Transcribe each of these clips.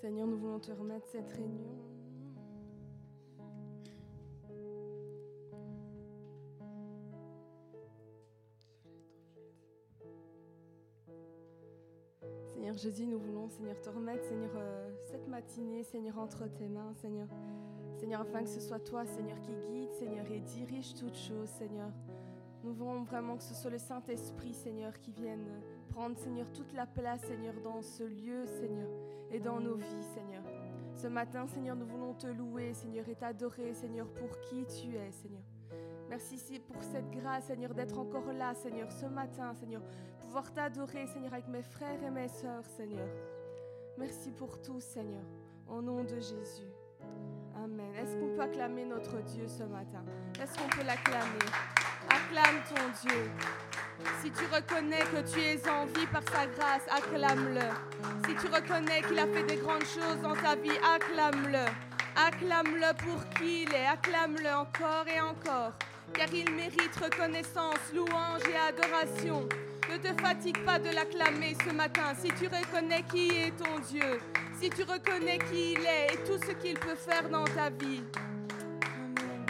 Seigneur, nous voulons te remettre cette réunion. Seigneur Jésus, nous voulons, Seigneur, te remettre, Seigneur, cette matinée, Seigneur, entre tes mains, Seigneur. Seigneur, afin que ce soit toi, Seigneur, qui guide, Seigneur, et dirige toutes choses, Seigneur. Nous voulons vraiment que ce soit le Saint-Esprit, Seigneur, qui vienne prendre, Seigneur, toute la place, Seigneur, dans ce lieu, Seigneur, et dans nos vies, Seigneur. Ce matin, Seigneur, nous voulons te louer, Seigneur, et t'adorer, Seigneur, pour qui tu es, Seigneur. Merci pour cette grâce, Seigneur, d'être encore là, Seigneur, ce matin, Seigneur, pouvoir t'adorer, Seigneur, avec mes frères et mes sœurs, Seigneur. Merci pour tout, Seigneur, au nom de Jésus. Amen. Est-ce qu'on peut acclamer notre Dieu ce matin? Est-ce qu'on peut l'acclamer? Acclame ton Dieu. Si tu reconnais que tu es en vie par sa grâce, acclame-le. Si tu reconnais qu'il a fait des grandes choses dans ta vie, acclame-le. Acclame-le pour qui il est. Acclame-le encore et encore. Car il mérite reconnaissance, louange et adoration. Ne te fatigue pas de l'acclamer ce matin. Si tu reconnais qui est ton Dieu, si tu reconnais qui il est et tout ce qu'il peut faire dans ta vie. Amen.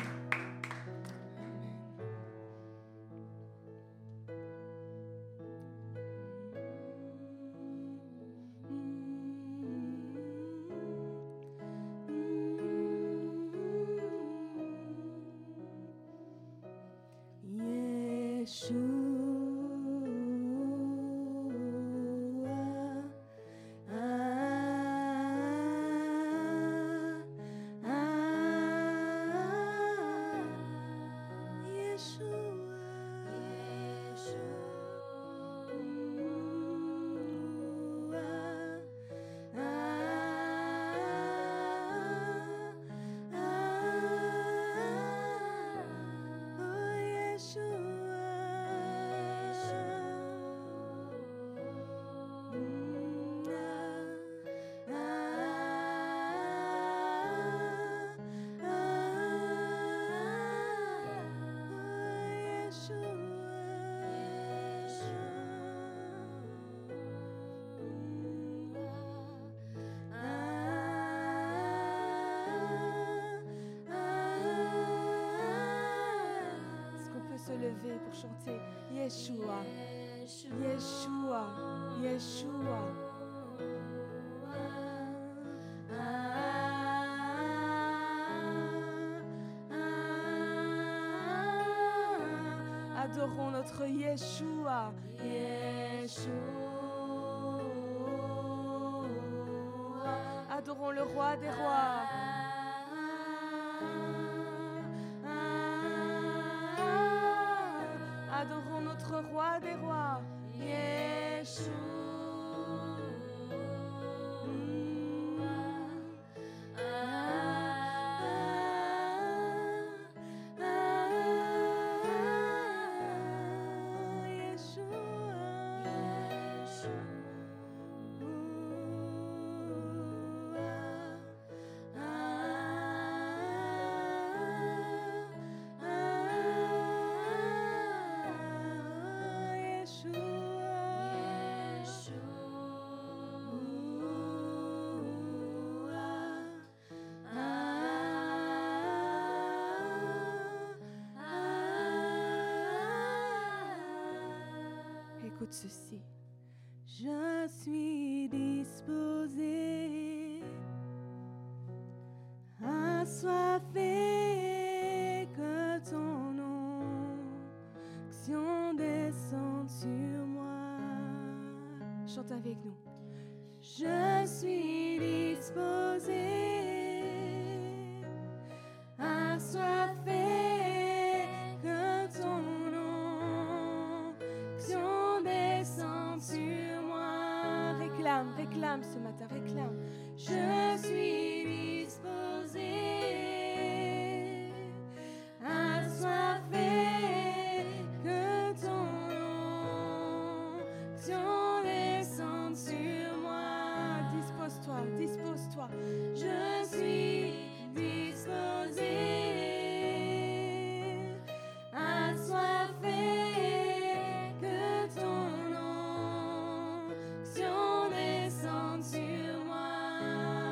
Lever pour chanter Yeshua, Yeshua, Yeshua. Adorons notre Yeshua, Yeshua. Adorons le roi des rois. Adorons notre roi des rois, Yeshua. Écoute ceci. Je suis disposé, assoiffé, que ton onction descende sur moi. Chante avec nous. Je suis disposé, assoiffé, que ton onction descende sur moi. Réclame, réclame ce matin, réclame. Je suis disposé, assoiffé, que ton onction descende sur moi. Dispose-toi, dispose-toi. Je suis disposé, assoiffé, que ton onction descende sur moi.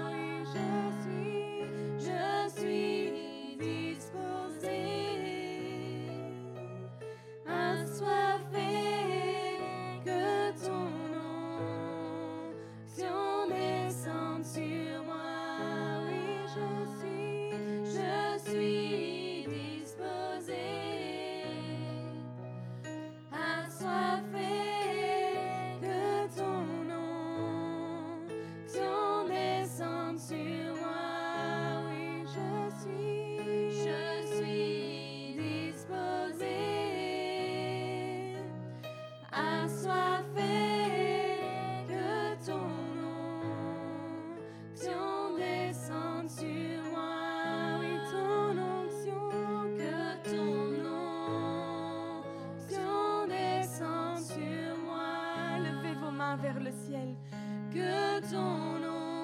Que ton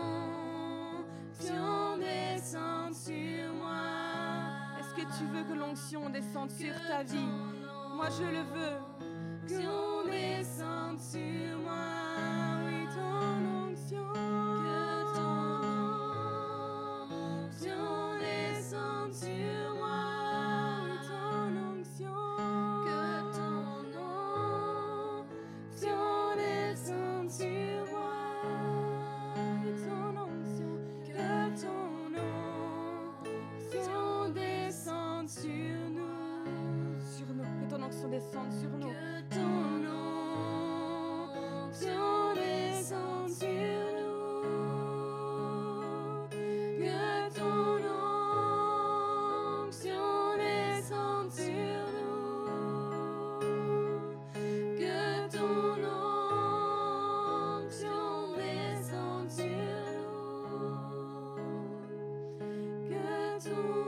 onction descende sur moi. Est-ce que tu veux que l'onction descende sur ta vie? Moi je le veux. L'onction descende sur moi. Oui, ton onction. Que ton onction descende sur moi. Oui, ton onction. Que ton onction descende sur moi. Oui, ton onction. Que ton onction descende sur nous. Sur nous. Que ton onction descende sur nous. Que ton onction descende sur nous. Que ton onction descende sur nous. Que ton onction descende sur nous. Que ton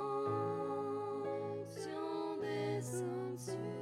onction descende sur nous.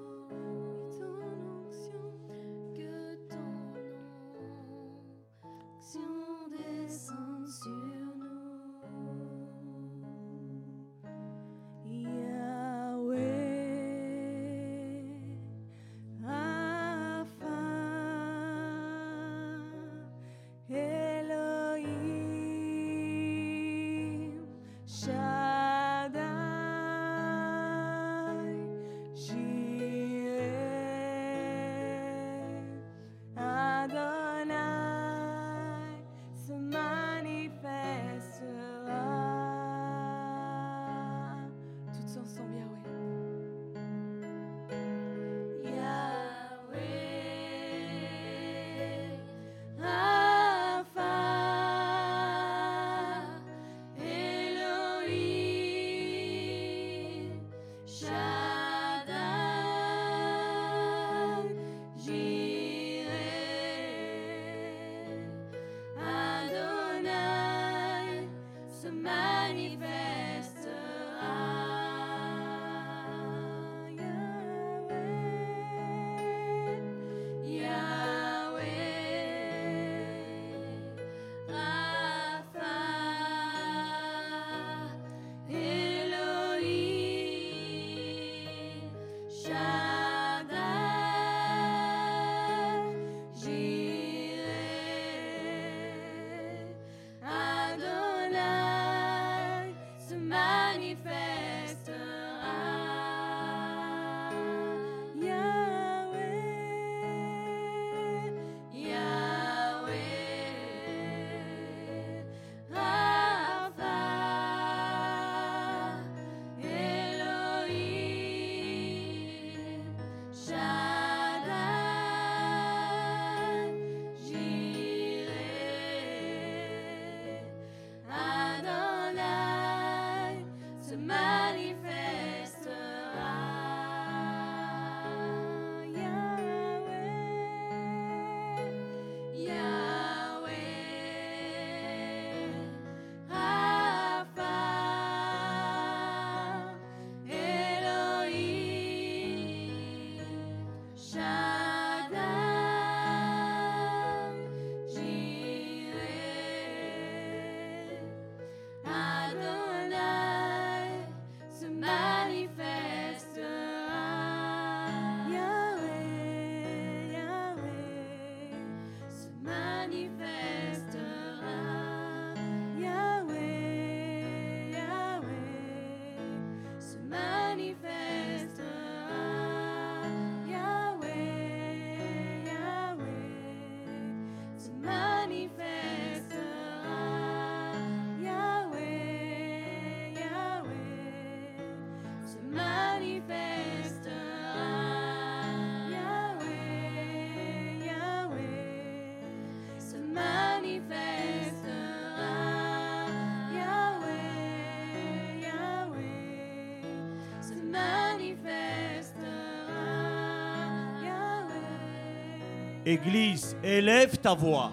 Église, élève ta voix.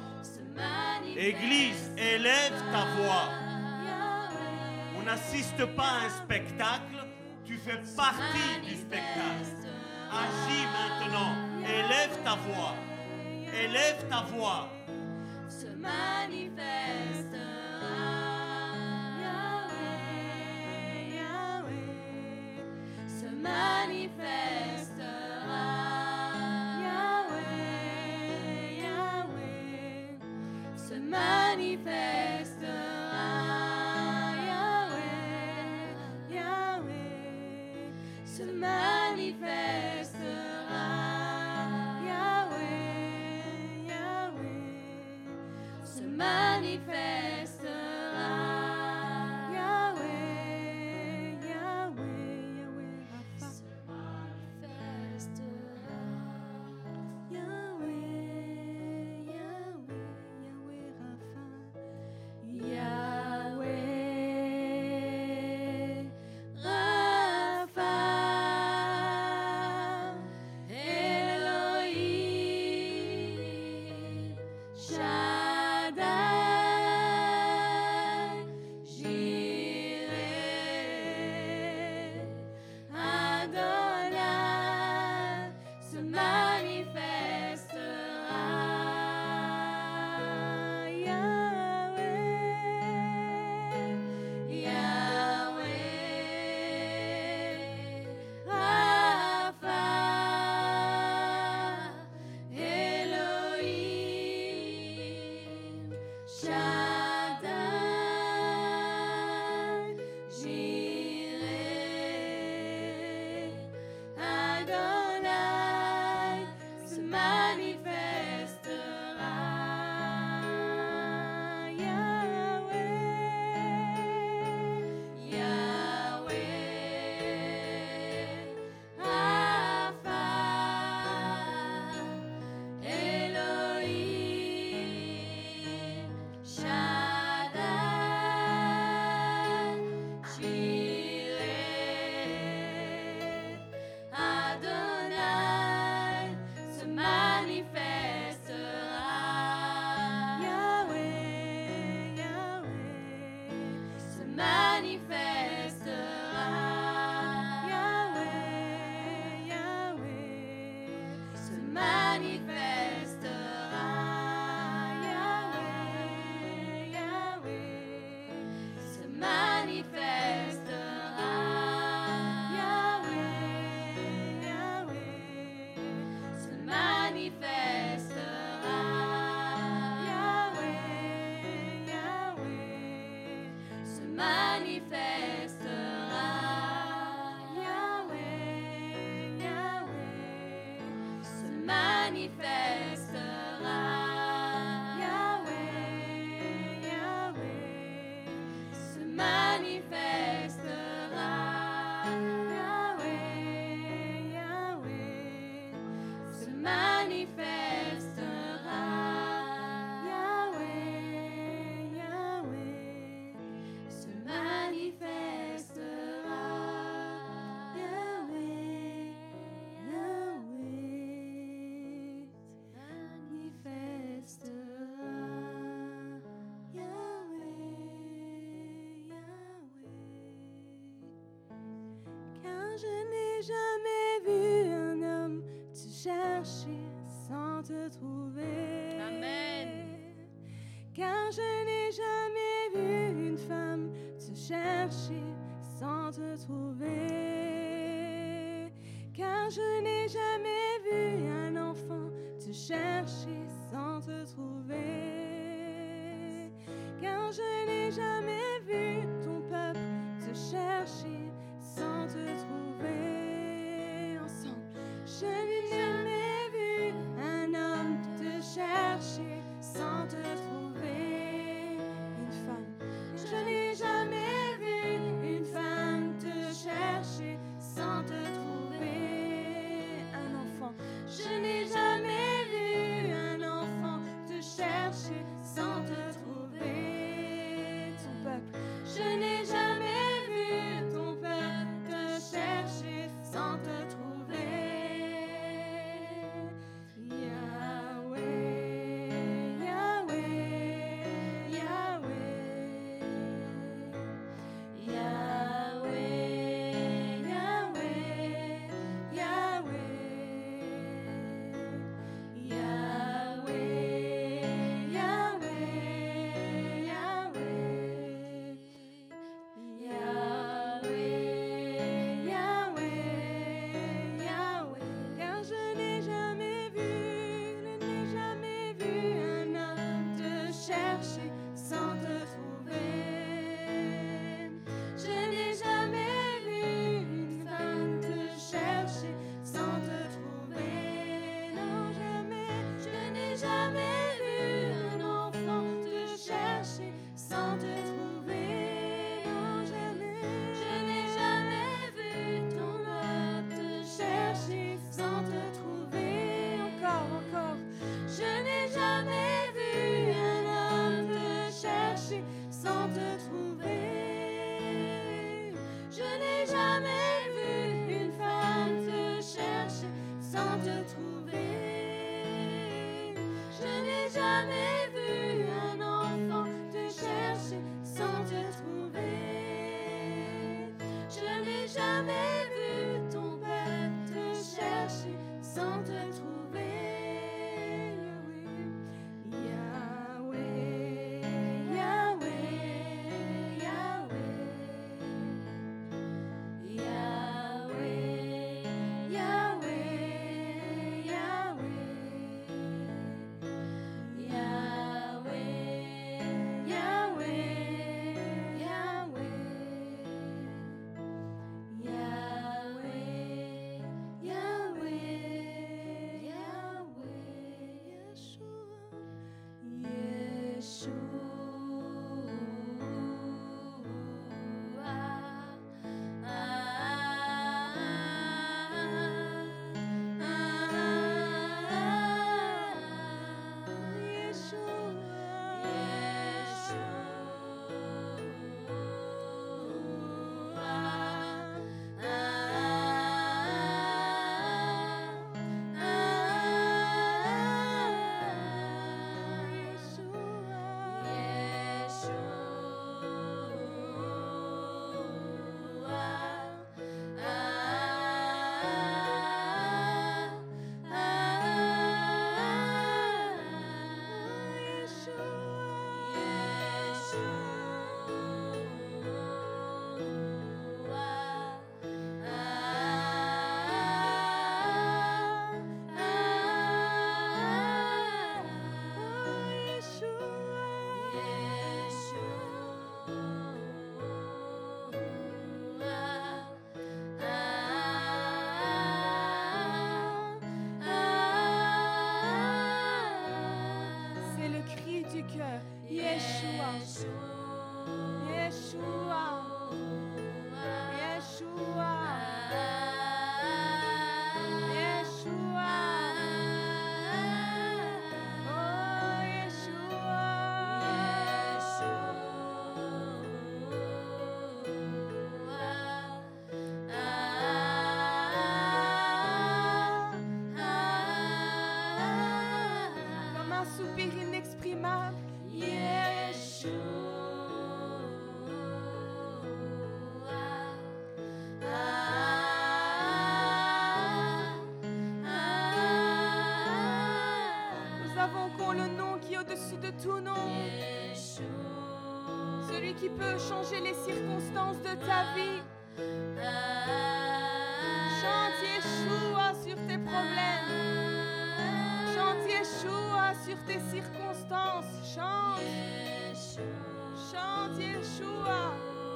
Église, élève ta voix. On n'assiste pas à un spectacle, tu fais partie du spectacle. Agis maintenant, élève ta voix. Élève ta voix. Car je n'ai jamais vu une femme te chercher sans te trouver. Car je n'ai jamais vu un enfant te chercher sans te trouver. Car je n'ai jamais vu ton peuple te chercher sans te trouver. Ensemble, je n'ai jamais vu un homme te chercher sans te trouver. Une femme, je n'ai jamais vu une femme te chercher sans te trouver. Un enfant, je n'ai jamais vu un enfant te chercher sans te trouver. Ton peuple, je n'ai jamais vu ton peuple te chercher sans te trouver. Yahweh, du cœur. Yeshua. Yeshua. Yeshua. Yeshua. Oh, Yeshua. Comme un soupir inexprimable. Nous avons le nom qui est au-dessus de tout nom. Celui qui peut changer les circonstances de ta vie. Chante Yeshua sur tes problèmes. Chante Yeshua sur tes circonstances. Chante. Chante Yeshua.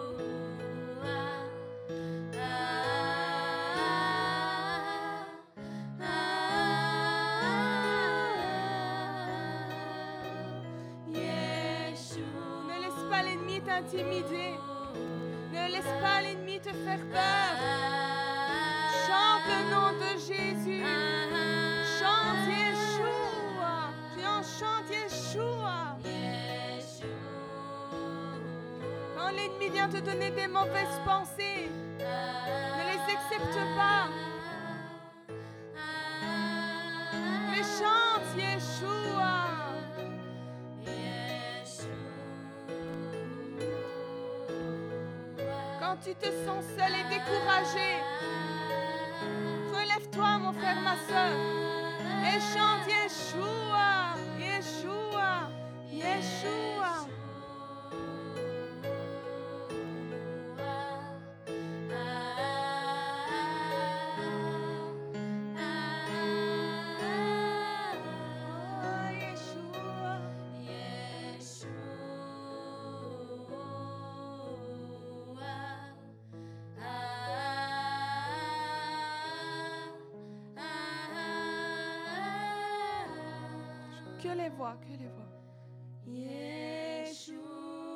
Ne laisse pas l'ennemi t'intimider. Ne laisse pas l'ennemi te faire peur. Chante le nom de Jésus. Chante Yeshua. Chante Yeshua. Quand l'ennemi vient te donner des mauvaises pensées, ne les accepte pas. Mais chante Yeshua. Quand tu te sens seul et découragé, relève-toi, mon frère, ma soeur, et chante Yeshua, Yeshua, Yeshua. Que les voix, que les voix. Yeshua.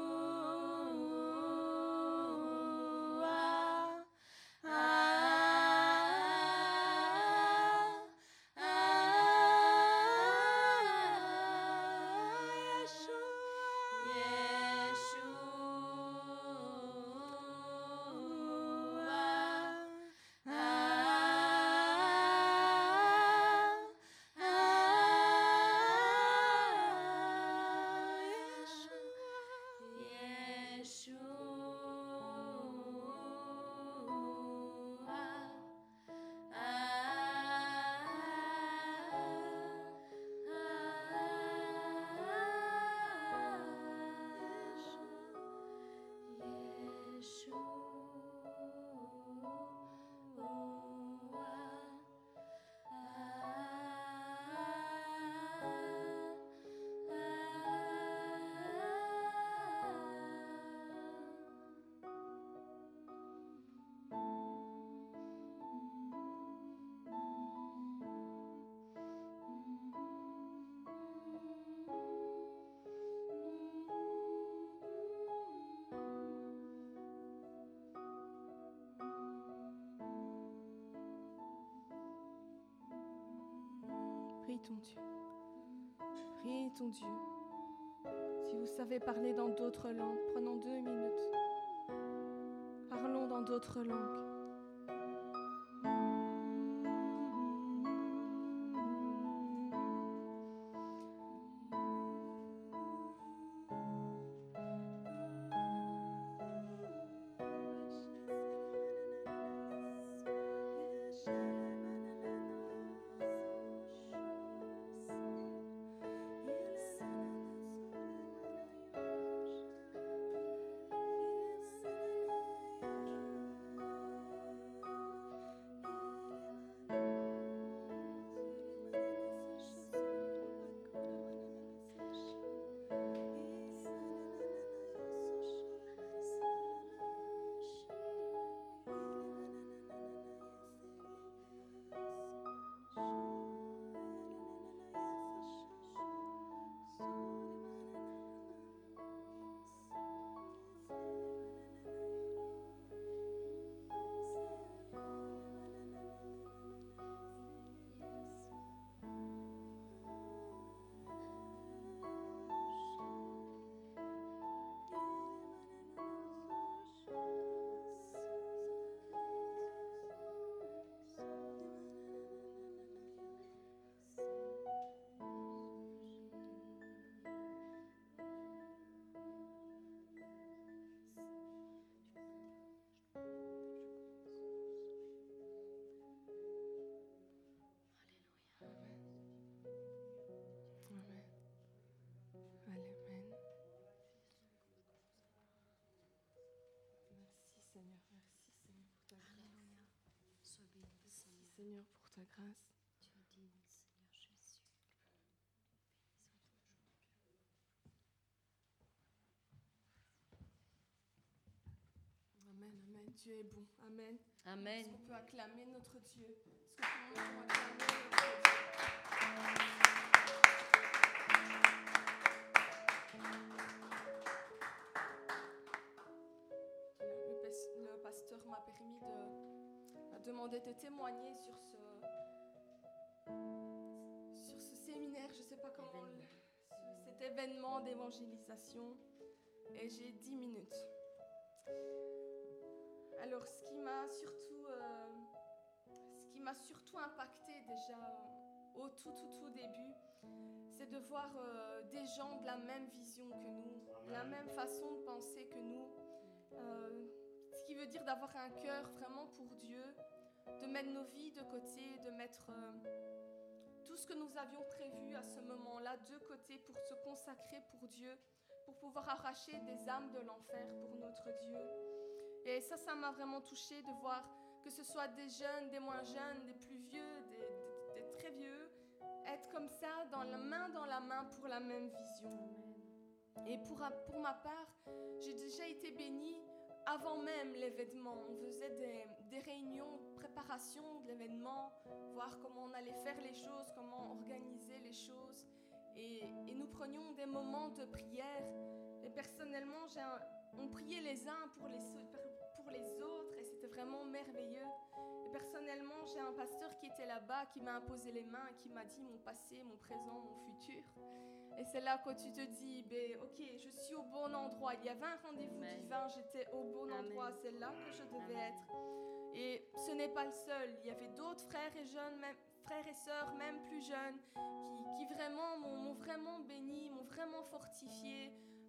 Prie ton Dieu. Prie ton Dieu. Si vous savez parler dans d'autres langues, prenons 2 minutes. Parlons dans d'autres langues. ta grâce. Alléluia. Sois béni, Seigneur. Seigneur, pour ta grâce. Tu es digne, Seigneur Jésus. Amen, amen. Dieu est bon. Amen. Amen. Est-ce qu'on peut acclamer notre Dieu? Est-ce que tout le monde peut acclamer notre Dieu? Le pasteur m'a permis de demander de témoigner sur ce séminaire, je ne sais pas comment, cet événement d'évangélisation. Et j'ai 10 minutes. Alors, ce qui m'a surtout impacté déjà au tout début, c'est de voir des gens de la même vision que nous, de la même façon de penser que nous. Ce qui veut dire d'avoir un cœur vraiment pour Dieu, de mettre nos vies de côté, de mettre tout ce que nous avions prévu à ce moment-là de côté pour se consacrer pour Dieu, pour pouvoir arracher des âmes de l'enfer pour notre Dieu. Et ça m'a vraiment touchée de voir que ce soit des jeunes, des moins jeunes, des plus vieux, des très vieux, être comme ça, dans la main pour la même vision. Et pour ma part, j'ai déjà été bénie avant même l'événement. On faisait des réunions de préparation de l'événement, voir comment on allait faire les choses, comment organiser les choses. Et nous prenions des moments de prière. Et personnellement, on priait les uns pour les autres et c'était vraiment merveilleux. Et personnellement, j'ai un pasteur qui était là-bas, qui m'a imposé les mains, qui m'a dit mon passé, mon présent, mon futur. Et c'est là que tu te dis, ok, je suis au bon endroit. Il y avait un rendez-vous divin, j'étais au bon endroit, c'est là que je devais être. Et ce n'est pas le seul. Il y avait d'autres frères et sœurs, même plus jeunes, qui vraiment m'ont vraiment béni, m'ont vraiment fortifié.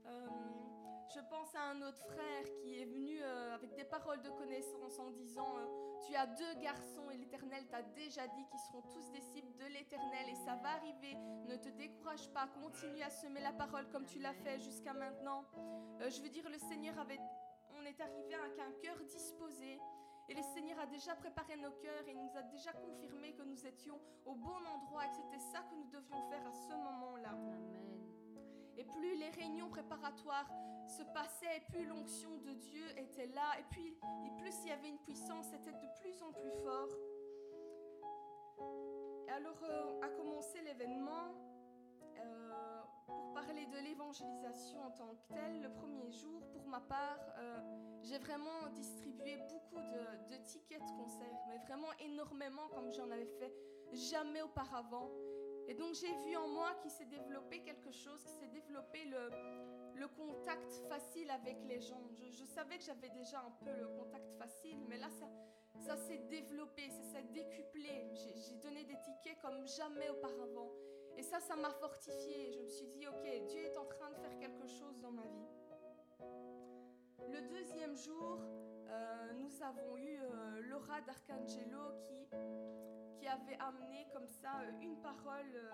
Je pense à un autre frère qui est venu avec des paroles de connaissance en disant tu as 2 garçons et l'Éternel t'a déjà dit qu'ils seront tous disciples de l'Éternel et ça va arriver. Ne te décourage pas, continue à semer la parole comme tu l'as fait jusqu'à maintenant. Je veux dire, on est arrivé avec un cœur disposé et le Seigneur a déjà préparé nos cœurs et nous a déjà confirmé que nous étions au bon endroit et que c'était ça que nous devions faire à ce moment-là. Amen. Et plus les réunions préparatoires se passaient, et plus l'onction de Dieu était là, et plus il y avait une puissance, c'était de plus en plus fort. Et alors a commencé l'événement pour parler de l'évangélisation en tant que telle. Le premier jour, pour ma part, j'ai vraiment distribué beaucoup de tickets de concert, mais vraiment énormément comme j'en avais fait jamais auparavant. Et donc j'ai vu en moi qu'il s'est développé quelque chose, qu'il s'est développé le contact facile avec les gens. Je savais que j'avais déjà un peu le contact facile, mais là ça s'est développé, ça s'est décuplé. J'ai donné des tickets comme jamais auparavant. Et ça m'a fortifiée. Je me suis dit, ok, Dieu est en train de faire quelque chose dans ma vie. Le deuxième jour, nous avons eu Laura d'Arcangelo qui avait amené comme ça une parole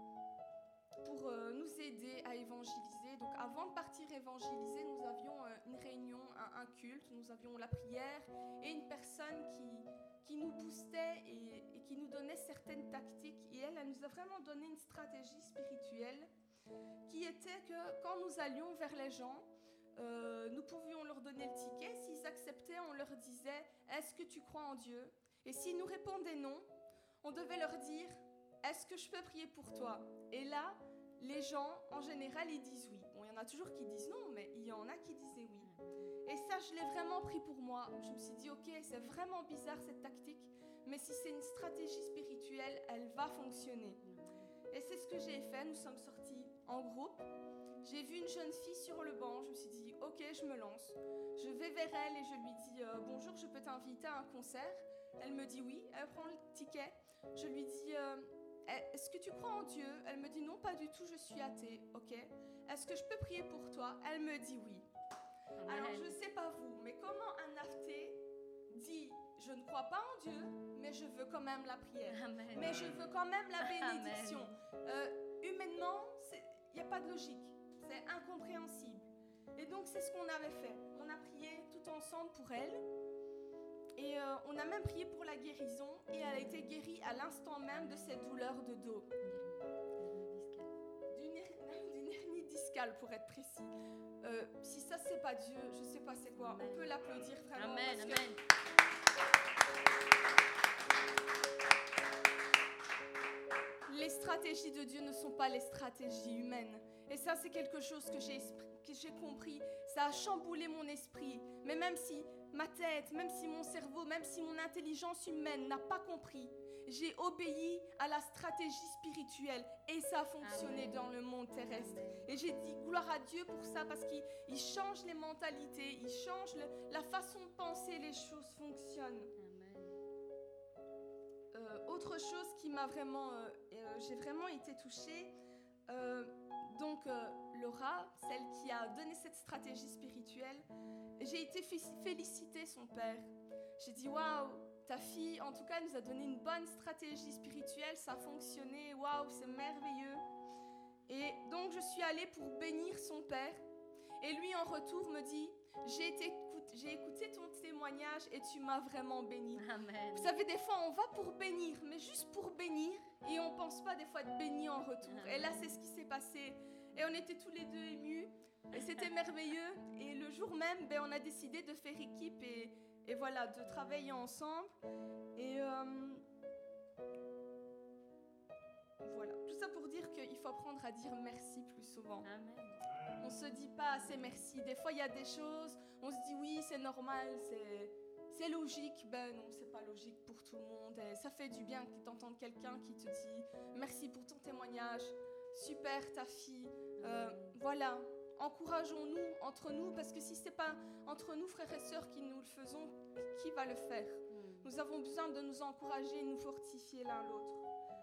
pour nous aider à évangéliser. Donc avant de partir évangéliser, nous avions une réunion, un culte, nous avions la prière et une personne qui nous boostait et qui nous donnait certaines tactiques. Et elle nous a vraiment donné une stratégie spirituelle qui était que quand nous allions vers les gens, nous pouvions leur donner le ticket. S'ils acceptaient, on leur disait « Est-ce que tu crois en Dieu ?» Et s'ils nous répondaient non, on devait leur dire « Est-ce que je peux prier pour toi ?» Et là, les gens, en général, ils disent oui. Bon, il y en a toujours qui disent non, mais il y en a qui disaient oui. Et ça, je l'ai vraiment pris pour moi. Je me suis dit, ok, c'est vraiment bizarre cette tactique, mais si c'est une stratégie spirituelle, elle va fonctionner. Et c'est ce que j'ai fait. Nous sommes sortis en groupe. J'ai vu une jeune fille sur le banc. Je me suis dit, ok, je me lance. Je vais vers elle et je lui dis, bonjour, je peux t'inviter à un concert? Elle me dit oui. Elle prend le ticket. Je lui dis, est-ce que tu crois en Dieu? Elle me dit non, pas du tout, je suis athée. Ok. Est-ce que je peux prier pour toi? Elle me dit oui. Amen. Alors, je ne sais pas vous, mais comment un athée dit je ne crois pas en Dieu, mais je veux quand même la prière. Amen. Mais je veux quand même la bénédiction. Humainement, il n'y a pas de logique. C'est incompréhensible. Et donc, c'est ce qu'on avait fait. On a prié tout ensemble pour elle. Et on a même prié pour la guérison et elle a été guérie à l'instant même de cette douleur de dos. D'une hernie discale pour être précis. Si ça c'est pas Dieu, je sais pas c'est quoi. On peut l'applaudir vraiment. Amen, parce amen. les stratégies de Dieu ne sont pas les stratégies humaines. Et ça, c'est quelque chose que j'ai compris. Ça a chamboulé mon esprit. Mais même si ma tête, même si mon cerveau, même si mon intelligence humaine n'a pas compris, j'ai obéi à la stratégie spirituelle. Et ça a fonctionné Amen. dans le monde terrestre. Amen. Et j'ai dit gloire à Dieu pour ça, parce qu'il change les mentalités, il change la façon de penser, les choses fonctionnent. Autre chose qui m'a vraiment, j'ai vraiment été touchée, Laura, celle qui a donné cette stratégie spirituelle, j'ai été féliciter son père. J'ai dit waouh, ta fille en tout cas nous a donné une bonne stratégie spirituelle, ça a fonctionné, waouh, c'est merveilleux. Et donc je suis allée pour bénir son père et lui en retour me dit j'ai écouté ton témoignage et tu m'as vraiment béni. Amen. Vous savez, des fois, on va pour bénir, mais juste pour bénir, et on ne pense pas des fois être béni en retour. Amen. Et là, c'est ce qui s'est passé. Et on était tous les deux émus, et c'était merveilleux. Et le jour même, on a décidé de faire équipe et voilà, de travailler ensemble. Et voilà, tout ça pour dire qu'il faut apprendre à dire merci plus souvent. Amen. On ne se dit pas assez merci. Des fois, il y a des choses, on se dit oui, c'est normal, c'est logique. Ben non, c'est pas logique pour tout le monde. Et ça fait du bien d'entendre quelqu'un qui te dit merci pour ton témoignage, super ta fille. Voilà, encourageons-nous entre nous, parce que si c'est pas entre nous, frères et sœurs, qui nous le faisons, qui va le faire? Nous avons besoin de nous encourager et nous fortifier l'un l'autre.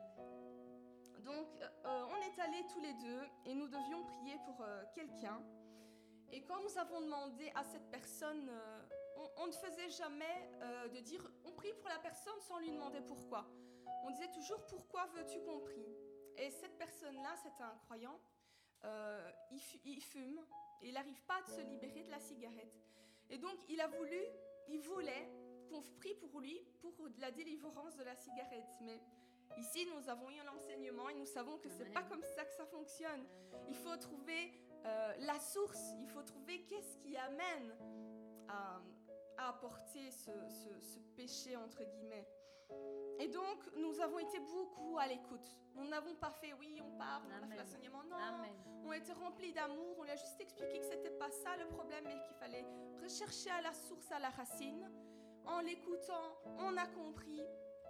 Donc, on est allés tous les deux et nous devions prier pour quelqu'un. Et quand nous avons demandé à cette personne, on ne faisait jamais de dire on prie pour la personne sans lui demander pourquoi. On disait toujours pourquoi veux-tu qu'on prie? Et cette personne-là, c'était un croyant, il fume et il n'arrive pas à se libérer de la cigarette. Et donc, il voulait qu'on prie pour lui pour la délivrance de la cigarette. Mais ici, nous avons eu l'enseignement et nous savons que ce n'est pas comme ça que ça fonctionne. Il faut trouver la source, il faut trouver qu'est-ce qui amène à apporter ce péché, entre guillemets. Et donc, nous avons été beaucoup à l'écoute. Nous n'avons pas fait, oui, on part, on a fait l'enseignement. Non, Amen. on a été remplis d'amour, on lui a juste expliqué que ce n'était pas ça le problème, mais qu'il fallait rechercher à la source, à la racine. En l'écoutant, on a compris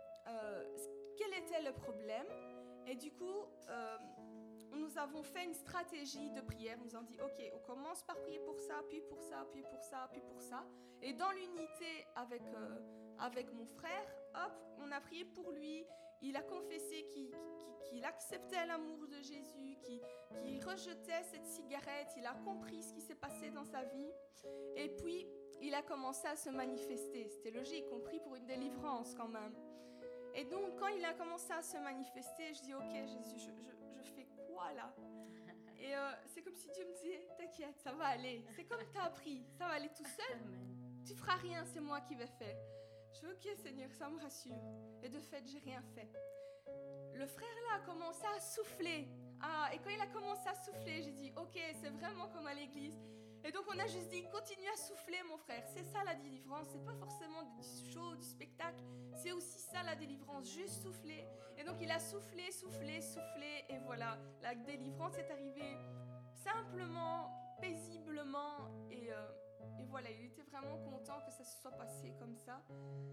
quel était le problème. Et du coup, nous avons fait une stratégie de prière. Nous avons dit, ok, on commence par prier pour ça, puis pour ça, puis pour ça, puis pour ça. Et dans l'unité avec mon frère, hop, on a prié pour lui. Il a confessé qu'il acceptait l'amour de Jésus, qu'il rejetait cette cigarette. Il a compris ce qui s'est passé dans sa vie. Et puis, il a commencé à se manifester. C'était logique, on prie pour une délivrance quand même. Et donc, quand il a commencé à se manifester, je dis, ok, Jésus, je fais quoi là? Et c'est comme si Dieu me disait, t'inquiète, ça va aller. C'est comme tu as appris, ça va aller tout seul. Tu feras rien, c'est moi qui vais faire. Je dis, ok Seigneur, ça me rassure. Et de fait, j'ai rien fait. Le frère là a commencé à souffler. Et quand il a commencé à souffler, j'ai dit, ok, c'est vraiment comme à l'église. Et donc on a juste dit, continue à souffler mon frère. C'est ça la délivrance, c'est pas forcément du show, du spectacle. C'est aussi ça la délivrance, juste souffler. Et donc il a soufflé, et voilà. La délivrance est arrivée simplement, paisiblement. Et voilà, il était vraiment content que ça se soit passé comme ça.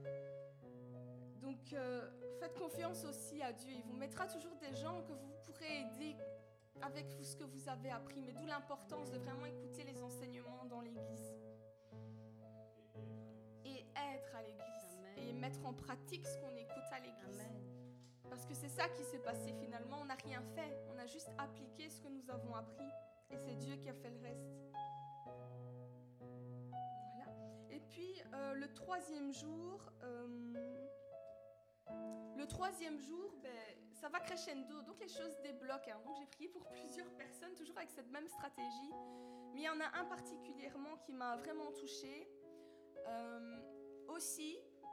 Donc faites confiance aussi à Dieu. Il vous mettra toujours des gens que vous pourrez aider avec ce que vous avez appris, mais d'où l'importance de vraiment écouter les enseignements dans l'église et être à l'église. Amen. Et mettre en pratique ce qu'on écoute à l'église. Amen. Parce que c'est ça qui s'est passé finalement, on n'a rien fait, on a juste appliqué ce que nous avons appris et c'est Dieu qui a fait le reste. Voilà. Et puis le troisième jour, ça va crescendo, donc les choses débloquent. Donc j'ai prié pour plusieurs personnes, toujours avec cette même stratégie. Mais il y en a un particulièrement qui m'a vraiment touchée. Aussi,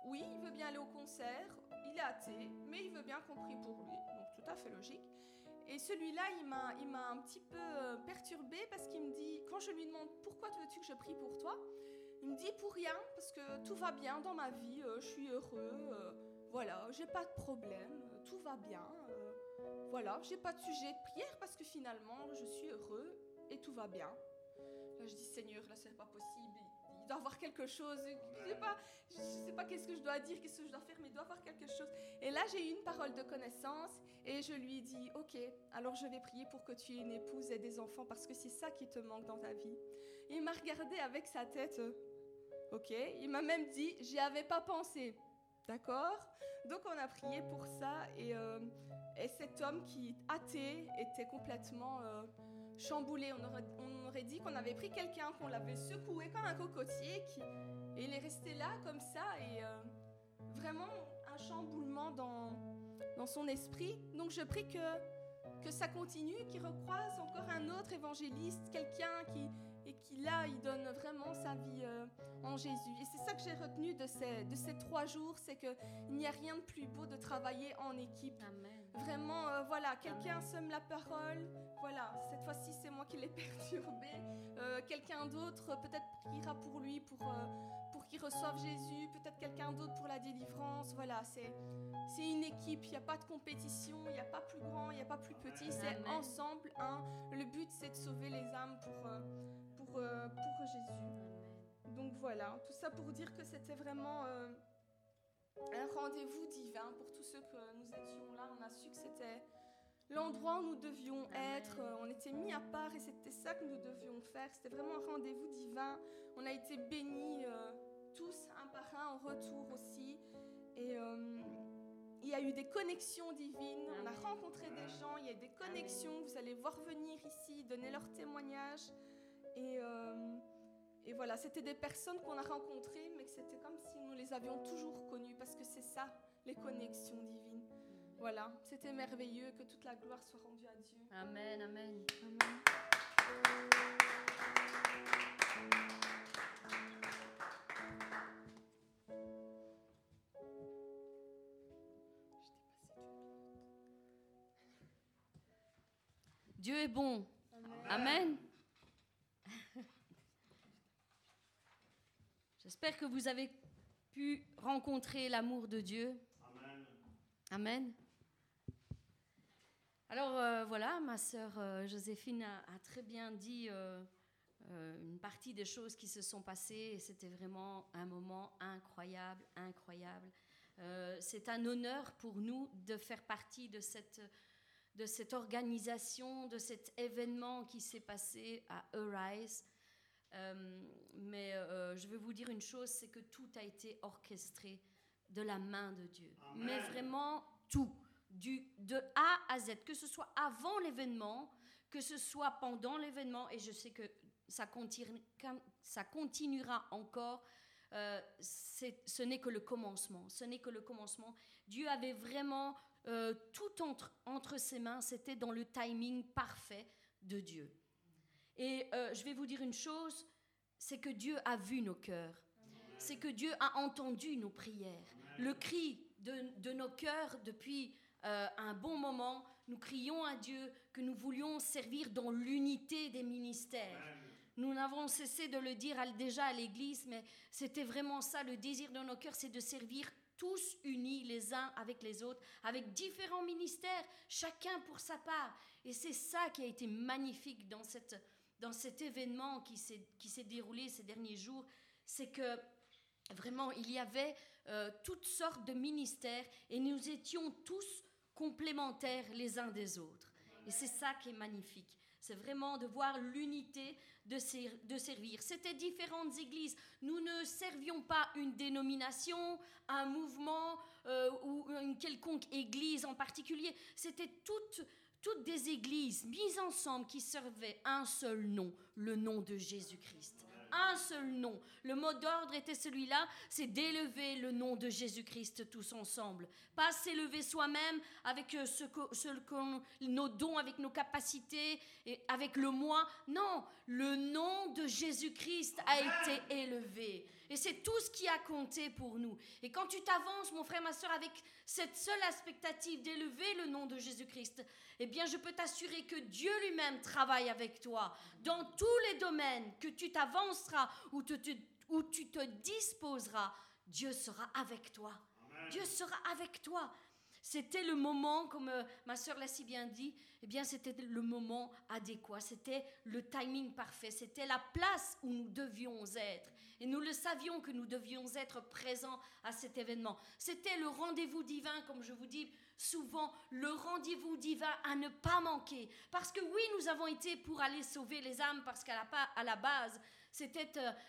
oui, il veut bien aller au concert, il est athée, mais il veut bien qu'on prie pour lui, donc tout à fait logique. Et celui-là, il m'a un petit peu perturbée parce qu'il me dit, quand je lui demande pourquoi veux-tu que je prie pour toi, il me dit pour rien, parce que tout va bien dans ma vie, je suis heureux, voilà, j'ai pas de problème, tout va bien, voilà, j'ai pas de sujet de prière parce que finalement, je suis heureux et tout va bien. Là, je dis Seigneur, là, c'est pas possible, il doit avoir quelque chose, je sais pas qu'est-ce que je dois dire, qu'est-ce que je dois faire, mais il doit avoir quelque chose. Et là, j'ai eu une parole de connaissance et je lui ai dit, ok, alors je vais prier pour que tu aies une épouse et des enfants parce que c'est ça qui te manque dans ta vie. Et il m'a regardé avec sa tête, ok, il m'a même dit, j'y avais pas pensé, d'accord? Donc on a prié pour ça et cet homme qui athée était complètement chamboulé. On aurait dit qu'on avait pris quelqu'un, qu'on l'avait secoué comme un cocotier et il est resté là comme ça et vraiment un chamboulement dans son esprit. Donc je prie que ça continue, qu'il recroise encore un autre évangéliste, quelqu'un qui là, il donne vraiment sa vie en Jésus. Et c'est ça que j'ai retenu de ces 3 jours, c'est qu'il n'y a rien de plus beau de travailler en équipe. Amen. Vraiment, voilà, quelqu'un sème la parole, voilà, cette fois-ci c'est moi qui l'ai perturbé, quelqu'un d'autre peut-être priera pour lui, pour qu'il reçoive Jésus, peut-être quelqu'un d'autre pour la délivrance, voilà, c'est une équipe, il n'y a pas de compétition, il n'y a pas plus grand, il n'y a pas plus petit, c'est Amen. ensemble, le but c'est de sauver les âmes pour Jésus. Donc voilà, tout ça pour dire que c'était vraiment un rendez-vous divin pour tous ceux que nous étions là. On a su que c'était l'endroit où nous devions être. On était mis à part et c'était ça que nous devions faire. C'était vraiment un rendez-vous divin. On a été bénis tous un par un en retour aussi. Et il y a eu des connexions divines. On a rencontré des gens. Il y a eu des connexions. Vous allez voir venir ici, donner leur témoignage. Et voilà, c'était des personnes qu'on a rencontrées, mais que c'était comme si nous les avions toujours connues, parce que c'est ça, les connexions divines. Voilà, c'était merveilleux, que toute la gloire soit rendue à Dieu. Amen, amen. Amen. Dieu est bon. Amen. J'espère que vous avez pu rencontrer l'amour de Dieu. Amen. Amen. Alors voilà, ma sœur Joséphine a très bien dit une partie des choses qui se sont passées et c'était vraiment un moment incroyable, incroyable. C'est un honneur pour nous de faire partie de cette organisation, de cet événement qui s'est passé à Arise. Mais je vais vous dire une chose, c'est que tout a été orchestré de la main de Dieu. Amen. Mais vraiment tout, de A à Z, que ce soit avant l'événement, que ce soit pendant l'événement, et je sais que ça continuera encore. Ce n'est que le commencement. Ce n'est que le commencement. Dieu avait vraiment tout entre ses mains. C'était dans le timing parfait de Dieu. Et je vais vous dire une chose, c'est que Dieu a vu nos cœurs. C'est que Dieu a entendu nos prières. Le cri de nos cœurs depuis un bon moment, nous crions à Dieu que nous voulions servir dans l'unité des ministères. Nous n'avons cessé de le dire déjà à l'église, mais c'était vraiment ça, le désir de nos cœurs, c'est de servir tous unis les uns avec les autres, avec différents ministères, chacun pour sa part. Et c'est ça qui a été magnifique dans cet événement qui s'est déroulé ces derniers jours, c'est que vraiment il y avait toutes sortes de ministères et nous étions tous complémentaires les uns des autres. Et c'est ça qui est magnifique. C'est vraiment de voir l'unité de servir. C'était différentes églises. Nous ne servions pas une dénomination, un mouvement ou une quelconque église en particulier. C'était toutes des églises mises ensemble qui servaient un seul nom, le nom de Jésus-Christ. Un seul nom. Le mot d'ordre était celui-là, c'est d'élever le nom de Jésus-Christ tous ensemble. Pas s'élever soi-même avec nos dons, avec nos capacités, et avec le moi. Non, le nom de Jésus-Christ a été élevé. Et c'est tout ce qui a compté pour nous. Et quand tu t'avances, mon frère, ma soeur, avec cette seule expectative d'élever le nom de Jésus-Christ, eh bien, je peux t'assurer que Dieu lui-même travaille avec toi. Dans tous les domaines que tu t'avanceras ou tu te disposeras, Dieu sera avec toi. Amen. Dieu sera avec toi. C'était le moment, comme ma soeur l'a si bien dit, eh bien, c'était le moment adéquat. C'était le timing parfait. C'était la place où nous devions être. Et nous le savions que nous devions être présents à cet événement. C'était le rendez-vous divin, comme je vous dis souvent, le rendez-vous divin à ne pas manquer. Parce que oui, nous avons été pour aller sauver les âmes, parce qu'à la base, c'était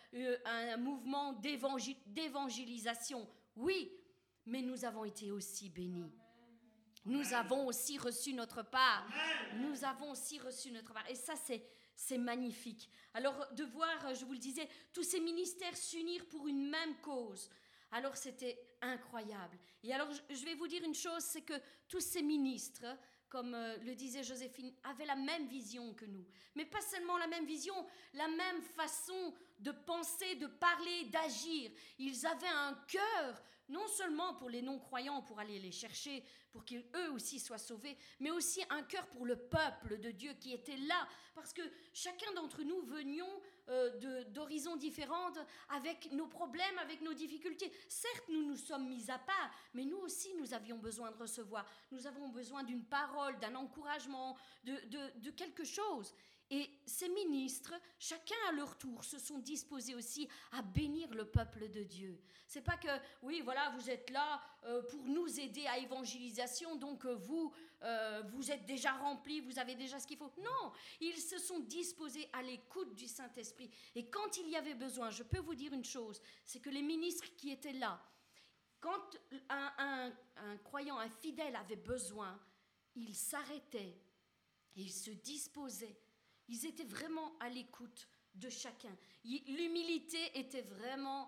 un mouvement d'évangélisation. Oui, mais nous avons été aussi bénis. Nous avons aussi reçu notre part. Nous avons aussi reçu notre part. Et ça, c'est magnifique. Alors, de voir, je vous le disais, tous ces ministères s'unir pour une même cause. Alors, c'était incroyable. Et alors, je vais vous dire une chose, c'est que tous ces ministres, comme le disait Joséphine, avaient la même vision que nous. Mais pas seulement la même vision, la même façon de penser, de parler, d'agir. Ils avaient un cœur, non seulement pour les non-croyants, pour aller les chercher, pour qu'eux aussi soient sauvés, mais aussi un cœur pour le peuple de Dieu qui était là. Parce que chacun d'entre nous venions d'horizons différentes, avec nos problèmes, avec nos difficultés. Certes, nous nous sommes mis à part, mais nous aussi, nous avions besoin de recevoir. Nous avons besoin d'une parole, d'un encouragement, de quelque chose. Et ces ministres, chacun à leur tour, se sont disposés aussi à bénir le peuple de Dieu. C'est pas que, oui, voilà, vous êtes là pour nous aider à évangélisation, donc vous êtes déjà remplis, vous avez déjà ce qu'il faut. Non, ils se sont disposés à l'écoute du Saint-Esprit. Et quand il y avait besoin, je peux vous dire une chose, c'est que les ministres qui étaient là, quand un croyant, un fidèle avait besoin, il s'arrêtait, il se disposait. Ils étaient vraiment à l'écoute de chacun. L'humilité était vraiment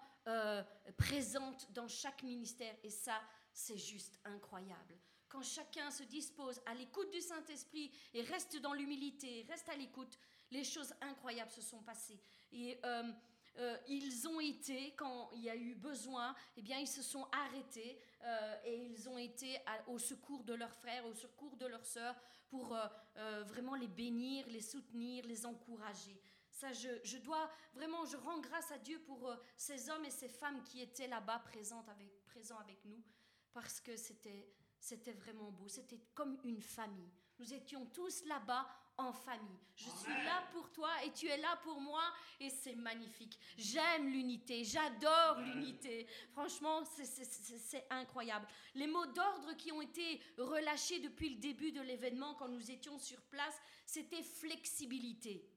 présente dans chaque ministère et ça, c'est juste incroyable. Quand chacun se dispose à l'écoute du Saint-Esprit et reste dans l'humilité, reste à l'écoute, les choses incroyables se sont passées. Et ils ont été, quand il y a eu besoin, eh bien, ils se sont arrêtés et ils ont été au secours de leurs frères, au secours de leurs sœurs, pour vraiment les bénir, les soutenir, les encourager. Ça, je rends grâce à Dieu pour ces hommes et ces femmes qui étaient là-bas présents avec nous, parce que c'était vraiment beau. C'était comme une famille. Nous étions tous là-bas en famille. Je suis là pour toi et tu es là pour moi et c'est magnifique. J'aime l'unité, j'adore l'unité. Franchement, c'est incroyable. Les mots d'ordre qui ont été relâchés depuis le début de l'événement quand nous étions sur place, c'était flexibilité.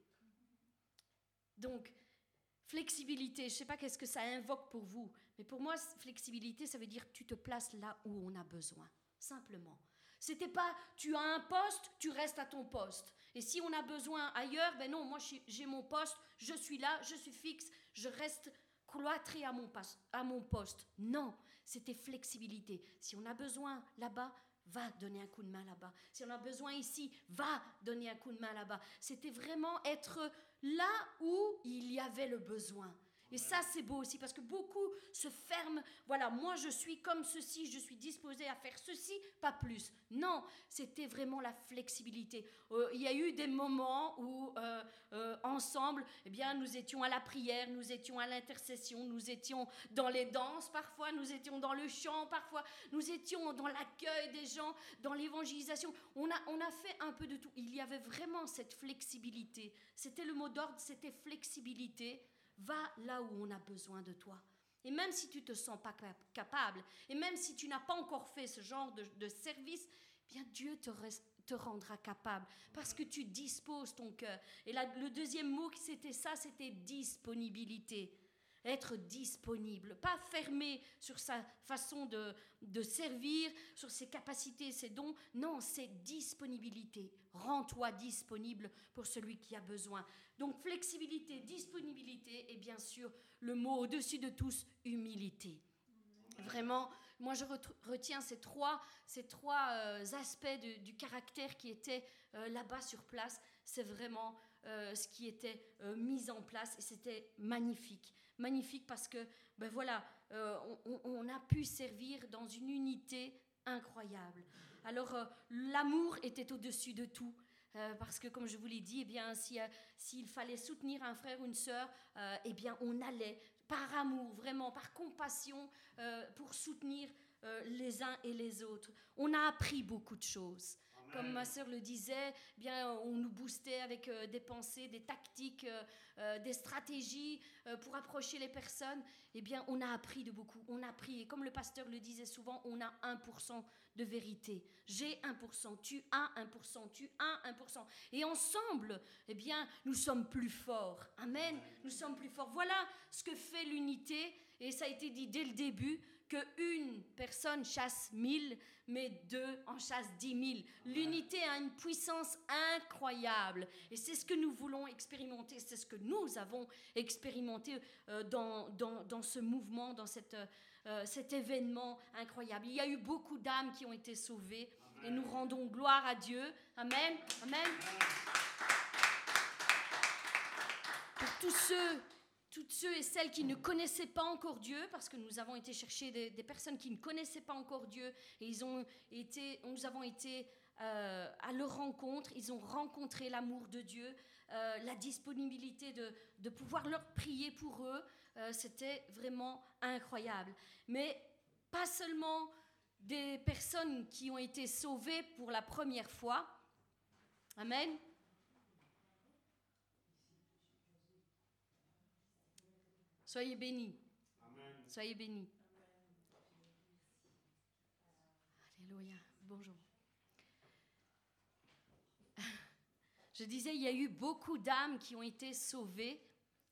Donc, flexibilité, je ne sais pas qu'est-ce que ça invoque pour vous, mais pour moi, flexibilité, ça veut dire que tu te places là où on a besoin, simplement. C'était pas, tu as un poste, tu restes à ton poste. Et si on a besoin ailleurs, ben non, moi j'ai mon poste, je suis là, je suis fixe, je reste cloîtré à mon poste. Non, c'était flexibilité. Si on a besoin là-bas, va donner un coup de main là-bas. Si on a besoin ici, va donner un coup de main là-bas. C'était vraiment être là où il y avait le besoin. Et ça, c'est beau aussi, parce que beaucoup se ferment. Voilà, moi, je suis comme ceci, je suis disposée à faire ceci, pas plus. Non, c'était vraiment la flexibilité. Il y a eu des moments où, ensemble, eh bien, nous étions à la prière, nous étions à l'intercession, nous étions dans les danses, parfois, nous étions dans le chant, parfois, nous étions dans l'accueil des gens, dans l'évangélisation. On a fait un peu de tout. Il y avait vraiment cette flexibilité. C'était le mot d'ordre, c'était flexibilité. Va là où on a besoin de toi. Et même si tu ne te sens pas capable, et même si tu n'as pas encore fait ce genre de service, eh bien Dieu te rendra capable parce que tu disposes ton cœur. Et là, le deuxième mot, c'était disponibilité. Être disponible, pas fermé sur sa façon de servir, sur ses capacités, ses dons. Non, c'est disponibilité. Rends-toi disponible pour celui qui a besoin. Donc flexibilité, disponibilité et bien sûr le mot au-dessus de tous, humilité. Vraiment, moi je retiens ces trois aspects du caractère qui étaient là-bas sur place. C'est vraiment ce qui était mis en place et c'était magnifique. Magnifique parce que, voilà, on a pu servir dans une unité incroyable. Alors, l'amour était au-dessus de tout. Parce que, comme je vous l'ai dit, eh bien, s'il fallait soutenir un frère ou une sœur, eh bien, on allait par amour, vraiment, par compassion, pour soutenir les uns et les autres. On a appris beaucoup de choses. Amen. Comme ma sœur le disait, eh bien, on nous boostait avec des pensées, des tactiques, des stratégies pour approcher les personnes. Eh bien, on a appris de beaucoup. On a appris, et comme le pasteur le disait souvent, on a 1% de vérité. J'ai 1%, tu as 1%, tu as 1%. Et ensemble, eh bien, nous sommes plus forts. Amen. Nous sommes plus forts. Voilà ce que fait l'unité. Et ça a été dit dès le début, qu'une personne chasse 1000, mais 2 en chassent 10 000. L'unité a une puissance incroyable. Et c'est ce que nous voulons expérimenter. C'est ce que nous avons expérimenté dans ce mouvement, dans cet événement incroyable. Il y a eu beaucoup d'âmes qui ont été sauvées. Amen. Et nous rendons gloire à Dieu. Amen. Amen. Pour toutes ceux et celles qui ne connaissaient pas encore Dieu, parce que nous avons été chercher des personnes qui ne connaissaient pas encore Dieu, et nous avons été à leur rencontre, ils ont rencontré l'amour de Dieu, la disponibilité de pouvoir leur prier pour eux, c'était vraiment incroyable. Mais pas seulement des personnes qui ont été sauvées pour la première fois, amen. Soyez bénis. Amen. Soyez bénis. Alléluia. Bonjour. Je disais, il y a eu beaucoup d'âmes qui ont été sauvées.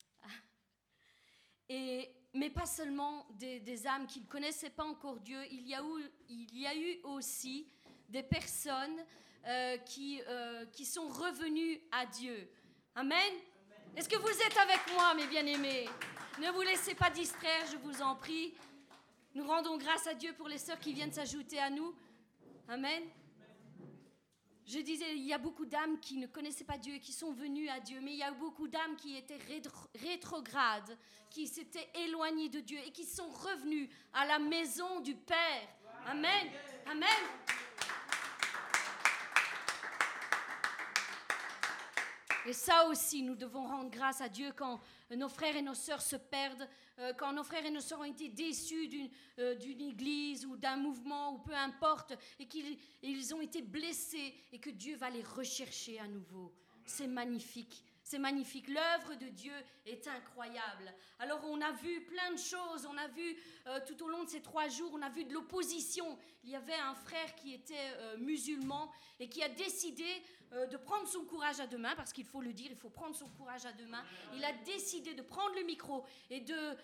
Mais pas seulement des âmes qui ne connaissaient pas encore Dieu. Il y a eu aussi des personnes qui sont revenues à Dieu. Amen. Est-ce que vous êtes avec moi, mes bien-aimés? Ne vous laissez pas distraire, je vous en prie. Nous rendons grâce à Dieu pour les sœurs qui viennent s'ajouter à nous. Amen. Je disais, il y a beaucoup d'âmes qui ne connaissaient pas Dieu et qui sont venues à Dieu, mais il y a beaucoup d'âmes qui étaient rétrogrades, qui s'étaient éloignées de Dieu et qui sont revenues à la maison du Père. Amen. Amen. Et ça aussi, nous devons rendre grâce à Dieu quand nos frères et nos sœurs se perdent, quand nos frères et nos sœurs ont été déçus d'une église ou d'un mouvement ou peu importe, et qu'ils ont été blessés et que Dieu va les rechercher à nouveau. C'est magnifique. C'est magnifique. L'œuvre de Dieu est incroyable. Alors, on a vu plein de choses. On a vu, tout au long de ces 3 jours, on a vu de l'opposition. Il y avait un frère qui était musulman et qui a décidé de prendre son courage à deux mains, parce qu'il faut le dire, il faut prendre son courage à deux mains. Il a décidé de prendre le micro et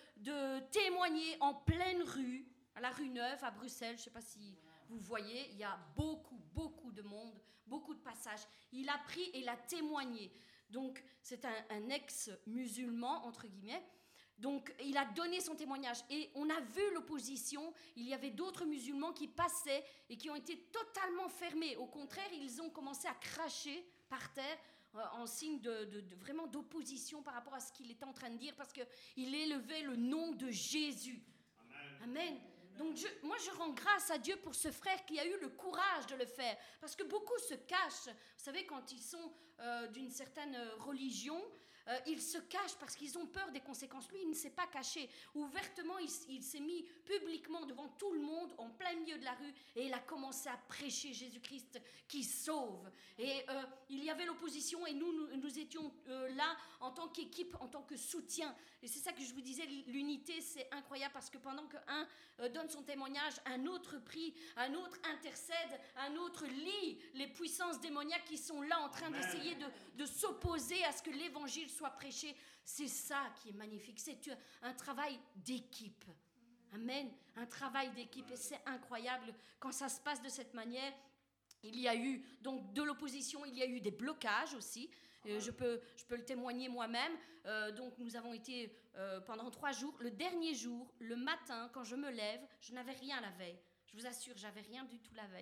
de témoigner en pleine rue, à la rue Neuve, à Bruxelles. Je ne sais pas si vous voyez, il y a beaucoup de monde, beaucoup de passages. Il a pris et il a témoigné. Donc, c'est un ex-musulman, entre guillemets. Donc, il a donné son témoignage. Et on a vu l'opposition. Il y avait d'autres musulmans qui passaient et qui ont été totalement fermés. Au contraire, ils ont commencé à cracher par terre en signe vraiment d'opposition par rapport à ce qu'il était en train de dire, parce qu'il élevait le nom de Jésus. Amen. Amen. Donc, moi, je rends grâce à Dieu pour ce frère qui a eu le courage de le faire. Parce que beaucoup se cachent. Vous savez, quand ils sont d'une certaine religion, ils se cachent parce qu'ils ont peur des conséquences. Lui, il ne s'est pas caché. Ouvertement, il s'est mis publiquement devant tout le monde, en plein milieu de la rue, et il a commencé à prêcher Jésus-Christ qui sauve. Et il y avait l'opposition, et nous étions là en tant qu'équipe, en tant que soutien. Et c'est ça que je vous disais, l'unité, c'est incroyable, parce que pendant qu'un donne son témoignage, un autre prie, un autre intercède, un autre lit les puissances démoniaques qui sont là en train d'essayer de s'opposer à ce que l'évangile soit prêché. C'est ça qui est magnifique. C'est un travail d'équipe. Amen. Un travail d'équipe. Et c'est incroyable quand ça se passe de cette manière. Il y a eu donc de l'opposition, il y a eu des blocages aussi. Je peux le témoigner moi-même. Donc nous avons été pendant 3 jours. Le dernier jour, le matin, quand je me lève, je n'avais rien la veille. Je vous assure, j'avais rien du tout la veille.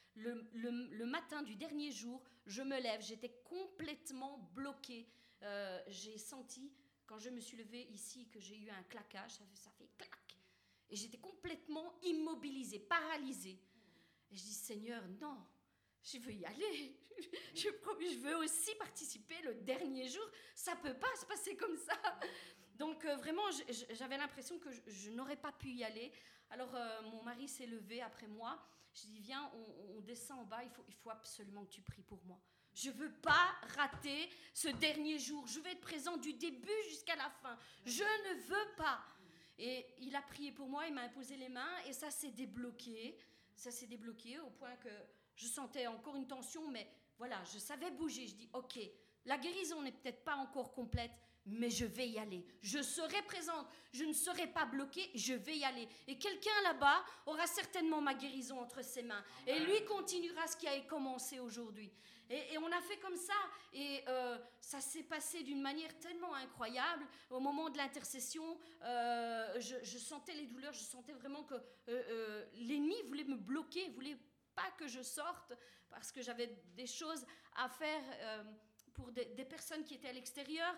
Le matin du dernier jour, je me lève, j'étais complètement bloquée. J'ai senti, quand je me suis levée ici, que j'ai eu un claquage, ça fait clac. Et j'étais complètement immobilisée, paralysée. Et je dis, Seigneur, non, je veux y aller. Je veux aussi participer le dernier jour. Ça ne peut pas se passer comme ça. Donc vraiment, j'avais l'impression que je n'aurais pas pu y aller. Alors mon mari s'est levé après moi. Je dis, viens, on descend en bas, il faut absolument que tu pries pour moi. Je ne veux pas rater ce dernier jour. Je vais être présent du début jusqu'à la fin. Je ne veux pas. Et il a prié pour moi, il m'a imposé les mains et ça s'est débloqué. Ça s'est débloqué au point que je sentais encore une tension, mais voilà, je savais bouger. Je dis, ok, la guérison n'est peut-être pas encore complète, mais je vais y aller. Je serai présente, je ne serai pas bloquée, je vais y aller. Et quelqu'un là-bas aura certainement ma guérison entre ses mains. Et lui continuera ce qui a commencé aujourd'hui. Et on a fait comme ça. Et ça s'est passé d'une manière tellement incroyable. Au moment de l'intercession, je sentais les douleurs, je sentais vraiment que l'ennemi voulait me bloquer, ne voulait pas que je sorte, parce que j'avais des choses à faire pour des personnes qui étaient à l'extérieur.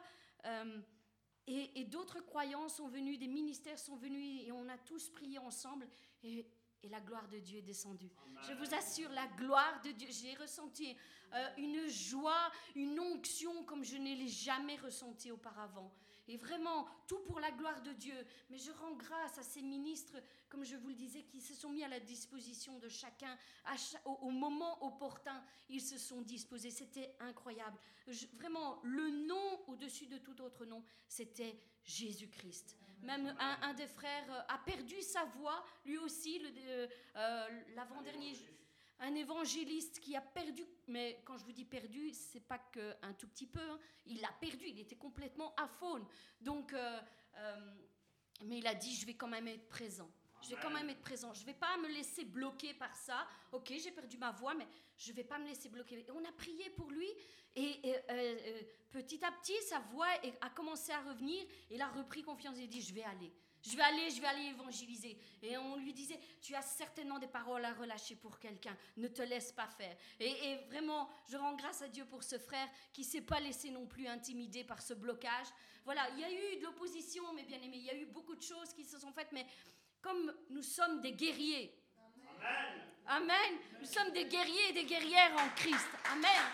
Et d'autres croyants sont venus, des ministères sont venus, et on a tous prié ensemble, et la gloire de Dieu est descendue. Amen. Je vous assure, la gloire de Dieu, j'ai ressenti une joie, une onction comme je ne l'ai jamais ressentie auparavant. Et vraiment, tout pour la gloire de Dieu. Mais je rends grâce à ces ministres, comme je vous le disais, qui se sont mis à la disposition de chacun. Au moment opportun, ils se sont disposés. C'était incroyable. Vraiment, le nom au-dessus de tout autre nom, c'était Jésus-Christ. Même un des frères a perdu sa voix, lui aussi, l'avant-dernier... Un évangéliste qui a perdu, mais quand je vous dis perdu, c'est pas qu'un tout petit peu, hein. Il l'a perdu, il était complètement aphone. Donc, mais il a dit, je vais quand même être présent. Je vais quand même être présent. Je ne vais pas me laisser bloquer par ça. Ok, j'ai perdu ma voix, mais je ne vais pas me laisser bloquer. Et on a prié pour lui, et petit à petit, sa voix a commencé à revenir. Et il a repris confiance. Il a dit, je vais aller évangéliser. Et on lui disait, tu as certainement des paroles à relâcher pour quelqu'un, ne te laisse pas faire. Et vraiment, je rends grâce à Dieu pour ce frère qui ne s'est pas laissé non plus intimider par ce blocage. Voilà, il y a eu de l'opposition, mes bien-aimés, il y a eu beaucoup de choses qui se sont faites, mais comme nous sommes des guerriers, Amen. Amen, nous sommes des guerriers et des guerrières en Christ. Amen.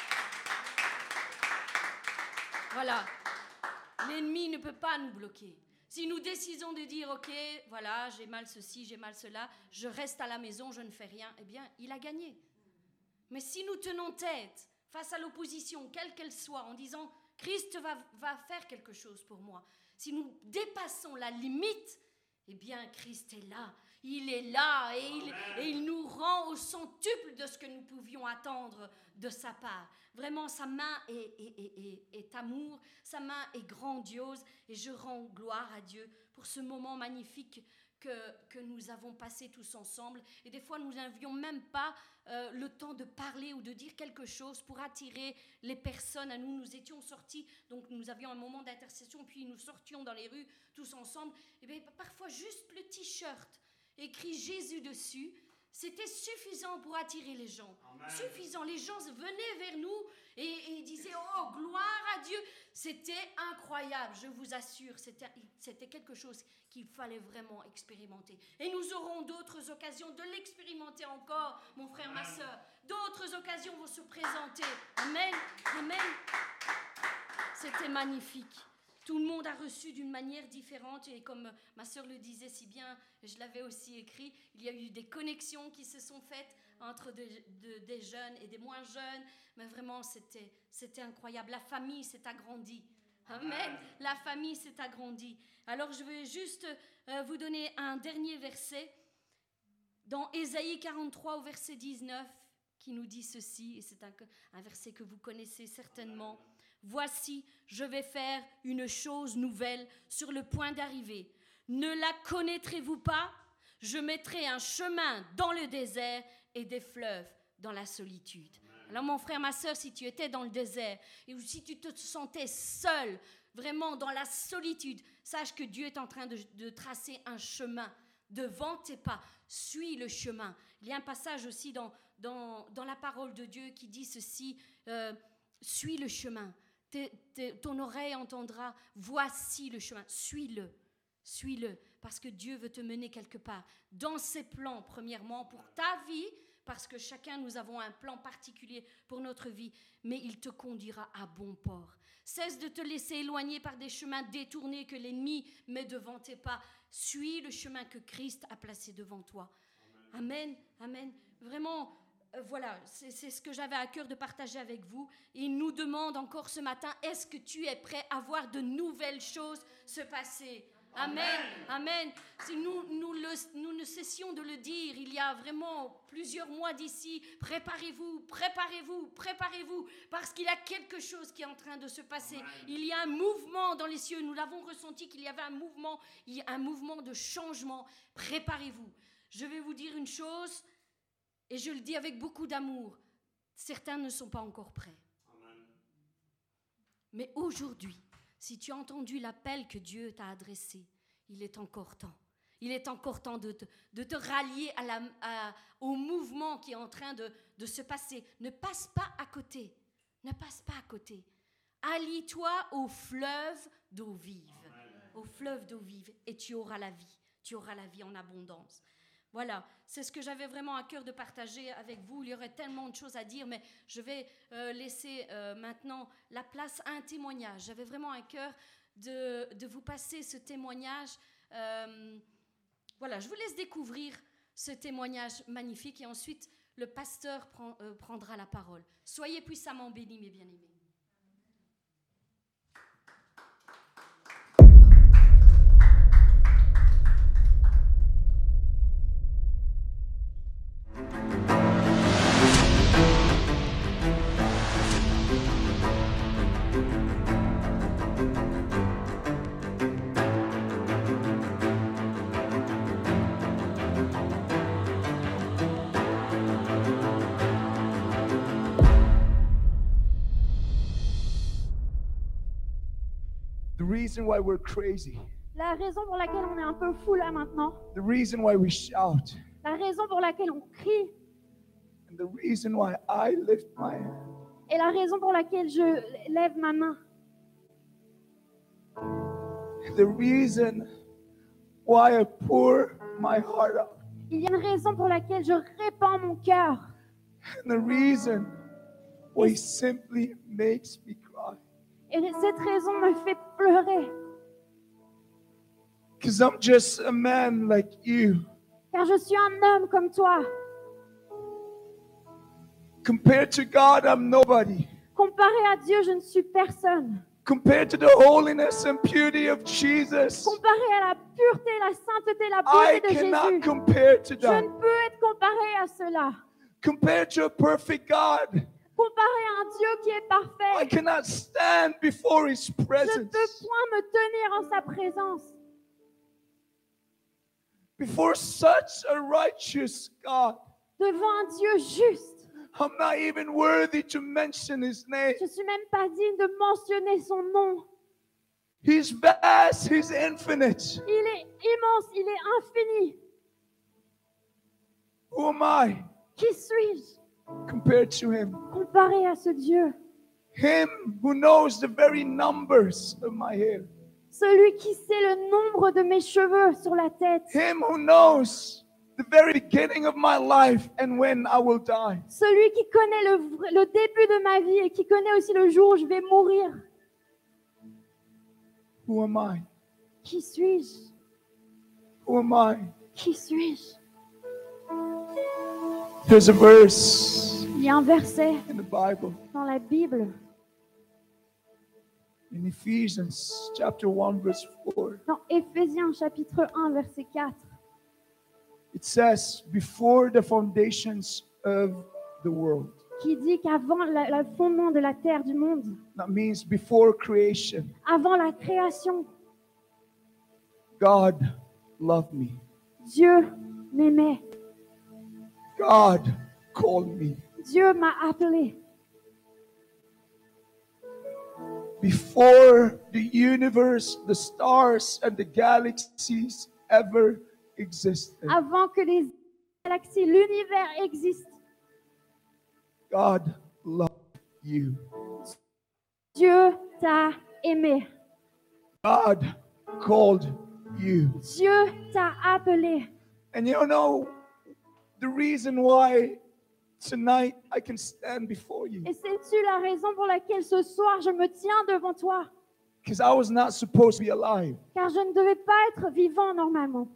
Voilà, l'ennemi ne peut pas nous bloquer. Si nous décidons de dire, ok, voilà, j'ai mal ceci, j'ai mal cela, je reste à la maison, je ne fais rien, eh bien, il a gagné. Mais si nous tenons tête face à l'opposition, quelle qu'elle soit, en disant, Christ va faire quelque chose pour moi, si nous dépassons la limite, eh bien, Christ est là. Il est là et il nous rend au centuple de ce que nous pouvions attendre de sa part. Vraiment, sa main est amour, sa main est grandiose, et je rends gloire à Dieu pour ce moment magnifique que nous avons passé tous ensemble. Et des fois, nous n'avions même pas le temps de parler ou de dire quelque chose pour attirer les personnes à nous. Nous étions sortis, donc nous avions un moment d'intercession, puis nous sortions dans les rues tous ensemble. Et bien, parfois, juste le t-shirt écrit Jésus dessus, c'était suffisant pour attirer les gens. Amen. Suffisant. Les gens venaient vers nous et disaient, oh, gloire à Dieu. C'était incroyable, je vous assure. C'était quelque chose qu'il fallait vraiment expérimenter. Et nous aurons d'autres occasions de l'expérimenter encore, mon frère, ma soeur. D'autres occasions vont se présenter. Amen. Amen. C'était magnifique. Tout le monde a reçu d'une manière différente, et comme ma sœur le disait si bien, je l'avais aussi écrit, il y a eu des connexions qui se sont faites entre des jeunes et des moins jeunes, mais vraiment c'était incroyable. La famille s'est agrandie. Amen. La famille s'est agrandie. Alors je vais juste vous donner un dernier verset dans Ésaïe 43 au verset 19 qui nous dit ceci, et c'est un verset que vous connaissez certainement. Voici, je vais faire une chose nouvelle sur le point d'arriver. Ne la connaîtrez-vous pas? Je mettrai un chemin dans le désert et des fleuves dans la solitude. Alors mon frère, ma sœur, si tu étais dans le désert et si tu te sentais seul, vraiment dans la solitude, sache que Dieu est en train de tracer un chemin devant tes pas. Suis le chemin. Il y a un passage aussi dans dans la parole de Dieu qui dit ceci, suis le chemin. Ton oreille entendra, voici le chemin, suis-le, parce que Dieu veut te mener quelque part. Dans ses plans, premièrement, pour ta vie, parce que chacun, nous avons un plan particulier pour notre vie, mais il te conduira à bon port. Cesse de te laisser éloigner par des chemins détournés que l'ennemi met devant tes pas. Suis le chemin que Christ a placé devant toi. Amen, amen. Vraiment, voilà, c'est ce que j'avais à cœur de partager avec vous. Et il nous demande encore ce matin, est-ce que tu es prêt à voir de nouvelles choses se passer ? Amen, amen. Si nous ne cessions de le dire, il y a vraiment plusieurs mois d'ici, préparez-vous, parce qu'il y a quelque chose qui est en train de se passer. Il y a un mouvement dans les cieux, nous l'avons ressenti qu'il y avait un mouvement de changement. Préparez-vous. Je vais vous dire une chose, et je le dis avec beaucoup d'amour, certains ne sont pas encore prêts. Amen. Mais aujourd'hui, si tu as entendu l'appel que Dieu t'a adressé, il est encore temps. Il est encore temps de te rallier au mouvement qui est en train de se passer. Ne passe pas à côté. Ne passe pas à côté. Allie-toi au fleuve d'eau vive. Amen. Au fleuve d'eau vive. Et tu auras la vie. Tu auras la vie en abondance. Voilà, c'est ce que j'avais vraiment à cœur de partager avec vous. Il y aurait tellement de choses à dire, mais je vais laisser maintenant la place à un témoignage. J'avais vraiment à cœur de vous passer ce témoignage. Voilà, je vous laisse découvrir ce témoignage magnifique et ensuite le pasteur prendra la parole. Soyez puissamment bénis, mes bien-aimés. Why we're crazy. La raison pour laquelle on est un peu fou là maintenant. The reason why we shout. La raison pour laquelle on crie. And the reason why I lift my hand. Et la raison pour laquelle je lève ma main. The reason why I pour my heart out. Il y a une raison pour laquelle je répands mon cœur. And the reason why it simply makes me cry. Et cette raison me fait pleurer. Because I'm just a man like you. Car je suis un homme comme toi. Compared to God, I'm nobody. Comparé à Dieu, je ne suis personne. Compared to the holiness and purity of Jesus, comparé à la pureté, la sainteté, la beauté de Jésus, compare to je that. ne peux être comparé à cela. Compared to a perfect God, Comparé à un Dieu qui est I parfait, cannot stand before His je ne presence. peux point me tenir en sa présence. Before such a righteous God, Devant un Dieu juste, I'm not even worthy to mention His name. je ne suis même pas digne de mentionner son nom. He's vast, He's infinite. Il est immense, il est infini. Who am I Qui suis-je compared to Him? comparé à ce Dieu? Him who knows the very numbers of my hair. Celui qui sait le nombre de mes cheveux sur la tête. Him who knows the very beginning of my life and when I will die. Celui qui connaît le début de ma vie et qui connaît aussi le jour où je vais mourir. Who am I? Qui suis-je? Who am I? Qui suis-je? There's a verse Il y a un verset in the Bible, dans la Bible, in Ephesians chapter 1 verse 4. dans Éphésiens chapitre 1 verset 4. It says, before the foundations of the world. Qui dit qu'avant le fondement de la terre, du monde, That means before creation, avant la création, God loved me. Dieu m'aimait. God called me. Dieu m'a appelé. Before the universe, the stars, and the galaxies ever existed. Avant que les galaxies, l'univers existe, God loved you. Dieu t'a aimé. God called you. Dieu t'a appelé. And you know, the reason why tonight I can stand before you, Et sais-tu la raison pour laquelle ce soir je me tiens devant toi? because I was not supposed to be alive. Car je ne devais pas être vivant normalement.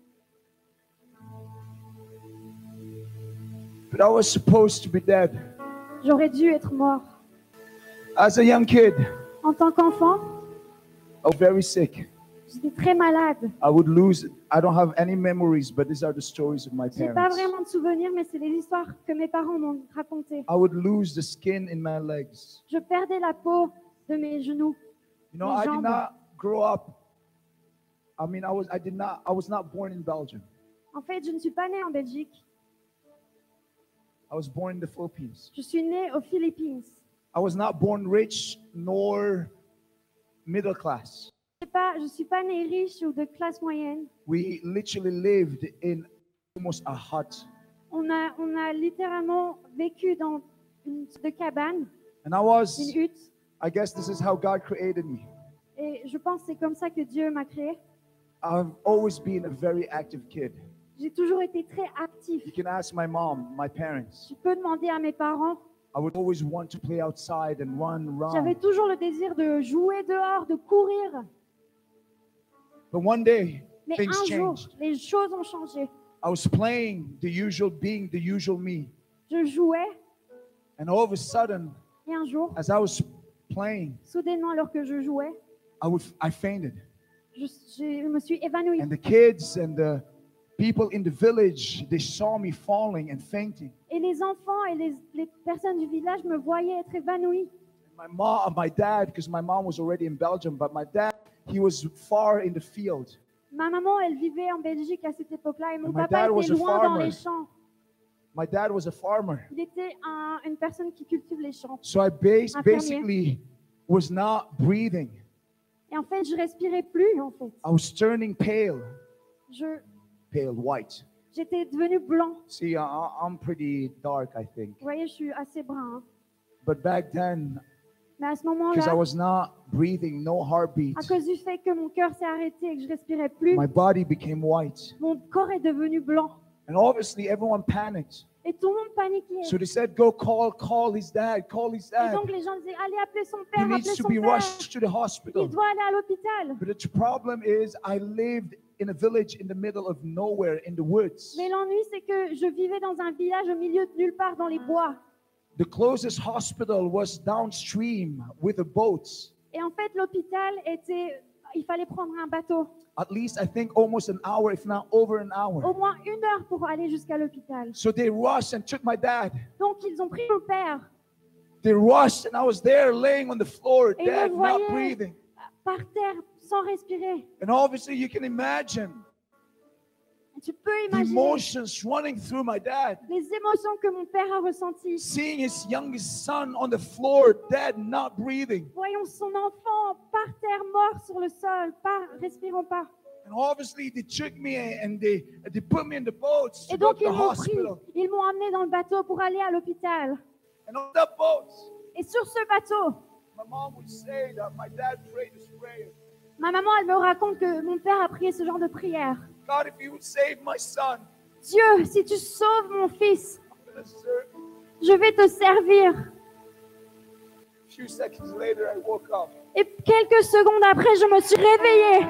But I was supposed to be dead. J'aurais dû être mort. As a young kid, En tant qu'enfant, I was very sick. j'étais très malade. I would lose, I don't have any memories, but these are the stories of my Je n'ai pas parents. vraiment de souvenirs, mais c'est les histoires que mes parents m'ont racontées. I would lose the skin in my legs. Je perdais la peau de mes genoux. You know, Mes I did jambes. not grow up. I mean, I was not born in Belgium. En fait, je ne suis pas née en Belgique. I was born in the Philippines. Je suis née aux Philippines. I was not born rich nor middle class. Je suis pas née riche ou de classe moyenne. We literally lived in almost a hut. On a littéralement vécu dans une sorte de cabane, And I une was, hutte. I guess this is how God created me. Et je pense que c'est comme ça que Dieu m'a créée. I've always been a very active kid. J'ai toujours été très actif. You can ask my mom, my parents. Je peux demander à mes parents. I would always want to play outside and run J'avais around. toujours le désir de jouer dehors, de courir. But one day, Mais things un jour, changed. les choses ont changé. I was playing being the usual me. Je jouais And all of a sudden, et un jour, as I was playing, soudainement, alors que je jouais, I fainted. je me suis évanouie. And the kids and the people in the village, they saw me falling and fainting. Et les enfants et les personnes du village me voyaient être évanouis. My dad, because my mom was already in Belgium, but my dad, he was far in the field. Ma maman, elle vivait en Belgique à cette époque-là et mon And my papa dad was était a loin dans farmer. les champs. My dad was a farmer. Il était une personne qui cultive les champs. So I Un fermier. basically was not breathing. Et en fait, je respirais plus, en fait. I was turning pale white. J'étais devenue blanc. See, I'm pretty dark, I think. Vous voyez, je suis assez brun. Hein. But back then, Mais à ce because I moment-là, was not breathing, no heartbeat, à cause du fait que mon cœur s'est arrêté et que je respirais plus, my body became white. mon corps est devenu blanc. And obviously, everyone panicked. Et tout le monde paniquait. So they said, go call his dad, call his Et dad. donc les gens disaient, allez appeler son He père, needs appelez to son be père. rushed to the Il hospital. doit aller à l'hôpital. But the problem is, I lived in a village in the middle of nowhere in the woods. Mais l'ennui, c'est que je vivais dans un village au milieu de nulle part dans les bois. The closest hospital was downstream with a boat. Et en fait, l'hôpital était... Il fallait prendre un bateau. At least, I think, almost an hour, if not over an hour. Au moins 1 heure pour aller jusqu'à l'hôpital. So they rushed and took my dad. Donc, ils ont pris mon père They rushed, and I was there laying on the floor, Et dead, me not voyait. breathing. par terre sans respirer. And obviously, you can imagine Tu peux the imaginer emotions running through my dad. les émotions que mon père a ressenties. Seeing his youngest son on the floor, dead, not breathing. Voyons son enfant par terre, mort sur le sol, pas respirant pas. And obviously, they took me and they put me in the boats to Et go donc to the ils m'ont pris, hospital. ils m'ont amené dans le bateau pour aller à l'hôpital. And on that boat, Et sur ce bateau, my mom would say that my dad prayed this prayer. ma maman, elle me raconte que mon père a prié ce genre de prière. God, if you would save my son, Dieu, si tu sauves mon fils, I'm going to serve you. je vais te servir. A few seconds later, I woke up. Et quelques secondes après, je me suis réveillée.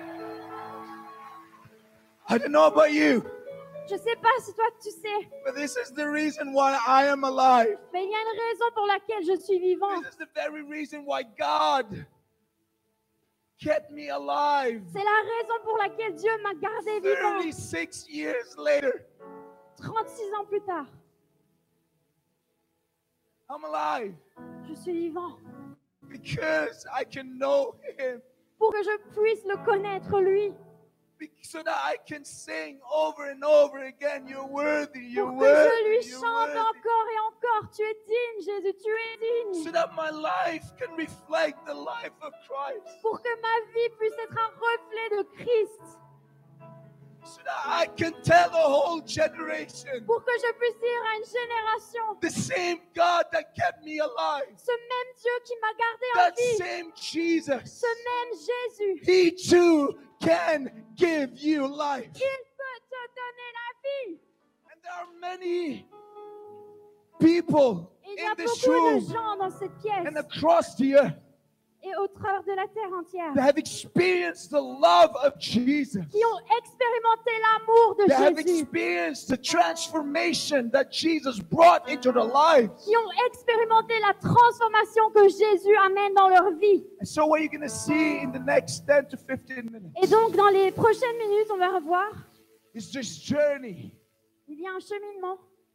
I don't know about you, Je sais pas si toi tu sais, but this is the reason why I am alive. mais il y a une raison pour laquelle je suis vivant. This is the very reason why God kept me alive. C'est la raison pour laquelle Dieu m'a gardé vivant. 36 years later, 36 ans plus tard, I'm alive je suis vivant. because I can know Him, Pour que je puisse le connaître, lui. so that I can sing over and over again, you're worthy, you're Pour que je worthy, lui you're chante worthy. encore et encore. Tu es digne, Jésus, tu es So digne. that my life can reflect the life of Christ. Pour que ma vie puisse être un reflet de Christ. so that I can tell the whole generation pour que je puisse dire à une génération, the same God that kept me alive, ce même Dieu qui m'a gardé en that vie, same Jesus, ce même Jésus, He too can give you life. il peut te donner la vie. And there are many people Et il y a in this beaucoup de room gens dans cette pièce and across the earth et au travers de la terre entière that have experienced the love of Jesus, qui ont expérimenté l'amour de that have Jésus, experienced the transformation that Jesus brought into their lives. qui ont expérimenté la transformation que Jésus amène dans leur vie. And so what you're going to see in the next 10 to 15 minutes Et donc, dans les prochaines minutes, on va revoir, is this journey il y a un cheminement.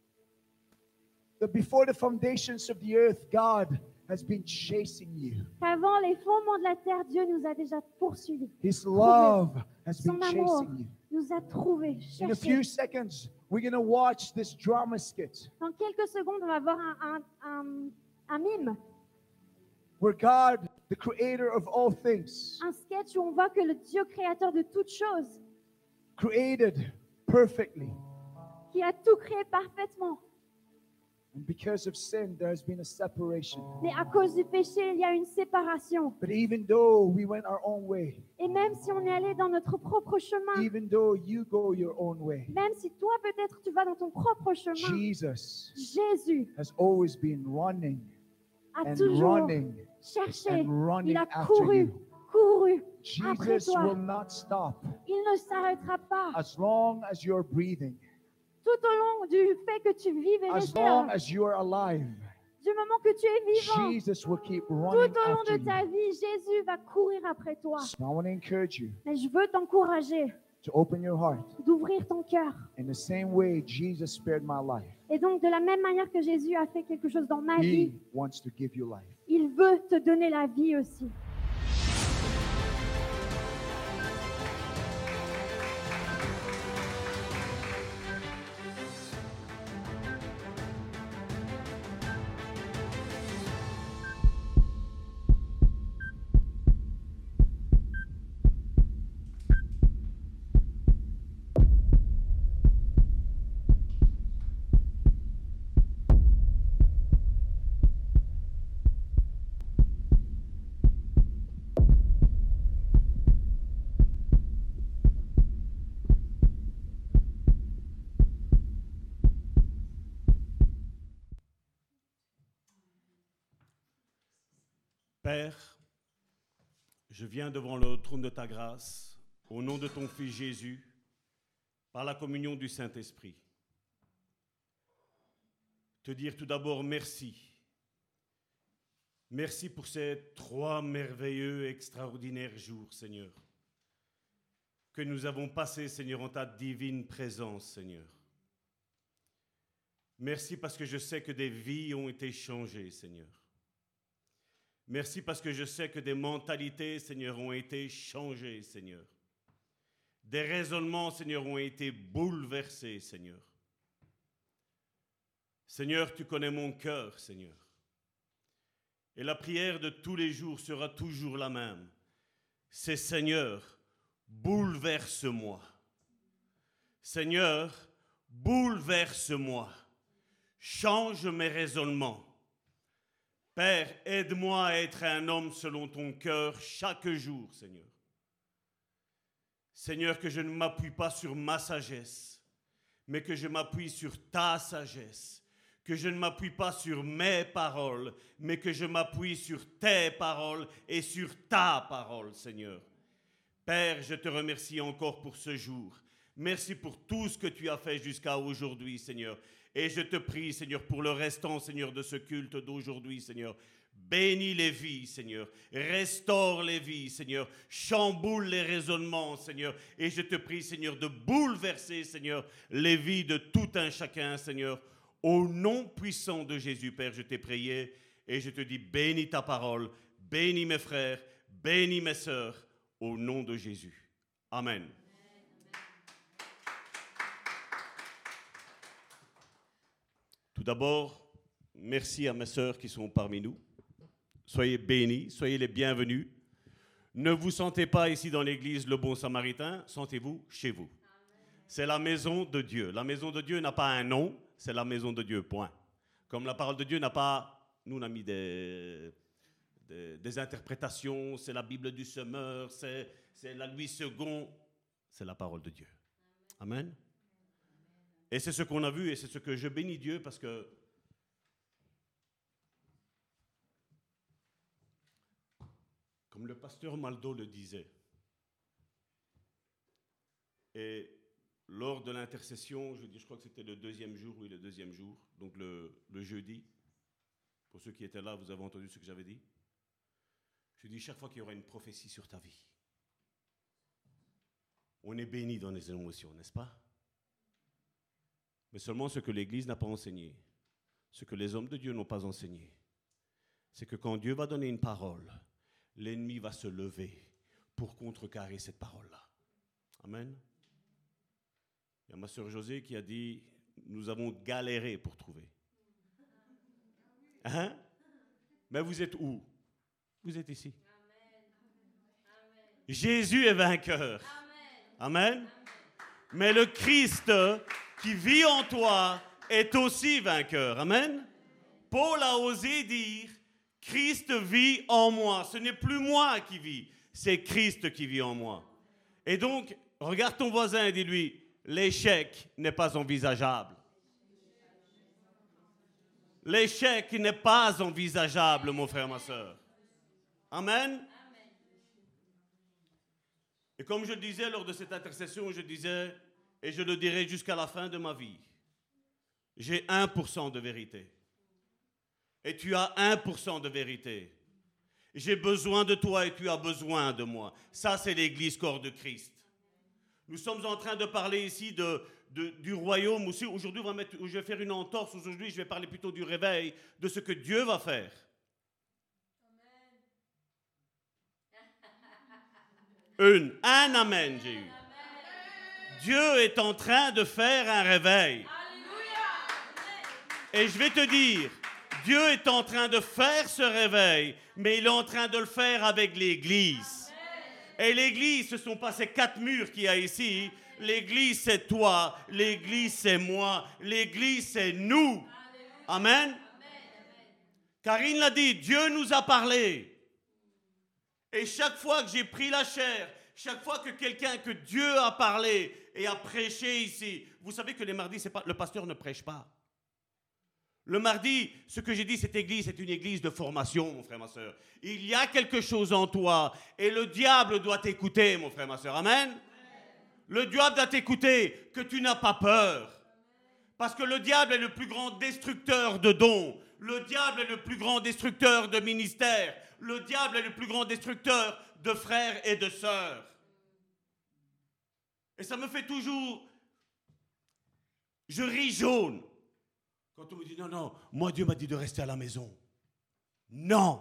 that before the foundations of the earth, God has been chasing you. Qu'avant les fondements de la terre, Dieu nous a déjà poursuivis, His love has Son been amour chasing you. nous a trouvés, In a cherchés. few seconds, we're going to watch this drama skit Dans quelques secondes, on va voir un mime, where God, the creator of all things, un sketch où on voit que le Dieu créateur de toutes choses, created perfectly. qui a tout créé parfaitement, And because of sin, there has been a separation. mais à cause du péché, il y a une séparation. But even though we went our own way, Et même si on est allé dans notre propre chemin, even though you go your own way, même si toi peut-être tu vas dans ton propre chemin, Jesus Jésus has always been running a and toujours running cherché, and running il a after couru, you. couru après Jesus toi. will not stop Il ne s'arrêtera pas as long as you're breathing, tout au long du fait que tu vives et as long respires, as you are alive. du moment que tu es vivant. Jesus will keep Tout running au long after de ta you. vie, Jésus va courir après toi. So I want to encourage you Mais je veux t'encourager to open your heart d'ouvrir ton cœur. in the same way Jesus spared my life. Et donc, de la même manière que Jésus a fait quelque chose dans ma vie, He wants to give you life. il veut te donner la vie aussi. Père, je viens devant le trône de ta grâce, au nom de ton Fils Jésus, par la communion du Saint-Esprit. Te dire tout d'abord merci. Merci pour ces 3 merveilleux, extraordinaires jours, Seigneur, que nous avons passés, Seigneur, en ta divine présence, Seigneur. Merci parce que je sais que des vies ont été changées, Seigneur. Merci parce que je sais que des mentalités, Seigneur, ont été changées, Seigneur. Des raisonnements, Seigneur, ont été bouleversés, Seigneur. Seigneur, tu connais mon cœur, Seigneur. Et la prière de tous les jours sera toujours la même. C'est Seigneur, bouleverse-moi. Seigneur, bouleverse-moi. Change mes raisonnements. Père, aide-moi à être un homme selon ton cœur chaque jour, Seigneur. Seigneur, que je ne m'appuie pas sur ma sagesse, mais que je m'appuie sur ta sagesse. Que je ne m'appuie pas sur mes paroles, mais que je m'appuie sur tes paroles et sur ta parole, Seigneur. Père, je te remercie encore pour ce jour. Merci pour tout ce que tu as fait jusqu'à aujourd'hui, Seigneur. Et je te prie, Seigneur, pour le restant, Seigneur, de ce culte d'aujourd'hui, Seigneur. Bénis les vies, Seigneur. Restaure les vies, Seigneur. Chamboule les raisonnements, Seigneur. Et je te prie, Seigneur, de bouleverser, Seigneur, les vies de tout un chacun, Seigneur. Au nom puissant de Jésus, Père, je t'ai prié et je te dis, bénis ta parole, bénis mes frères, bénis mes sœurs, au nom de Jésus. Amen. Tout d'abord, merci à mes sœurs qui sont parmi nous. Soyez bénis, soyez les bienvenus. Ne vous sentez pas ici dans l'église le bon samaritain, sentez-vous chez vous. C'est la maison de Dieu. La maison de Dieu n'a pas un nom, c'est la maison de Dieu, point. Comme la parole de Dieu n'a pas... Nous, on a mis des interprétations, c'est la Bible du semeur, c'est la Louis II, c'est la parole de Dieu. Amen. Et c'est ce qu'on a vu et c'est ce que je bénis Dieu parce que comme le pasteur Maldo le disait, et lors de l'intercession, je crois que c'était le deuxième jour, donc le jeudi, pour ceux qui étaient là, vous avez entendu ce que j'avais dit. Je dis chaque fois qu'il y aura une prophétie sur ta vie, on est béni dans les émotions, n'est-ce pas? Mais seulement ce que l'Église n'a pas enseigné, ce que les hommes de Dieu n'ont pas enseigné, c'est que quand Dieu va donner une parole, l'ennemi va se lever pour contrecarrer cette parole-là. Amen. Il y a ma sœur Josée qui a dit, nous avons galéré pour trouver. Hein? Mais vous êtes où? Vous êtes ici. Jésus est vainqueur. Amen. Mais le Christ qui vit en toi est aussi vainqueur. Amen. Paul a osé dire, Christ vit en moi. Ce n'est plus moi qui vis, c'est Christ qui vit en moi. Et donc, regarde ton voisin et dis-lui, l'échec n'est pas envisageable. L'échec n'est pas envisageable, mon frère, ma soeur. Amen. Et comme je disais lors de cette intercession, je disais, et je le dirai jusqu'à la fin de ma vie, j'ai 1% de vérité. Et tu as 1% de vérité. J'ai besoin de toi et tu as besoin de moi. Ça, c'est l'Église corps de Christ. Nous sommes en train de parler ici du royaume aussi. Aujourd'hui, je vais faire une entorse. Aujourd'hui, je vais parler plutôt du réveil, de ce que Dieu va faire. Un amen, j'ai eu. Dieu est en train de faire un réveil. Et je vais te dire, Dieu est en train de faire ce réveil, mais il est en train de le faire avec l'Église. Et l'Église, ce ne sont pas ces 4 murs qu'il y a ici. L'Église, c'est toi. L'Église, c'est moi. L'Église, c'est nous. Amen. Karine l'a dit, Dieu nous a parlé. Et chaque fois que j'ai pris la chair, chaque fois que que Dieu a parlé et a prêché ici, vous savez que les mardis, le pasteur ne prêche pas. Le mardi, ce que j'ai dit, cette église est une église de formation, mon frère, ma soeur. Il y a quelque chose en toi et le diable doit t'écouter, mon frère, ma soeur. Amen. Le diable doit t'écouter, que tu n'as pas peur. Parce que le diable est le plus grand destructeur de dons. Le diable est le plus grand destructeur de ministères. Le diable est le plus grand destructeur de frères et de sœurs. Et ça me fait toujours... Je ris jaune. Quand on me dit, non, moi Dieu m'a dit de rester à la maison. Non.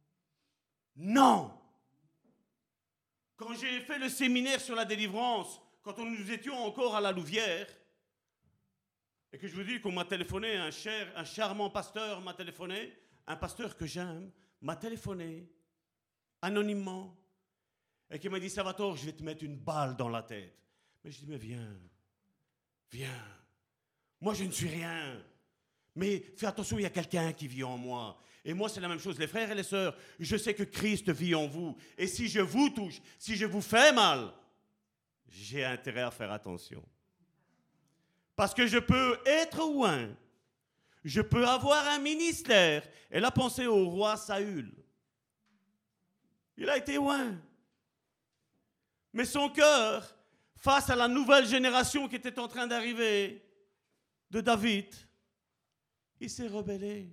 Quand j'ai fait le séminaire sur la délivrance, quand nous étions encore à la Louvière, et que je vous dis qu'on m'a téléphoné, un charmant pasteur m'a téléphoné, un pasteur que j'aime, m'a téléphoné, anonymement, et qui m'a dit, Salvatore, je vais te mettre une balle dans la tête. Mais je dis, mais viens. Moi, je ne suis rien. Mais fais attention, il y a quelqu'un qui vit en moi. Et moi, c'est la même chose. Les frères et les sœurs, je sais que Christ vit en vous. Et si je vous touche, si je vous fais mal, j'ai intérêt à faire attention. Parce que je peux être oint. Je peux avoir un ministère. Et là, pensez au roi Saül. Il a été oint. Mais son cœur, face à la nouvelle génération qui était en train d'arriver, de David, il s'est rebellé.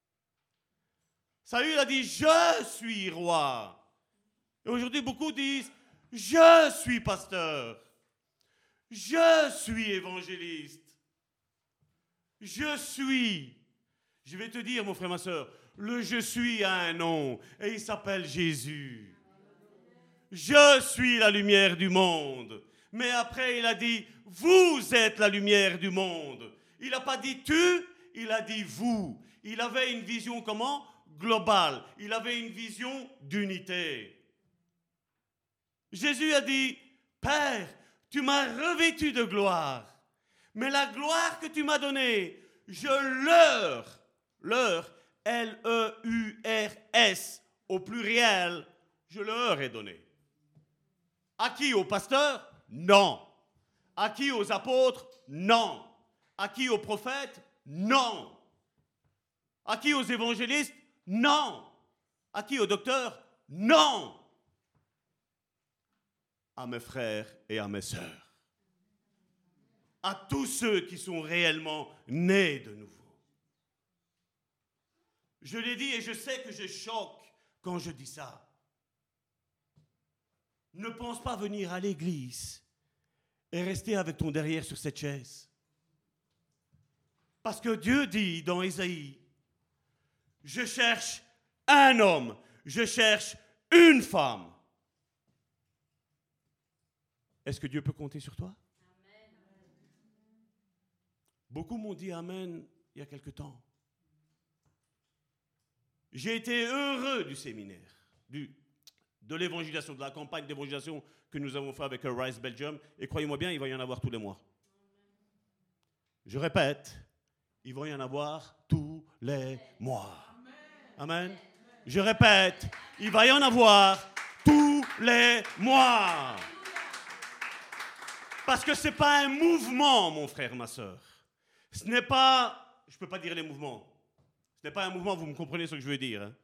Saül a dit, je suis roi. Et aujourd'hui, beaucoup disent, je suis pasteur. Je suis évangéliste. Je suis. Je vais te dire, mon frère, ma soeur, le je suis a un nom et il s'appelle Jésus. Je suis la lumière du monde. Mais après, il a dit, vous êtes la lumière du monde. Il n'a pas dit tu, il a dit vous. Il avait une vision comment? Globale. Il avait une vision d'unité. Jésus a dit, Père, Tu m'as revêtu de gloire. Mais la gloire que tu m'as donnée, je leur, L-E-U-R-S, au pluriel, je leur ai donné. À qui? Aux pasteurs? Non. À qui? Aux apôtres? Non. À qui? Aux prophètes? Non. À qui? Aux évangélistes? Non. À qui? Aux docteurs? Non. À mes frères et à mes sœurs. À tous ceux qui sont réellement nés de nouveau. Je l'ai dit et je sais que je choque quand je dis ça. Ne pense pas venir à l'église et rester avec ton derrière sur cette chaise. Parce que Dieu dit dans Ésaïe, je cherche un homme, je cherche une femme. Est-ce que Dieu peut compter sur toi? Beaucoup m'ont dit Amen il y a quelque temps. J'ai été heureux du séminaire, de l'évangélisation, de la campagne d'évangélisation que nous avons fait avec Rise Belgium. Et croyez-moi bien, il va y en avoir tous les mois. Je répète, il va y en avoir tous les mois. Amen. Je répète, il va y en avoir tous les mois. Parce que ce n'est pas un mouvement, mon frère, ma soeur. Ce n'est pas, je ne peux pas dire les mouvements. Ce n'est pas un mouvement, vous me comprenez ce que je veux dire. Hein?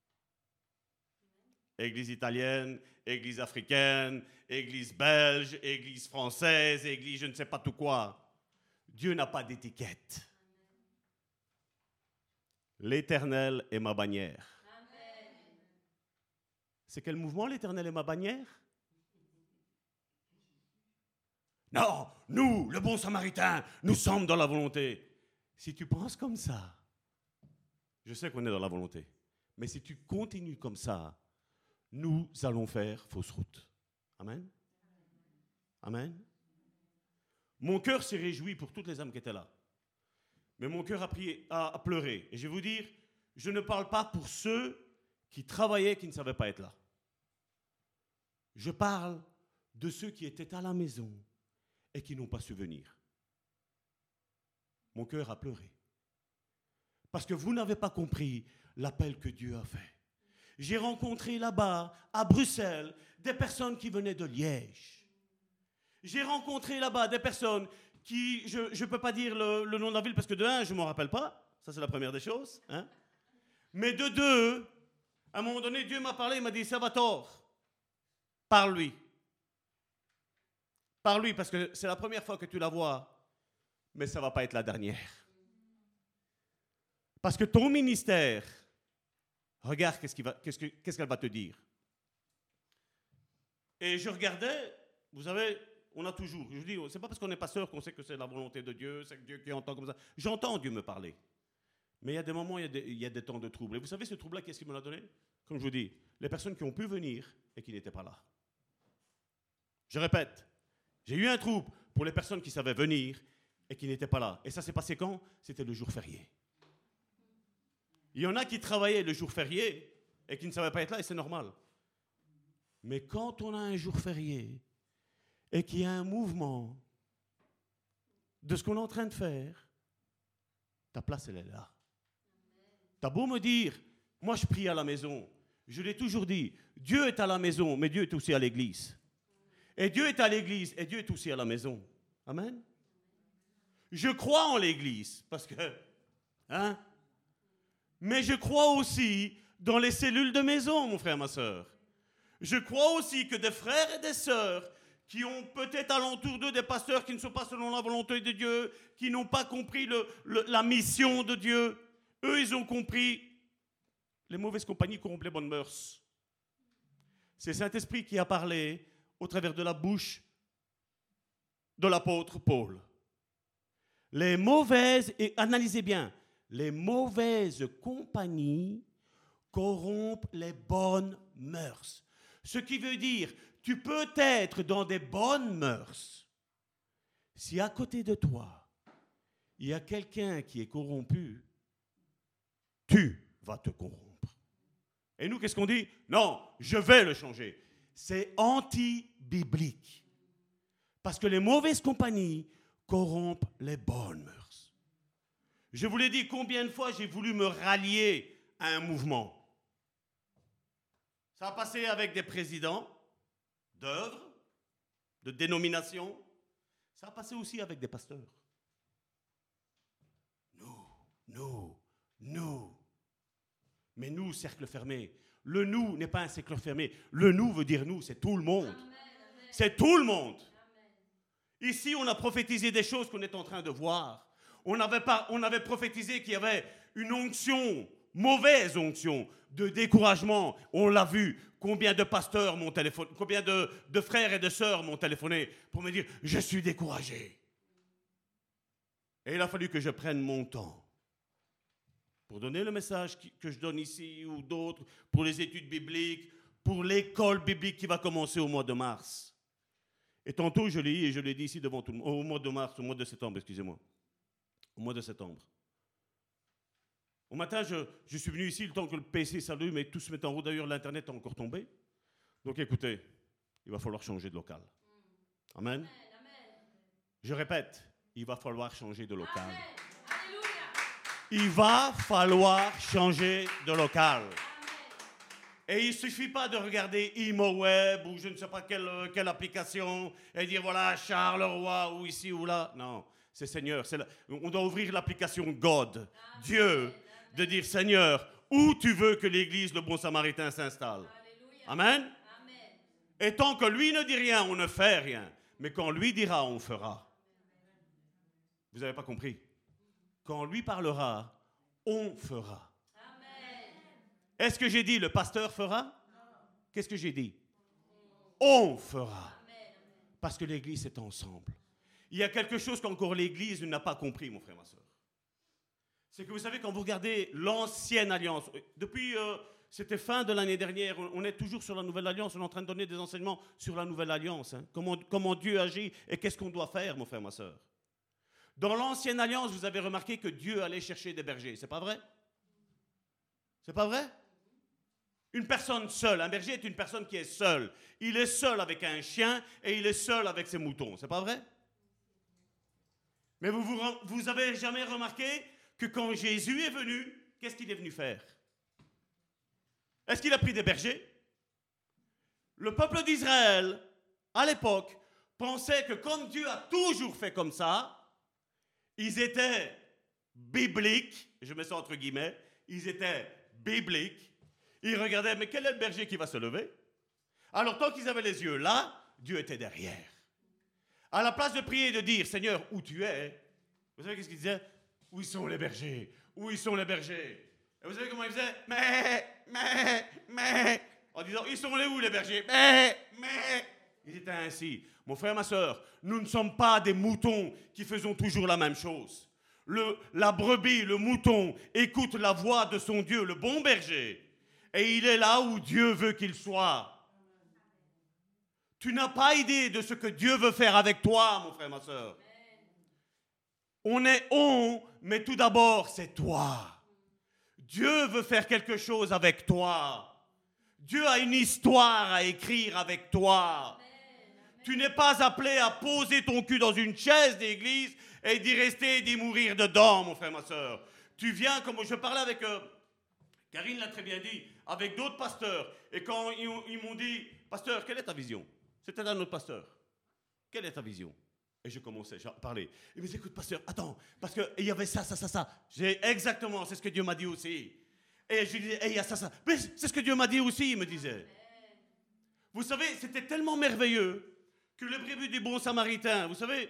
Église italienne, église africaine, église belge, église française, église je ne sais pas tout quoi. Dieu n'a pas d'étiquette. L'Éternel est ma bannière. Amen. C'est quel mouvement, l'Éternel est ma bannière? Non, nous, le bon samaritain, nous sommes dans la volonté. Si tu penses comme ça, je sais qu'on est dans la volonté, mais si tu continues comme ça, nous allons faire fausse route. Amen. Amen. Mon cœur s'est réjoui pour toutes les âmes qui étaient là. Mais mon cœur a pleuré. Et je vais vous dire, je ne parle pas pour ceux qui travaillaient, qui ne savaient pas être là. Je parle de ceux qui étaient à la maison et qui n'ont pas su venir. Mon cœur a pleuré. Parce que vous n'avez pas compris l'appel que Dieu a fait. J'ai rencontré là-bas, à Bruxelles, des personnes qui venaient de Liège. J'ai rencontré là-bas des personnes qui, je ne peux pas dire le nom de la ville parce que de un, je ne m'en rappelle pas. Ça, c'est la première des choses. Hein. Mais de deux, à un moment donné, Dieu m'a parlé, il m'a dit, Salvatore, parle-lui. Parle-lui parce que c'est la première fois que tu la vois, mais ça ne va pas être la dernière. Parce que ton ministère, regarde qu'est-ce qu'elle va te dire. Et je regardais, vous savez, on a toujours, je dis, c'est pas parce qu'on est pasteur qu'on sait que c'est la volonté de Dieu, c'est Dieu qui entend comme ça. J'entends Dieu me parler. Mais il y a des moments, il y a des temps de trouble. Et vous savez, ce trouble-là, qu'est-ce qu'il me l'a donné? Comme je vous dis, les personnes qui ont pu venir et qui n'étaient pas là. Je répète, j'ai eu un trouble pour les personnes qui savaient venir et qui n'étaient pas là. Et ça s'est passé quand? C'était le jour férié. Il y en a qui travaillaient le jour férié et qui ne savaient pas être là, et c'est normal. Mais quand on a un jour férié et qu'il y a un mouvement de ce qu'on est en train de faire, ta place, elle est là. T'as beau me dire, moi je prie à la maison. Je l'ai toujours dit, Dieu est à la maison, mais Dieu est aussi à l'église. Et Dieu est à l'église, et Dieu est aussi à la maison. Amen. Je crois en l'église, parce que, hein, mais je crois aussi dans les cellules de maison, mon frère, ma soeur. Je crois aussi que des frères et des sœurs qui ont peut-être alentour d'eux des pasteurs qui ne sont pas selon la volonté de Dieu, qui n'ont pas compris la mission de Dieu, eux, ils ont compris les mauvaises compagnies corrompent les bonnes mœurs. C'est Saint-Esprit qui a parlé au travers de la bouche de l'apôtre Paul. Les mauvaises, et analysez bien, les mauvaises compagnies corrompent les bonnes mœurs. Ce qui veut dire, tu peux être dans des bonnes mœurs. Si à côté de toi, il y a quelqu'un qui est corrompu, tu vas te corrompre. Et nous, qu'est-ce qu'on dit? Non, je vais le changer. C'est anti-biblique. Parce que les mauvaises compagnies corrompent les bonnes mœurs. Je vous l'ai dit, combien de fois j'ai voulu me rallier à un mouvement. Ça a passé avec des présidents d'œuvres, de dénominations. Ça a passé aussi avec des pasteurs. Nous. Mais nous, cercle fermé. Le nous n'est pas un cercle fermé. Le nous veut dire nous, c'est tout le monde. C'est tout le monde. Ici, on a prophétisé des choses qu'on est en train de voir. On avait prophétisé qu'il y avait une onction, mauvaise onction, de découragement. On l'a vu. Combien de pasteurs m'ont téléphoné, combien de frères et de sœurs m'ont téléphoné pour me dire « Je suis découragé ». Et il a fallu que je prenne mon temps pour donner le message que je donne ici ou d'autres, pour les études bibliques, pour l'école biblique qui va commencer au mois de mars. Et tantôt, je l'ai dit et je l'ai dit ici devant tout le monde, au mois de mars, au mois de septembre, excusez-moi. Au mois de septembre. Au matin, je suis venu ici le temps que le PC s'allume et tout se met en route. D'ailleurs, l'Internet a encore tombé. Donc écoutez, il va falloir changer de local. Amen. Je répète, il va falloir changer de local. Il va falloir changer de local. Et il ne suffit pas de regarder ImoWeb ou je ne sais pas quelle application et dire voilà Charleroi ou ici ou là. Non, c'est Seigneur. On doit ouvrir l'application God, Dieu, de dire Seigneur, où tu veux que l'église, le bon samaritain s'installe. Amen. Et tant que lui ne dit rien, on ne fait rien. Mais quand lui dira, on fera. Vous n'avez pas compris? Quand lui parlera, on fera. Est-ce que j'ai dit le pasteur fera? Qu'est-ce que j'ai dit? On fera. Parce que l'église est ensemble. Il y a quelque chose qu'encore l'église n'a pas compris, mon frère, ma soeur. C'est que vous savez, quand vous regardez l'ancienne alliance, depuis, c'était fin de l'année dernière, on est toujours sur la nouvelle alliance, on est en train de donner des enseignements sur la nouvelle alliance. Hein. Comment Dieu agit et qu'est-ce qu'on doit faire, mon frère, ma soeur. Dans l'ancienne alliance, vous avez remarqué que Dieu allait chercher des bergers, c'est pas vrai? C'est pas vrai? Une personne seule, un berger est une personne qui est seule. Il est seul avec un chien et il est seul avec ses moutons, c'est pas vrai? Mais vous avez jamais remarqué que quand Jésus est venu, qu'est-ce qu'il est venu faire? Est-ce qu'il a pris des bergers? Le peuple d'Israël, à l'époque, pensait que comme Dieu a toujours fait comme ça, ils étaient bibliques, je mets ça entre guillemets, ils étaient bibliques. Ils regardaient, mais quel est le berger qui va se lever? Alors tant qu'ils avaient les yeux là, Dieu était derrière. À la place de prier et de dire, Seigneur, où tu es? Vous savez qu'est-ce qu'ils disaient? Où sont les bergers? Où sont les bergers? Et vous savez comment ils faisaient? Mais, en disant, ils sont où les bergers? Mais. Ils étaient ainsi. Mon frère, ma soeur, nous ne sommes pas des moutons qui faisons toujours la même chose. La brebis, le mouton, écoute la voix de son Dieu, le bon berger. Et il est là où Dieu veut qu'il soit. Tu n'as pas idée de ce que Dieu veut faire avec toi, mon frère, ma soeur. Mais tout d'abord, c'est toi. Dieu veut faire quelque chose avec toi. Dieu a une histoire à écrire avec toi. Tu n'es pas appelé à poser ton cul dans une chaise d'église et d'y rester et d'y mourir dedans, mon frère, ma soeur. Tu viens, comme je parlais avec, Karine l'a très bien dit, avec d'autres pasteurs. Et quand ils m'ont dit, pasteur, quelle est ta vision? C'était un autre pasteur. Quelle est ta vision? Et je commençais à parler. Il me dit, écoute, pasteur, attends, parce qu'il y avait ça. J'ai exactement, c'est ce que Dieu m'a dit aussi. Et je lui disais, il y a ça. Mais c'est ce que Dieu m'a dit aussi, il me disait. Vous savez, c'était tellement merveilleux que le brebis du bon samaritain, vous savez,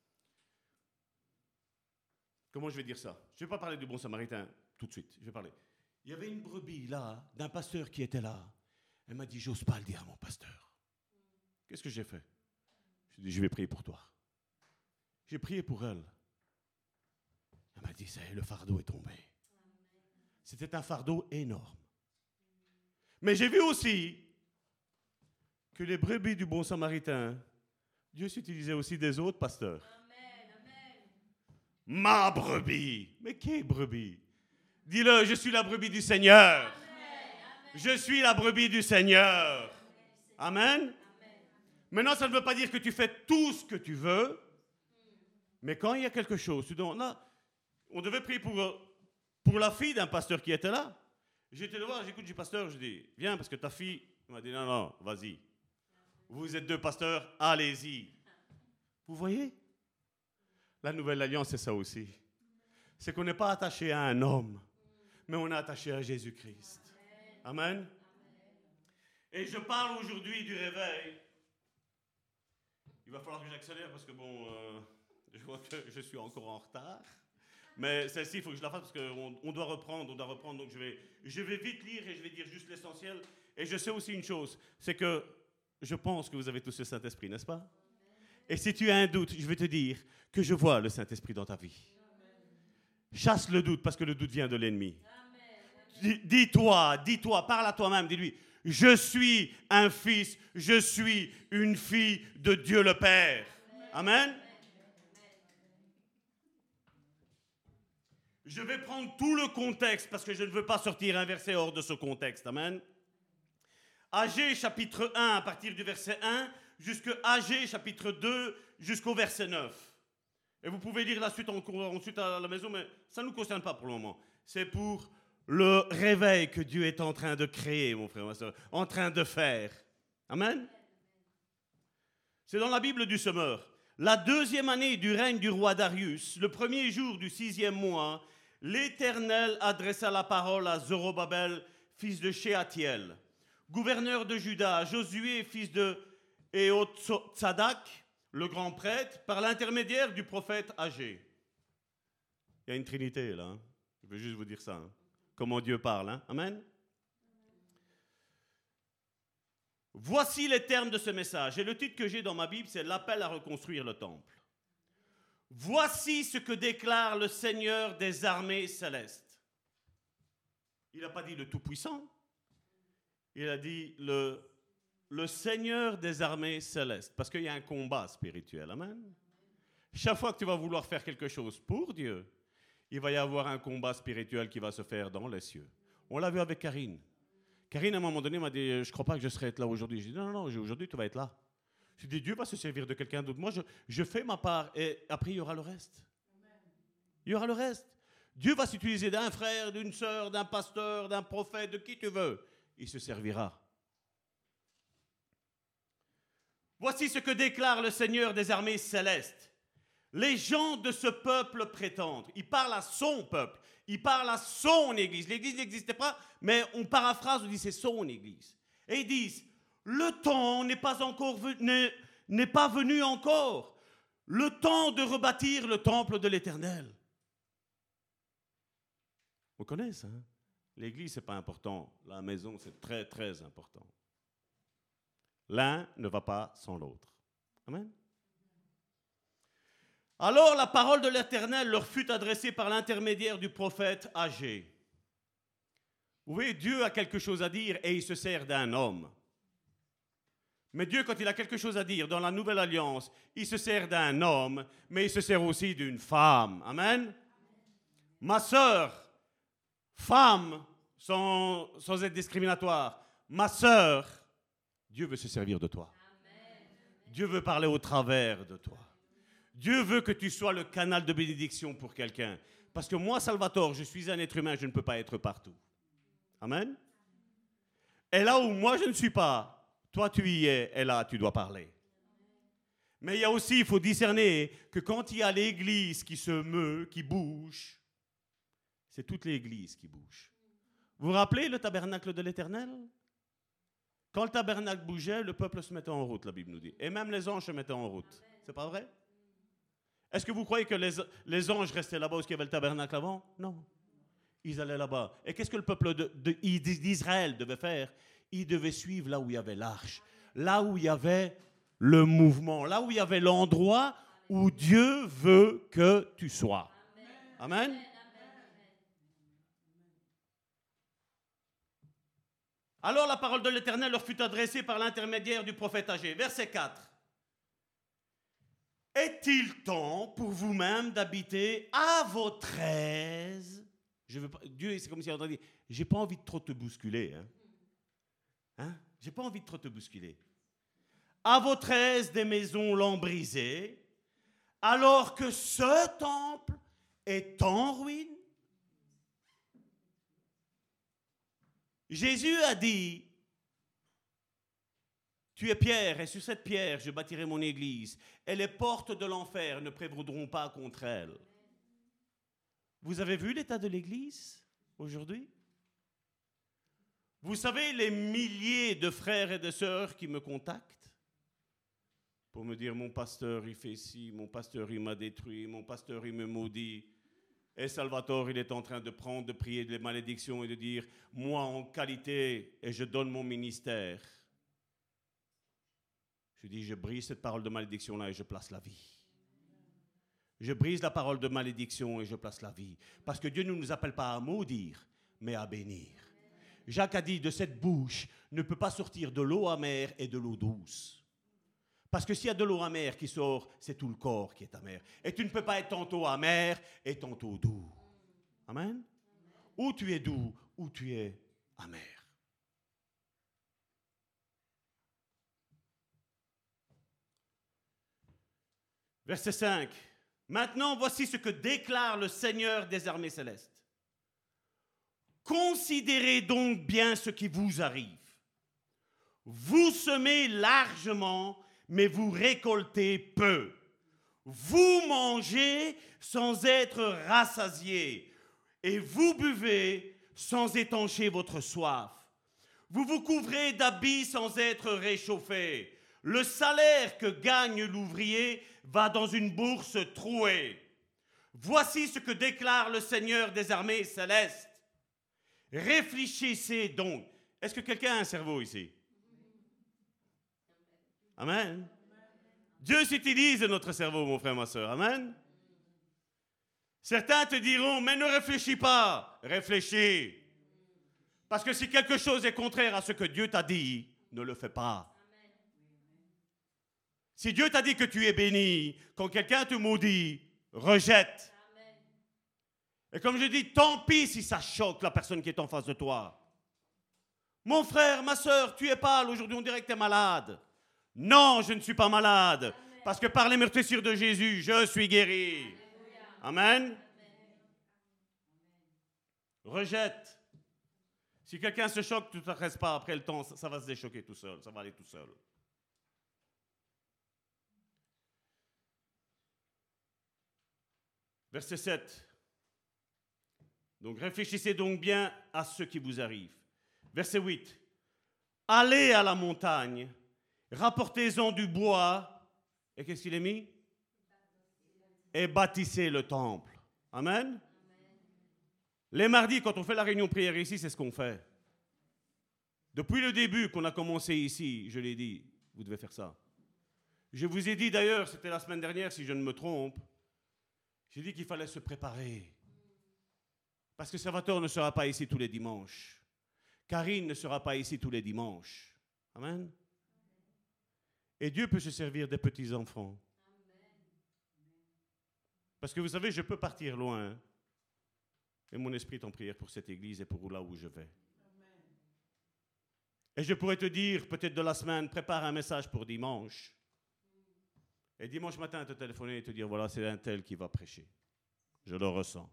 comment je vais dire ça? Je ne vais pas parler du bon samaritain tout de suite, je vais parler. Il y avait une brebis là, d'un pasteur qui était là. Elle m'a dit, j'ose pas le dire à mon pasteur. Qu'est-ce que j'ai fait? Je lui ai dit, je vais prier pour toi. J'ai prié pour elle. Elle m'a dit, ça y est, le fardeau est tombé. C'était un fardeau énorme. Mais j'ai vu aussi que les brebis du bon samaritain, Dieu s'utilisait aussi des autres pasteurs. Amen. Ma brebis. Mais qui est brebis? Dis-le, je suis la brebis du Seigneur. Amen. Je suis la brebis du Seigneur. Amen. Maintenant, ça ne veut pas dire que tu fais tout ce que tu veux, mais quand il y a quelque chose, tu demandes, là, on devait prier pour la fille d'un pasteur qui était là. J'étais le voir, j'écoute du pasteur, je dis, viens, parce que ta fille, il m'a dit, non, non, vas-y. Vous êtes 2 pasteurs, allez-y. Vous voyez? La nouvelle alliance, c'est ça aussi. C'est qu'on n'est pas attaché à un homme, mais on est attaché à Jésus-Christ. Amen. Et je parle aujourd'hui du réveil. Il va falloir que j'accélère parce que bon, je vois que je suis encore en retard. Mais celle-ci, il faut que je la fasse parce qu'on doit reprendre, Donc je vais vite lire et je vais dire juste l'essentiel. Et je sais aussi une chose, c'est que je pense que vous avez tous le Saint-Esprit, n'est-ce pas? Et si tu as un doute, je vais te dire que je vois le Saint-Esprit dans ta vie. Chasse le doute parce que le doute vient de l'ennemi. Dis-toi, parle à toi-même, dis-lui, je suis un fils, je suis une fille de Dieu le Père. Amen. Je vais prendre tout le contexte parce que je ne veux pas sortir un verset hors de ce contexte. Amen. Agé chapitre 1 à partir du verset 1 jusqu'à Agé chapitre 2 jusqu'au verset 9. Et vous pouvez lire la suite ensuite à la maison, mais ça ne nous concerne pas pour le moment. C'est pour le réveil que Dieu est en train de créer, mon frère, ma soeur, en train de faire. Amen. C'est dans la Bible du Semeur. La 2e année du règne du roi Darius, le 1er jour du 6e mois, l'Éternel adressa la parole à Zorobabel, fils de Shealtiel, gouverneur de Juda, à Josué, fils de Ehotsadak, le grand prêtre, par l'intermédiaire du prophète Agé. Il y a une trinité là. Je veux juste vous dire ça. Comment Dieu parle. Amen. Voici les termes de ce message. Et le titre que j'ai dans ma Bible, c'est l'appel à reconstruire le temple. Voici ce que déclare le Seigneur des armées célestes. Il n'a pas dit le Tout-Puissant. Il a dit le Seigneur des armées célestes. Parce qu'il y a un combat spirituel. Amen. Chaque fois que tu vas vouloir faire quelque chose pour Dieu, il va y avoir un combat spirituel qui va se faire dans les cieux. On l'a vu avec Karine. Karine, à un moment donné, m'a dit, je ne crois pas que je serai là aujourd'hui. J'ai dit, non, aujourd'hui, tu vas être là. J'ai dit, Dieu va se servir de quelqu'un d'autre. Moi, je fais ma part et après, il y aura le reste. Il y aura le reste. Dieu va s'utiliser d'un frère, d'une sœur, d'un pasteur, d'un prophète, de qui tu veux. Il se servira. Voici ce que déclare le Seigneur des armées célestes. Les gens de ce peuple prétendent. Il parle à son peuple. Il parle à son église. L'église n'existait pas, mais on paraphrase, on dit c'est son église. Et ils disent, le temps n'est pas venu encore. Le temps de rebâtir le temple de l'Éternel. On connaît ça. L'église, ce n'est pas important. La maison, c'est très, très important. L'un ne va pas sans l'autre. Amen. Alors la parole de l'Éternel leur fut adressée par l'intermédiaire du prophète Agé. Vous voyez, Dieu a quelque chose à dire et il se sert d'un homme. Mais Dieu, quand il a quelque chose à dire dans la nouvelle alliance, il se sert d'un homme, mais il se sert aussi d'une femme. Amen. Ma sœur, femme, sans être discriminatoire, ma sœur, Dieu veut se servir de toi. Amen. Dieu veut parler au travers de toi. Dieu veut que tu sois le canal de bénédiction pour quelqu'un. Parce que moi, Salvatore, je suis un être humain, je ne peux pas être partout. Amen. Et là où moi, je ne suis pas, toi, tu y es, et là, tu dois parler. Mais il y a aussi, il faut discerner que quand il y a l'église qui se meut, qui bouge, c'est toute l'église qui bouge. Vous vous rappelez le tabernacle de l'Éternel? Quand le tabernacle bougeait, le peuple se mettait en route, la Bible nous dit. Et même les anges se mettaient en route. C'est pas vrai? Est-ce que vous croyez que les anges restaient là-bas où il y avait le tabernacle avant? Non. Ils allaient là-bas. Et qu'est-ce que le peuple d'Israël devait faire? Il devait suivre là où il y avait l'arche. Là où il y avait le mouvement. Là où il y avait l'endroit où Dieu veut que tu sois. Amen. Amen. Alors la parole de l'Éternel leur fut adressée par l'intermédiaire du prophète Agé. Verset 4. Est-il temps pour vous-même d'habiter à votre aise? Dieu, c'est comme si on entendait, j'ai pas envie de trop te bousculer. J'ai pas envie de trop te bousculer. à votre aise des maisons lambrisées, alors que ce temple est en ruine. Jésus a dit, tu es pierre, et sur cette pierre, je bâtirai mon église, et les portes de l'enfer ne prévaudront pas contre elle. Vous avez vu l'état de l'église aujourd'hui? Vous savez les milliers de frères et de sœurs qui me contactent pour me dire, mon pasteur, il fait ci, mon pasteur, il m'a détruit, mon pasteur, il me maudit. Et Salvatore, il est en train de prendre, de prier des malédictions et de dire, moi en qualité, et je donne mon ministère. Je dis, je brise cette parole de malédiction-là et je place la vie. Je brise la parole de malédiction et je place la vie. Parce que Dieu ne nous appelle pas à maudire, mais à bénir. Jacques a dit, de cette bouche ne peut pas sortir de l'eau amère et de l'eau douce. Parce que s'il y a de l'eau amère qui sort, c'est tout le corps qui est amer. Et tu ne peux pas être tantôt amer et tantôt doux. Amen. Ou tu es doux, ou tu es amer. Verset 5. Maintenant, voici ce que déclare le Seigneur des armées célestes. Considérez donc bien ce qui vous arrive. Vous semez largement, mais vous récoltez peu. Vous mangez sans être rassasiés, et vous buvez sans étancher votre soif. Vous vous couvrez d'habits sans être réchauffés. Le salaire que gagne l'ouvrier va dans une bourse trouée. Voici ce que déclare le Seigneur des armées célestes. Réfléchissez donc. Est-ce que quelqu'un a un cerveau ici? Amen. Dieu s'utilise de notre cerveau, mon frère, ma soeur. Amen. Certains te diront, mais ne réfléchis pas. Réfléchis. Parce que si quelque chose est contraire à ce que Dieu t'a dit, ne le fais pas. Si Dieu t'a dit que tu es béni, quand quelqu'un te maudit, rejette. Amen. Et comme je dis, tant pis si ça choque la personne qui est en face de toi. Mon frère, ma soeur, tu es pâle, aujourd'hui on dirait que tu es malade. Non, je ne suis pas malade. Amen. Parce que par les meurtrissures de Jésus, je suis guéri. Amen. Amen. Rejette. Si quelqu'un se choque, tu ne t'arrêtes pas. Après le temps, ça va se déchoquer tout seul. Ça va aller tout seul. Verset 7. Donc réfléchissez donc bien à ce qui vous arrive. Verset 8. Allez à la montagne, rapportez-en du bois, et qu'est-ce qu'il est mis? Et bâtissez le temple. Amen. Les mardis, quand on fait la réunion prière ici, c'est ce qu'on fait. Depuis le début qu'on a commencé ici, je l'ai dit, vous devez faire ça. Je vous ai dit d'ailleurs, c'était la semaine dernière si je ne me trompe, j'ai dit qu'il fallait se préparer. Parce que Salvatore ne sera pas ici tous les dimanches. Karine ne sera pas ici tous les dimanches. Amen. Et Dieu peut se servir des petits-enfants. Parce que vous savez, je peux partir loin. Et mon esprit est en prière pour cette église et pour là où je vais. Et je pourrais te dire, peut-être de la semaine, prépare un message pour dimanche. Et dimanche matin, te téléphoner et te dire, voilà, c'est un tel qui va prêcher. Je le ressens.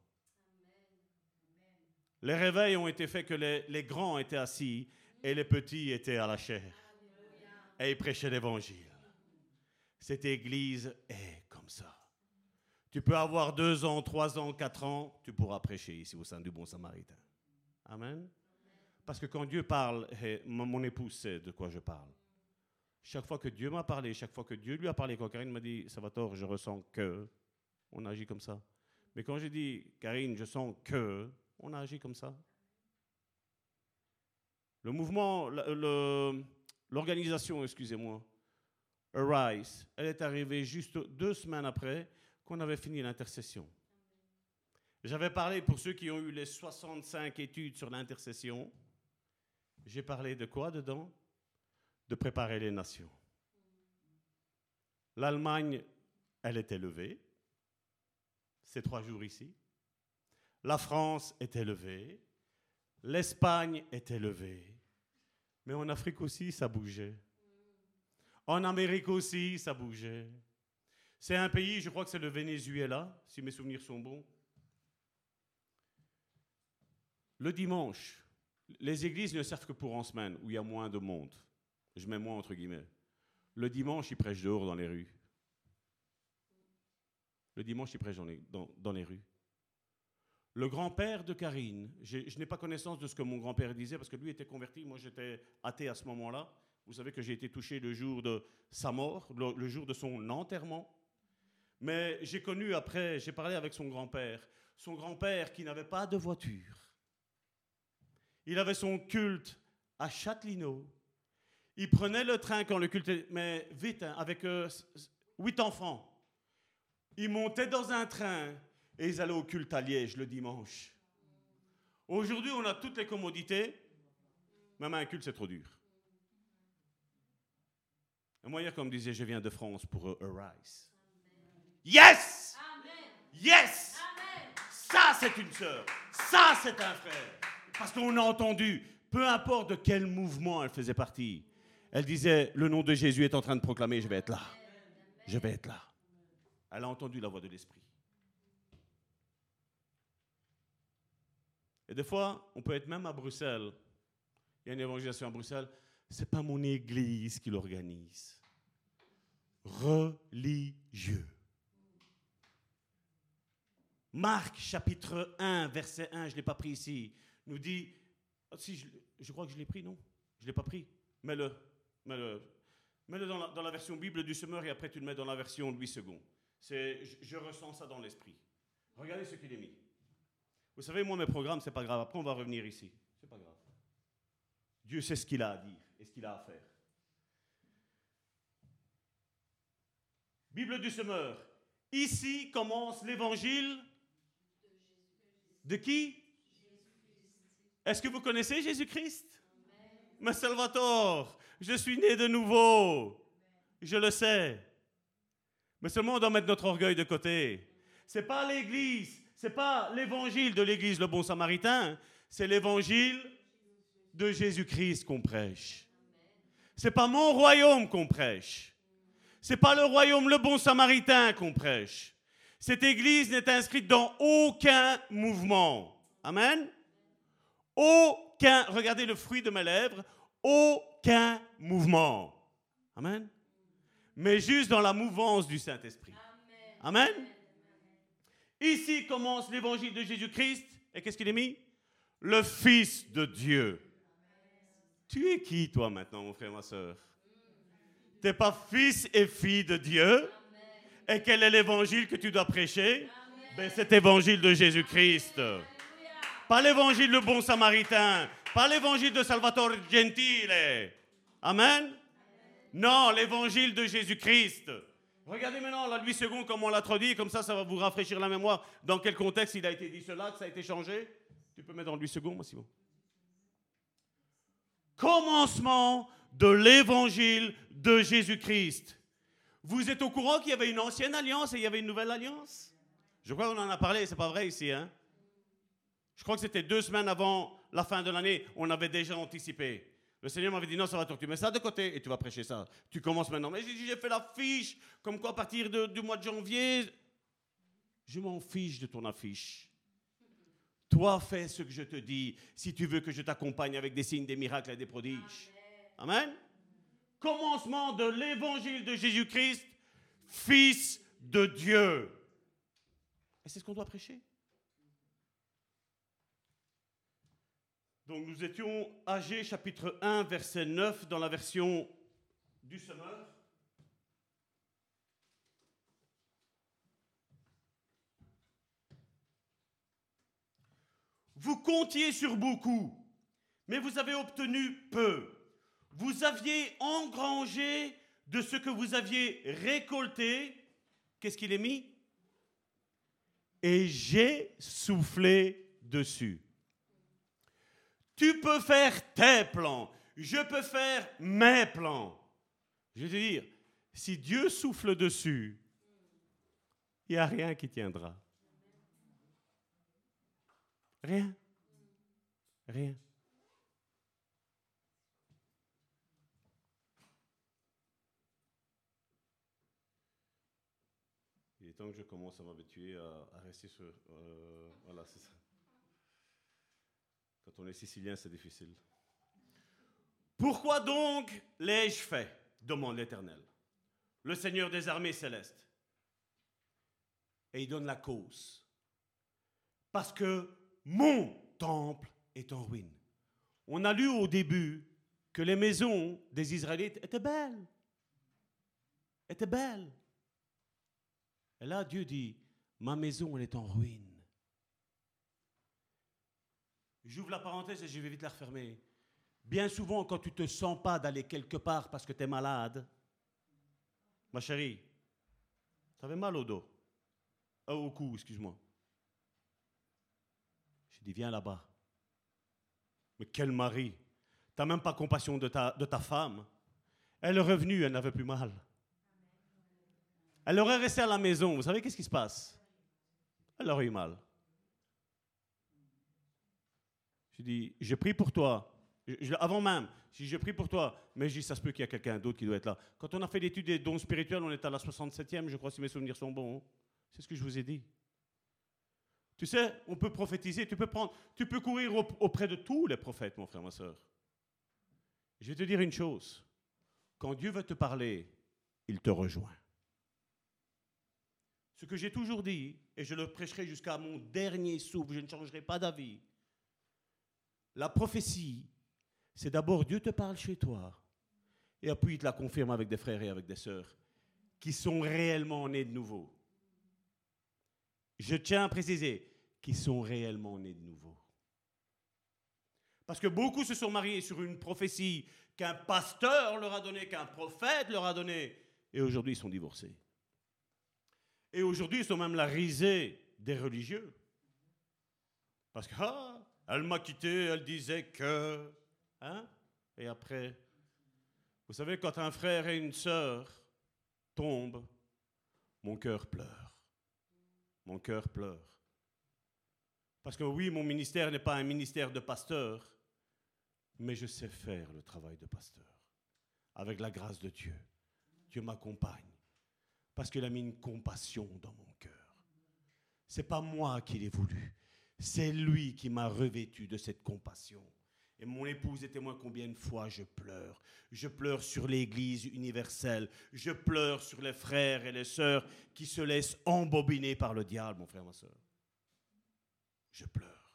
Les réveils ont été faits que les grands étaient assis et les petits étaient à la chair. Et ils prêchaient l'évangile. Cette église est comme ça. Tu peux avoir 2 ans, 3 ans, 4 ans, tu pourras prêcher ici au sein du Bon Samaritain. Amen. Parce que quand Dieu parle, mon épouse sait de quoi je parle. Chaque fois que Dieu m'a parlé, chaque fois que Dieu lui a parlé, quand Karine m'a dit, Salvatore, je ressens que, on agit comme ça. Mais quand j'ai dit, Karine, je sens que, on a agi comme ça. Le mouvement, l'organisation, excusez-moi, Arise, elle est arrivée juste 2 semaines après qu'on avait fini l'intercession. J'avais parlé, pour ceux qui ont eu les 65 études sur l'intercession, j'ai parlé de quoi dedans? De préparer les nations. L'Allemagne, elle était levée. C'est 3 jours ici. La France était levée. L'Espagne était levée. Mais en Afrique aussi, ça bougeait. En Amérique aussi, ça bougeait. C'est un pays, je crois que c'est le Venezuela, si mes souvenirs sont bons. Le dimanche, les églises ne servent que pour en semaine, où il y a moins de monde. Je mets moins entre guillemets. Le dimanche, ils prêchent dehors dans les rues. Le dimanche, ils prêchent dans les rues. Le grand-père de Karine, je n'ai pas connaissance de ce que mon grand-père disait, parce que lui était converti, moi j'étais athée à ce moment-là. Vous savez que j'ai été touché le jour de sa mort, le jour de son enterrement. Mais j'ai connu après, j'ai parlé avec son grand-père qui n'avait pas de voiture. Il avait son culte à Châtelineau. Il prenait le train quand le culte était, mais vite, hein, avec 8 enfants. Ils montaient dans un train et ils allaient au culte à Liège le dimanche. Aujourd'hui, on a toutes les commodités. Même un culte, c'est trop dur. Et moi, hier, comme disait, je viens de France pour Arise. Yes! Amen. Yes! Amen. Ça, c'est une sœur. Ça, c'est un frère. Parce qu'on a entendu, peu importe de quel mouvement elle faisait partie, elle disait, le nom de Jésus est en train de proclamer, je vais être là. Je vais être là. Elle a entendu la voix de l'Esprit. Et des fois, on peut être même à Bruxelles. Il y a une évangélisation à Bruxelles. Ce n'est pas mon église qui l'organise. Religieux. Marc, chapitre 1, verset 1, je ne l'ai pas pris ici, nous dit... Si, je crois que je l'ai pris, non? Je ne l'ai pas pris. Mets-le dans la version Bible du Semeur et après tu le mets dans la version Louis II. Je ressens ça dans l'esprit. Regardez ce qu'il est mis. Vous savez, moi, mes programmes, c'est pas grave. Après, on va revenir ici. C'est pas grave. Dieu sait ce qu'il a à dire et ce qu'il a à faire. Bible du Semeur. Ici commence l'évangile de qui? Est-ce que vous connaissez Jésus-Christ? Mais Salvatore, je suis né de nouveau. Je le sais. Mais seulement on doit mettre notre orgueil de côté. C'est pas l'église, c'est pas l'évangile de l'église, le bon samaritain. C'est l'évangile de Jésus-Christ qu'on prêche. C'est pas mon royaume qu'on prêche. C'est pas le royaume, le bon samaritain qu'on prêche. Cette église n'est inscrite dans aucun mouvement. Amen. Aucun, regardez le fruit de mes lèvres, aucun mouvement. Amen. Mais juste dans la mouvance du Saint-Esprit. Amen. Amen. Ici commence l'évangile de Jésus-Christ. Et qu'est-ce qu'il est mis? Le Fils de Dieu. Tu es qui, toi, maintenant, mon frère, ma soeur? Tu n'es pas fils et fille de Dieu. Et quel est l'évangile que tu dois prêcher? Ben, c'est l'évangile de Jésus-Christ. Pas l'évangile le bon samaritain. Pas l'évangile de Salvatore Gentile. Amen. Non, l'évangile de Jésus-Christ. Regardez maintenant la Louis II comme on l'a traduit, comme ça va vous rafraîchir la mémoire. Dans quel contexte il a été dit cela, que ça a été changé? Tu peux mettre dans Louis II, moi, Simon. Commencement de l'évangile de Jésus-Christ. Vous êtes au courant qu'il y avait une ancienne alliance et il y avait une nouvelle alliance? Je crois qu'on en a parlé, c'est pas vrai ici, hein? Je crois que c'était 2 semaines avant la fin de l'année, on avait déjà anticipé. Le Seigneur m'avait dit, non, ça va, tu mets ça de côté et tu vas prêcher ça. Tu commences maintenant. Mais j'ai fait l'affiche, comme quoi à partir du mois de janvier, je m'en fiche de ton affiche. Toi, fais ce que je te dis, si tu veux que je t'accompagne avec des signes, des miracles et des prodiges. Amen. Commencement de l'évangile de Jésus-Christ, Fils de Dieu. Et c'est ce qu'on doit prêcher. Donc nous étions Agé chapitre 1, verset 9, dans la version du Semeur. Vous comptiez sur beaucoup, mais vous avez obtenu peu. Vous aviez engrangé de ce que vous aviez récolté. Qu'est-ce qu'il est mis? Et j'ai soufflé dessus. Tu peux faire tes plans. Je peux faire mes plans. Je vais te dire, si Dieu souffle dessus, il n'y a rien qui tiendra. Rien. Rien. Il est temps que je commence à m'habituer à rester sur... voilà, c'est ça. Quand on est sicilien, c'est difficile. Pourquoi donc l'ai-je fait? Demande l'Éternel, le Seigneur des armées célestes. Et il donne la cause. Parce que mon temple est en ruine. On a lu au début que les maisons des Israélites étaient belles. Étaient belles. Et là, Dieu dit, ma maison, elle est en ruine. J'ouvre la parenthèse et je vais vite la refermer. Bien souvent, quand tu ne te sens pas d'aller quelque part parce que tu es malade, ma chérie, tu avais mal au dos. Au cou, excuse-moi. J'ai dit, viens là-bas. Mais quel mari! Tu n'as même pas compassion de ta femme. Elle est revenue, elle n'avait plus mal. Elle aurait resté à la maison. Vous savez qu'est-ce qui se passe? Elle aurait eu mal. J'ai dit, j'ai prié pour toi. Avant même, j'ai prié pour toi, mais j'ai dit, ça se peut qu'il y a quelqu'un d'autre qui doit être là. Quand on a fait l'étude des dons spirituels, on est à la 67e, je crois, si mes souvenirs sont bons. C'est ce que je vous ai dit. Tu sais, on peut prophétiser, tu peux courir auprès de tous les prophètes, mon frère, ma soeur. Je vais te dire une chose. Quand Dieu veut te parler, il te rejoint. Ce que j'ai toujours dit, et je le prêcherai jusqu'à mon dernier souffle, je ne changerai pas d'avis. La prophétie, c'est d'abord Dieu te parle chez toi, et puis il te la confirme avec des frères et avec des sœurs qui sont réellement nés de nouveau. Je tiens à préciser, qui sont réellement nés de nouveau. Parce que beaucoup se sont mariés sur une prophétie qu'un pasteur leur a donnée, qu'un prophète leur a donnée, et aujourd'hui ils sont divorcés. Et aujourd'hui ils sont même la risée des religieux. Parce que, elle m'a quitté, elle disait que... Hein? Et après, vous savez, quand un frère et une sœur tombent, mon cœur pleure. Mon cœur pleure. Parce que oui, mon ministère n'est pas un ministère de pasteur, mais je sais faire le travail de pasteur. Avec la grâce de Dieu. Dieu m'accompagne. Parce qu'il a mis une compassion dans mon cœur. Ce n'est pas moi qui l'ai voulu. C'est lui qui m'a revêtu de cette compassion. Et mon épouse est témoin combien de fois je pleure. Je pleure sur l'Église universelle. Je pleure sur les frères et les sœurs qui se laissent embobiner par le diable, mon frère, ma sœur. Je pleure.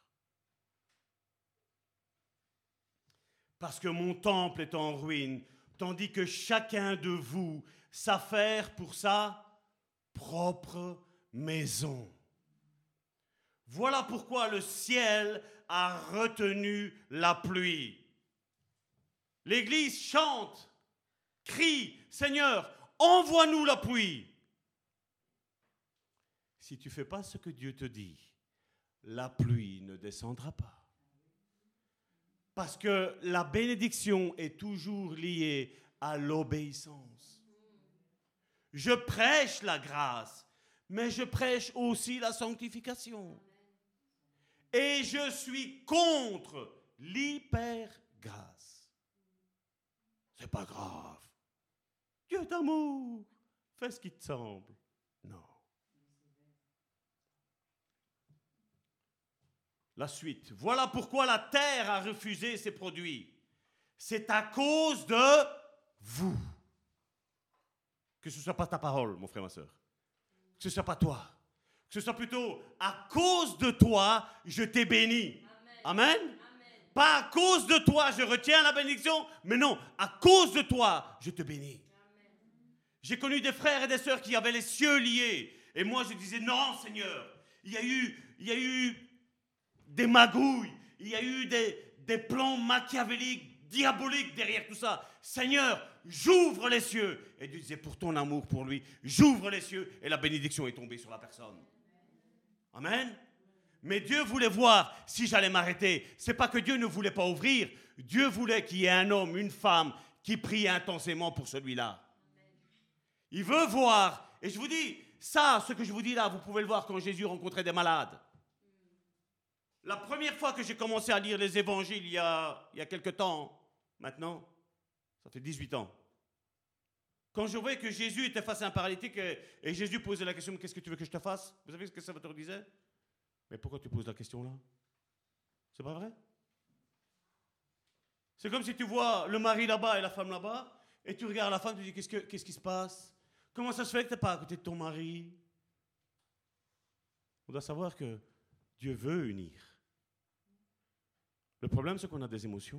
Parce que mon temple est en ruine, tandis que chacun de vous s'affaire pour sa propre maison. Voilà pourquoi le ciel a retenu la pluie. L'Église chante, crie, Seigneur, envoie-nous la pluie. Si tu ne fais pas ce que Dieu te dit, la pluie ne descendra pas. Parce que la bénédiction est toujours liée à l'obéissance. Je prêche la grâce, mais je prêche aussi la sanctification. Et je suis contre l'hypergrâce. C'est pas grave. Dieu est amour. Fais ce qui te semble. Non. La suite. Voilà pourquoi la terre a refusé ses produits. C'est à cause de vous. Que ce ne soit pas ta parole, mon frère, ma soeur. Que ce ne soit pas toi. Que ce soit plutôt à cause de toi, je t'ai béni. Amen. Amen. Pas à cause de toi, je retiens la bénédiction, mais non, à cause de toi, je te bénis. Amen. J'ai connu des frères et des sœurs qui avaient les cieux liés. Et moi, je disais, non, Seigneur, il y a eu des magouilles, il y a eu des plans machiavéliques, diaboliques derrière tout ça. Seigneur, j'ouvre les cieux. Et Dieu disait, pour ton amour pour lui, j'ouvre les cieux. Et la bénédiction est tombée sur la personne. Amen. Mais Dieu voulait voir si j'allais m'arrêter. Ce n'est pas que Dieu ne voulait pas ouvrir. Dieu voulait qu'il y ait un homme, une femme qui prie intensément pour celui-là. Il veut voir. Et je vous dis, ça, ce que je vous dis là, vous pouvez le voir quand Jésus rencontrait des malades. La première fois que j'ai commencé à lire les évangiles, il y a quelque temps, maintenant, ça fait 18 ans. Quand je voyais que Jésus était face à un paralytique et Jésus posait la question, qu'est-ce que tu veux que je te fasse? Vous savez ce que Salvatore disait? Mais pourquoi tu poses la question là? C'est pas vrai? C'est comme si tu vois le mari là-bas et la femme là-bas, et tu regardes la femme, tu dis, qu'est-ce qui se passe? Comment ça se fait que tu n'es pas à côté de ton mari? On doit savoir que Dieu veut unir. Le problème, c'est qu'on a des émotions.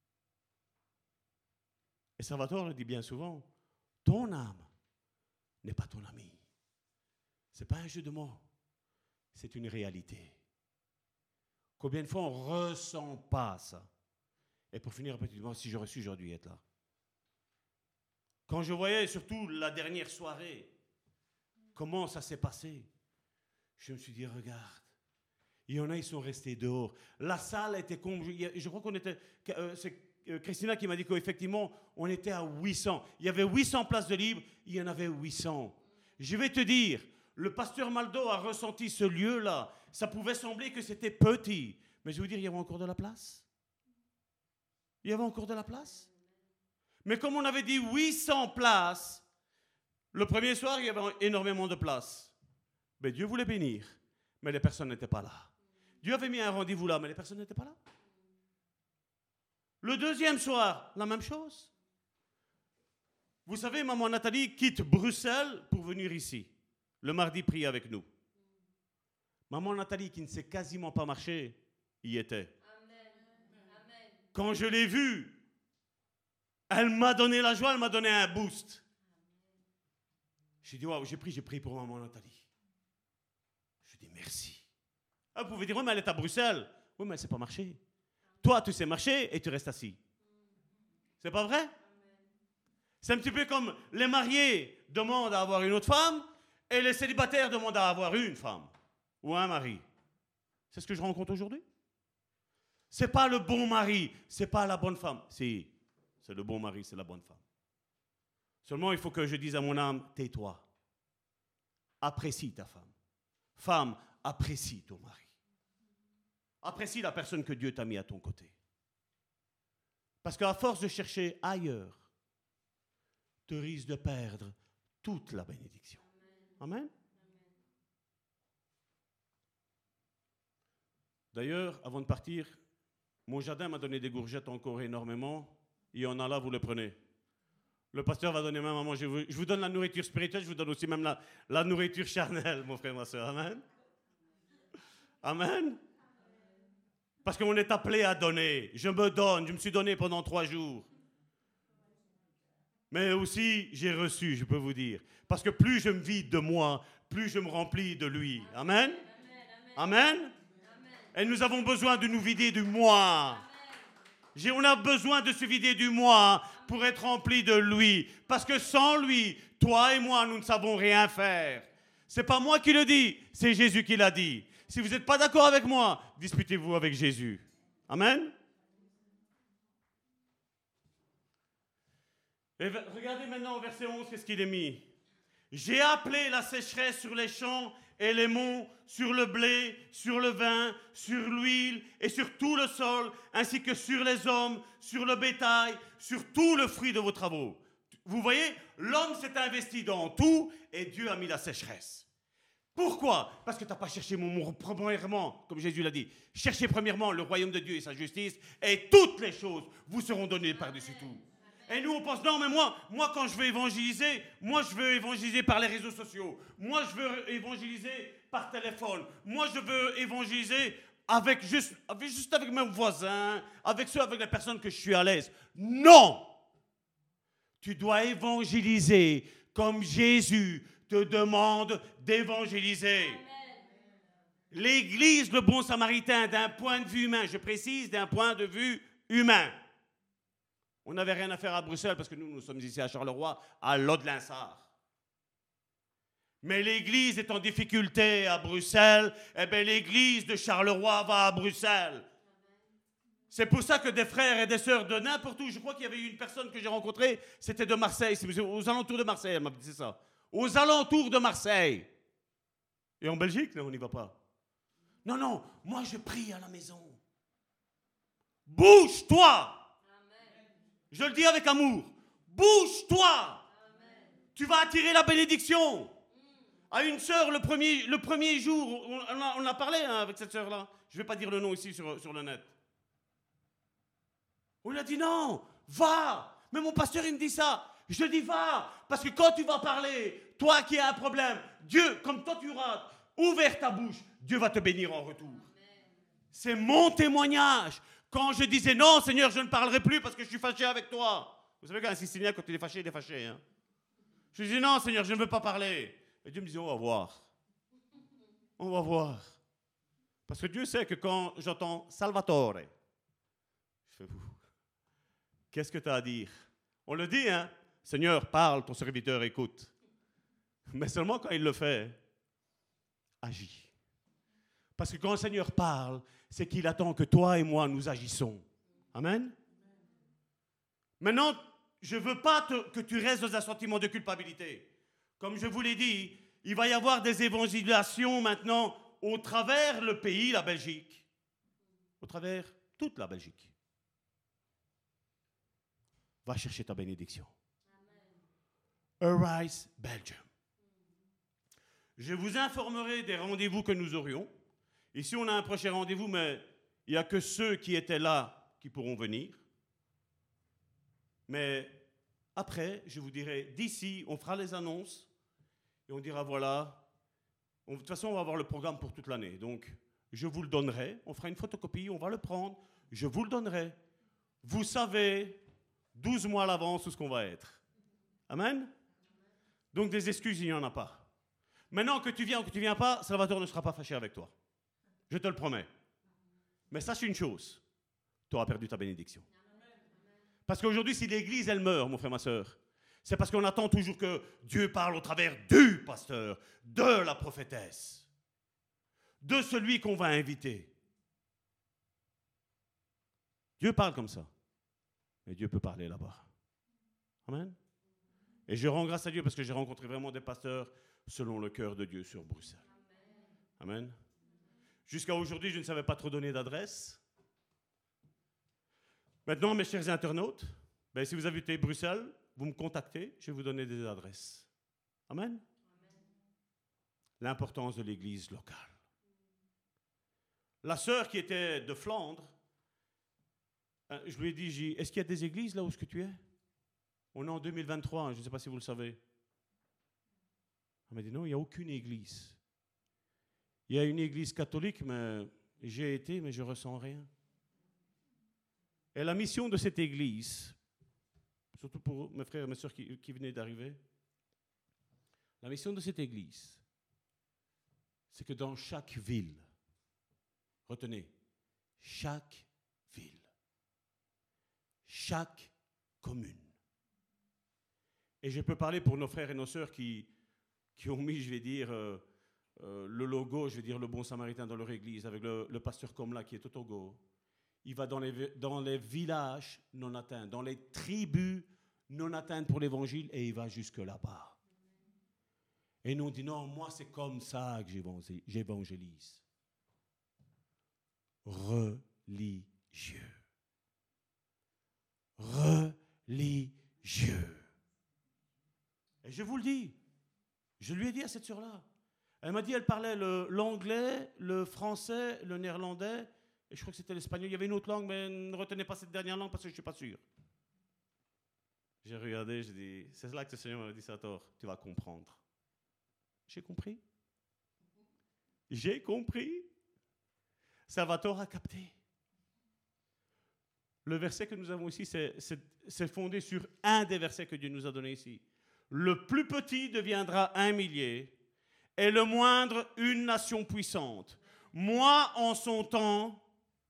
Et Salvatore le dit bien souvent, ton âme n'est pas ton ami. Ce n'est pas un jeu de mots, c'est une réalité. Combien de fois on ne ressent pas ça? Et pour finir, petit-moi, si j'aurais su, j'aurais dû être là. Quand je voyais, surtout la dernière soirée, comment ça s'est passé, je me suis dit, regarde, il y en a, ils sont restés dehors. La salle était comblée. Je crois qu'on était... c'est Christina qui m'a dit qu'effectivement, on était à 800. Il y avait 800 places de libre, il y en avait 800. Je vais te dire, le pasteur Maldo a ressenti ce lieu-là. Ça pouvait sembler que c'était petit. Mais je vais vous dire, il y avait encore de la place. Il y avait encore de la place. Mais comme on avait dit 800 places, le premier soir, il y avait énormément de places. Mais Dieu voulait bénir, mais les personnes n'étaient pas là. Dieu avait mis un rendez-vous là, mais les personnes n'étaient pas là. Le deuxième soir, la même chose. Vous savez, maman Nathalie quitte Bruxelles pour venir ici. Le mardi, prier avec nous. Maman Nathalie, qui ne sait quasiment pas marcher, y était. Amen. Quand je l'ai vue, elle m'a donné la joie, elle m'a donné un boost. J'ai dit, waouh, j'ai prié pour maman Nathalie. Je dis merci. Ah, vous pouvez dire, oui, mais elle est à Bruxelles. Oui, mais elle ne sait pas marcher. Toi, tu sais marcher et tu restes assis. C'est pas vrai? C'est un petit peu comme les mariés demandent à avoir une autre femme et les célibataires demandent à avoir une femme ou un mari. C'est ce que je rencontre aujourd'hui. C'est pas le bon mari, c'est pas la bonne femme. Si, c'est le bon mari, c'est la bonne femme. Seulement, il faut que je dise à mon âme, tais-toi. Apprécie ta femme. Femme, apprécie ton mari. Apprécie la personne que Dieu t'a mis à ton côté. Parce qu'à force de chercher ailleurs, tu risques de perdre toute la bénédiction. Amen. D'ailleurs, avant de partir, mon jardin m'a donné des courgettes encore énormément. Il y en a là, vous les prenez. Le pasteur va donner même à manger. Je vous donne la nourriture spirituelle, je vous donne aussi même la nourriture charnelle, mon frère, ma soeur. Amen. Amen. Parce qu'on est appelé à donner. Je me donne, je me suis donné pendant 3 jours. Mais aussi, j'ai reçu, je peux vous dire. Parce que plus je me vide de moi, plus je me remplis de lui. Amen. Amen. Et nous avons besoin de nous vider du moi. On a besoin de se vider du moi pour être remplis de lui. Parce que sans lui, toi et moi, nous ne savons rien faire. Ce n'est pas moi qui le dis, c'est Jésus qui l'a dit. Si vous n'êtes pas d'accord avec moi, disputez-vous avec Jésus. Amen. Et regardez maintenant au verset 11, qu'est-ce qu'il est mis. J'ai appelé la sécheresse sur les champs et les monts, sur le blé, sur le vin, sur l'huile et sur tout le sol, ainsi que sur les hommes, sur le bétail, sur tout le fruit de vos travaux. Vous voyez, l'homme s'est investi dans tout et Dieu a mis la sécheresse. Pourquoi? Parce que tu n'as pas cherché mon premièrement, comme Jésus l'a dit. Cherchez premièrement le royaume de Dieu et sa justice, et toutes les choses vous seront données par-dessus tout. Et nous, on pense, non, mais moi, quand je veux évangéliser, moi, je veux évangéliser par les réseaux sociaux. Moi, je veux évangéliser par téléphone. Moi, je veux évangéliser juste avec mes voisins, avec les personnes que je suis à l'aise. Non! Tu dois évangéliser comme Jésus te demande d'évangéliser. L'Église, le bon samaritain, d'un point de vue humain, je précise, d'un point de vue humain. On n'avait rien à faire à Bruxelles parce que nous sommes ici à Charleroi, à Lode-Linsart. Mais l'Église est en difficulté à Bruxelles, eh bien l'Église de Charleroi va à Bruxelles. C'est pour ça que des frères et des sœurs de n'importe où, je crois qu'il y avait eu une personne que j'ai rencontrée, c'était de Marseille, c'est aux alentours de Marseille, elle m'a dit ça. Aux alentours de Marseille. Et en Belgique, là, on n'y va pas. Non, moi je prie à la maison. Bouge-toi! Amen. Je le dis avec amour. Bouge-toi! Amen. tu vas attirer la bénédiction. À une sœur, le premier jour, on a parlé avec cette sœur-là. Je ne vais pas dire le nom ici sur le net. On lui a dit non, va. Mais mon pasteur, il me dit ça. Je dis va, parce que quand tu vas parler, toi qui as un problème, Dieu, comme toi tu auras ouvert ta bouche, Dieu va te bénir en retour. C'est mon témoignage. Quand je disais non, Seigneur, je ne parlerai plus parce que je suis fâché avec toi. Vous savez qu'un Sicilien, quand il est fâché. Hein? Je disais non, Seigneur, je ne veux pas parler. Et Dieu me disait, on va voir. On va voir. Parce que Dieu sait que quand j'entends Salvatore, je fais, qu'est-ce que tu as à dire? On le dit, hein? Seigneur, parle, ton serviteur écoute. Mais seulement quand il le fait, agis. Parce que quand le Seigneur parle, c'est qu'il attend que toi et moi, nous agissons. Amen? Maintenant, je ne veux pas que tu restes dans un sentiment de culpabilité. Comme je vous l'ai dit, il va y avoir des évangélisations maintenant au travers le pays, la Belgique. Au travers toute la Belgique. Va chercher ta bénédiction. Arise Belgium. Je vous informerai des rendez-vous que nous aurions. Ici, on a un prochain rendez-vous, mais il n'y a que ceux qui étaient là qui pourront venir. Mais après, je vous dirai, d'ici, on fera les annonces et on dira, voilà, de toute façon, on va avoir le programme pour toute l'année. Donc, je vous le donnerai, on fera une photocopie, on va le prendre, je vous le donnerai. Vous savez, 12 mois à l'avance, où ce qu'on va être. Amen? Donc, des excuses, il n'y en a pas. Maintenant, que tu viens ou que tu ne viens pas, Salvatore ne sera pas fâché avec toi. Je te le promets. Mais sache une chose, tu auras perdu ta bénédiction. Parce qu'aujourd'hui, si l'Église, elle meurt, mon frère, ma soeur, c'est parce qu'on attend toujours que Dieu parle au travers du pasteur, de la prophétesse, de celui qu'on va inviter. Dieu parle comme ça. Mais Dieu peut parler là-bas. Amen. Et je rends grâce à Dieu parce que j'ai rencontré vraiment des pasteurs selon le cœur de Dieu sur Bruxelles. Amen. Jusqu'à aujourd'hui, je ne savais pas trop donner d'adresse. Maintenant, mes chers internautes, si vous habitez Bruxelles, vous me contactez, je vais vous donner des adresses. Amen. L'importance de l'église locale. La sœur qui était de Flandre, je lui ai dit, est-ce qu'il y a des églises là où tu es? On est en 2023, je ne sais pas si vous le savez. Elle m'a dit, non, il n'y a aucune église. Il y a une église catholique, mais j'ai été, mais je ne ressens rien. Et la mission de cette église, surtout pour mes frères et mes sœurs qui venaient d'arriver, la mission de cette église, c'est que dans chaque ville, retenez, chaque ville, chaque commune, et je peux parler pour nos frères et nos sœurs qui ont mis, je vais dire, le logo, je vais dire, le bon samaritain dans leur église, avec le pasteur Komla qui est au Togo. Il va dans les villages non atteints, dans les tribus non atteintes pour l'évangile, et il va jusque là-bas. Et nous on dit, non, moi c'est comme ça que j'évangélise. Religieux. Religieux. Et je vous le dis, je lui ai dit à cette sœur-là, elle m'a dit, elle parlait l'anglais, le français, le néerlandais, et je crois que c'était l'espagnol. Il y avait une autre langue, mais ne retenez pas cette dernière langue parce que je ne suis pas sûr. J'ai regardé, j'ai dit, c'est là que le Seigneur m'a dit, Salvatore, tu vas comprendre. J'ai compris. J'ai compris. Salvatore a capté. Le verset que nous avons ici, c'est fondé sur un des versets que Dieu nous a donnés ici. Le plus petit deviendra un millier, et le moindre une nation puissante. Moi, en son temps,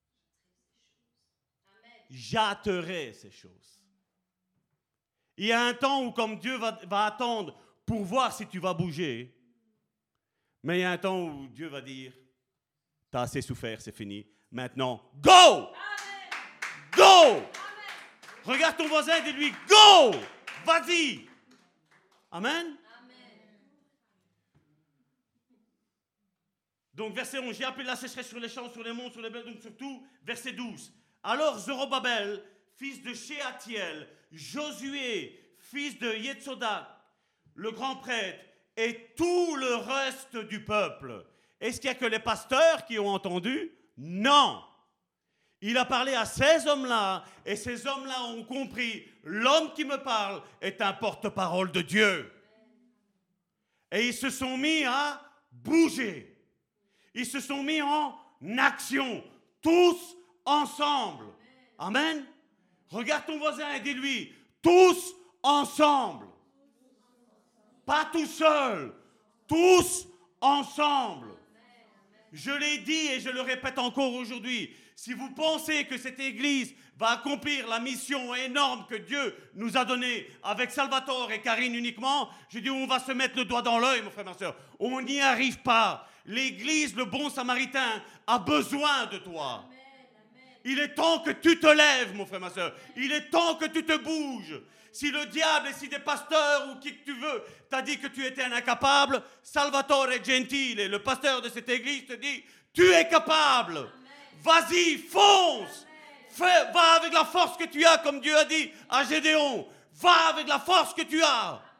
j'hâterai ces choses. Il y a un temps où, comme Dieu va attendre pour voir si tu vas bouger, mais il y a un temps où Dieu va dire, tu as assez souffert, c'est fini. Maintenant, go! Amen. Go! Amen. Regarde ton voisin et dis-lui, go! Vas-y! Amen? Donc, verset 11, j'ai appelé la sécheresse sur les champs, sur les monts, sur les berges, donc surtout, verset 12. Alors, Zorobabel, fils de Shealtiel, Josué, fils de Yetzodak, le grand prêtre et tout le reste du peuple. Est-ce qu'il n'y a que les pasteurs qui ont entendu? Non. Il a parlé à ces hommes-là, et ces hommes-là ont compris, l'homme qui me parle est un porte-parole de Dieu. Et ils se sont mis à bouger. Ils se sont mis en action, tous ensemble. Amen. Regarde ton voisin et dis-lui, tous ensemble. Pas tout seul, tous ensemble. Je l'ai dit et je le répète encore aujourd'hui. Si vous pensez que cette église va accomplir la mission énorme que Dieu nous a donnée avec Salvatore et Karine uniquement, je dis on va se mettre le doigt dans l'œil, mon frère, ma soeur. On n'y arrive pas. L'église, le bon samaritain, a besoin de toi. Il est temps que tu te lèves, mon frère, ma soeur. Il est temps que tu te bouges. Si le diable et si des pasteurs ou qui que tu veux t'a dit que tu étais un incapable, Salvatore Gentile, le pasteur de cette église, te dit tu es capable. Amen. Vas-y, fonce. Va avec la force que tu as, comme Dieu a dit à Gédéon. Va avec la force que tu as. Amen.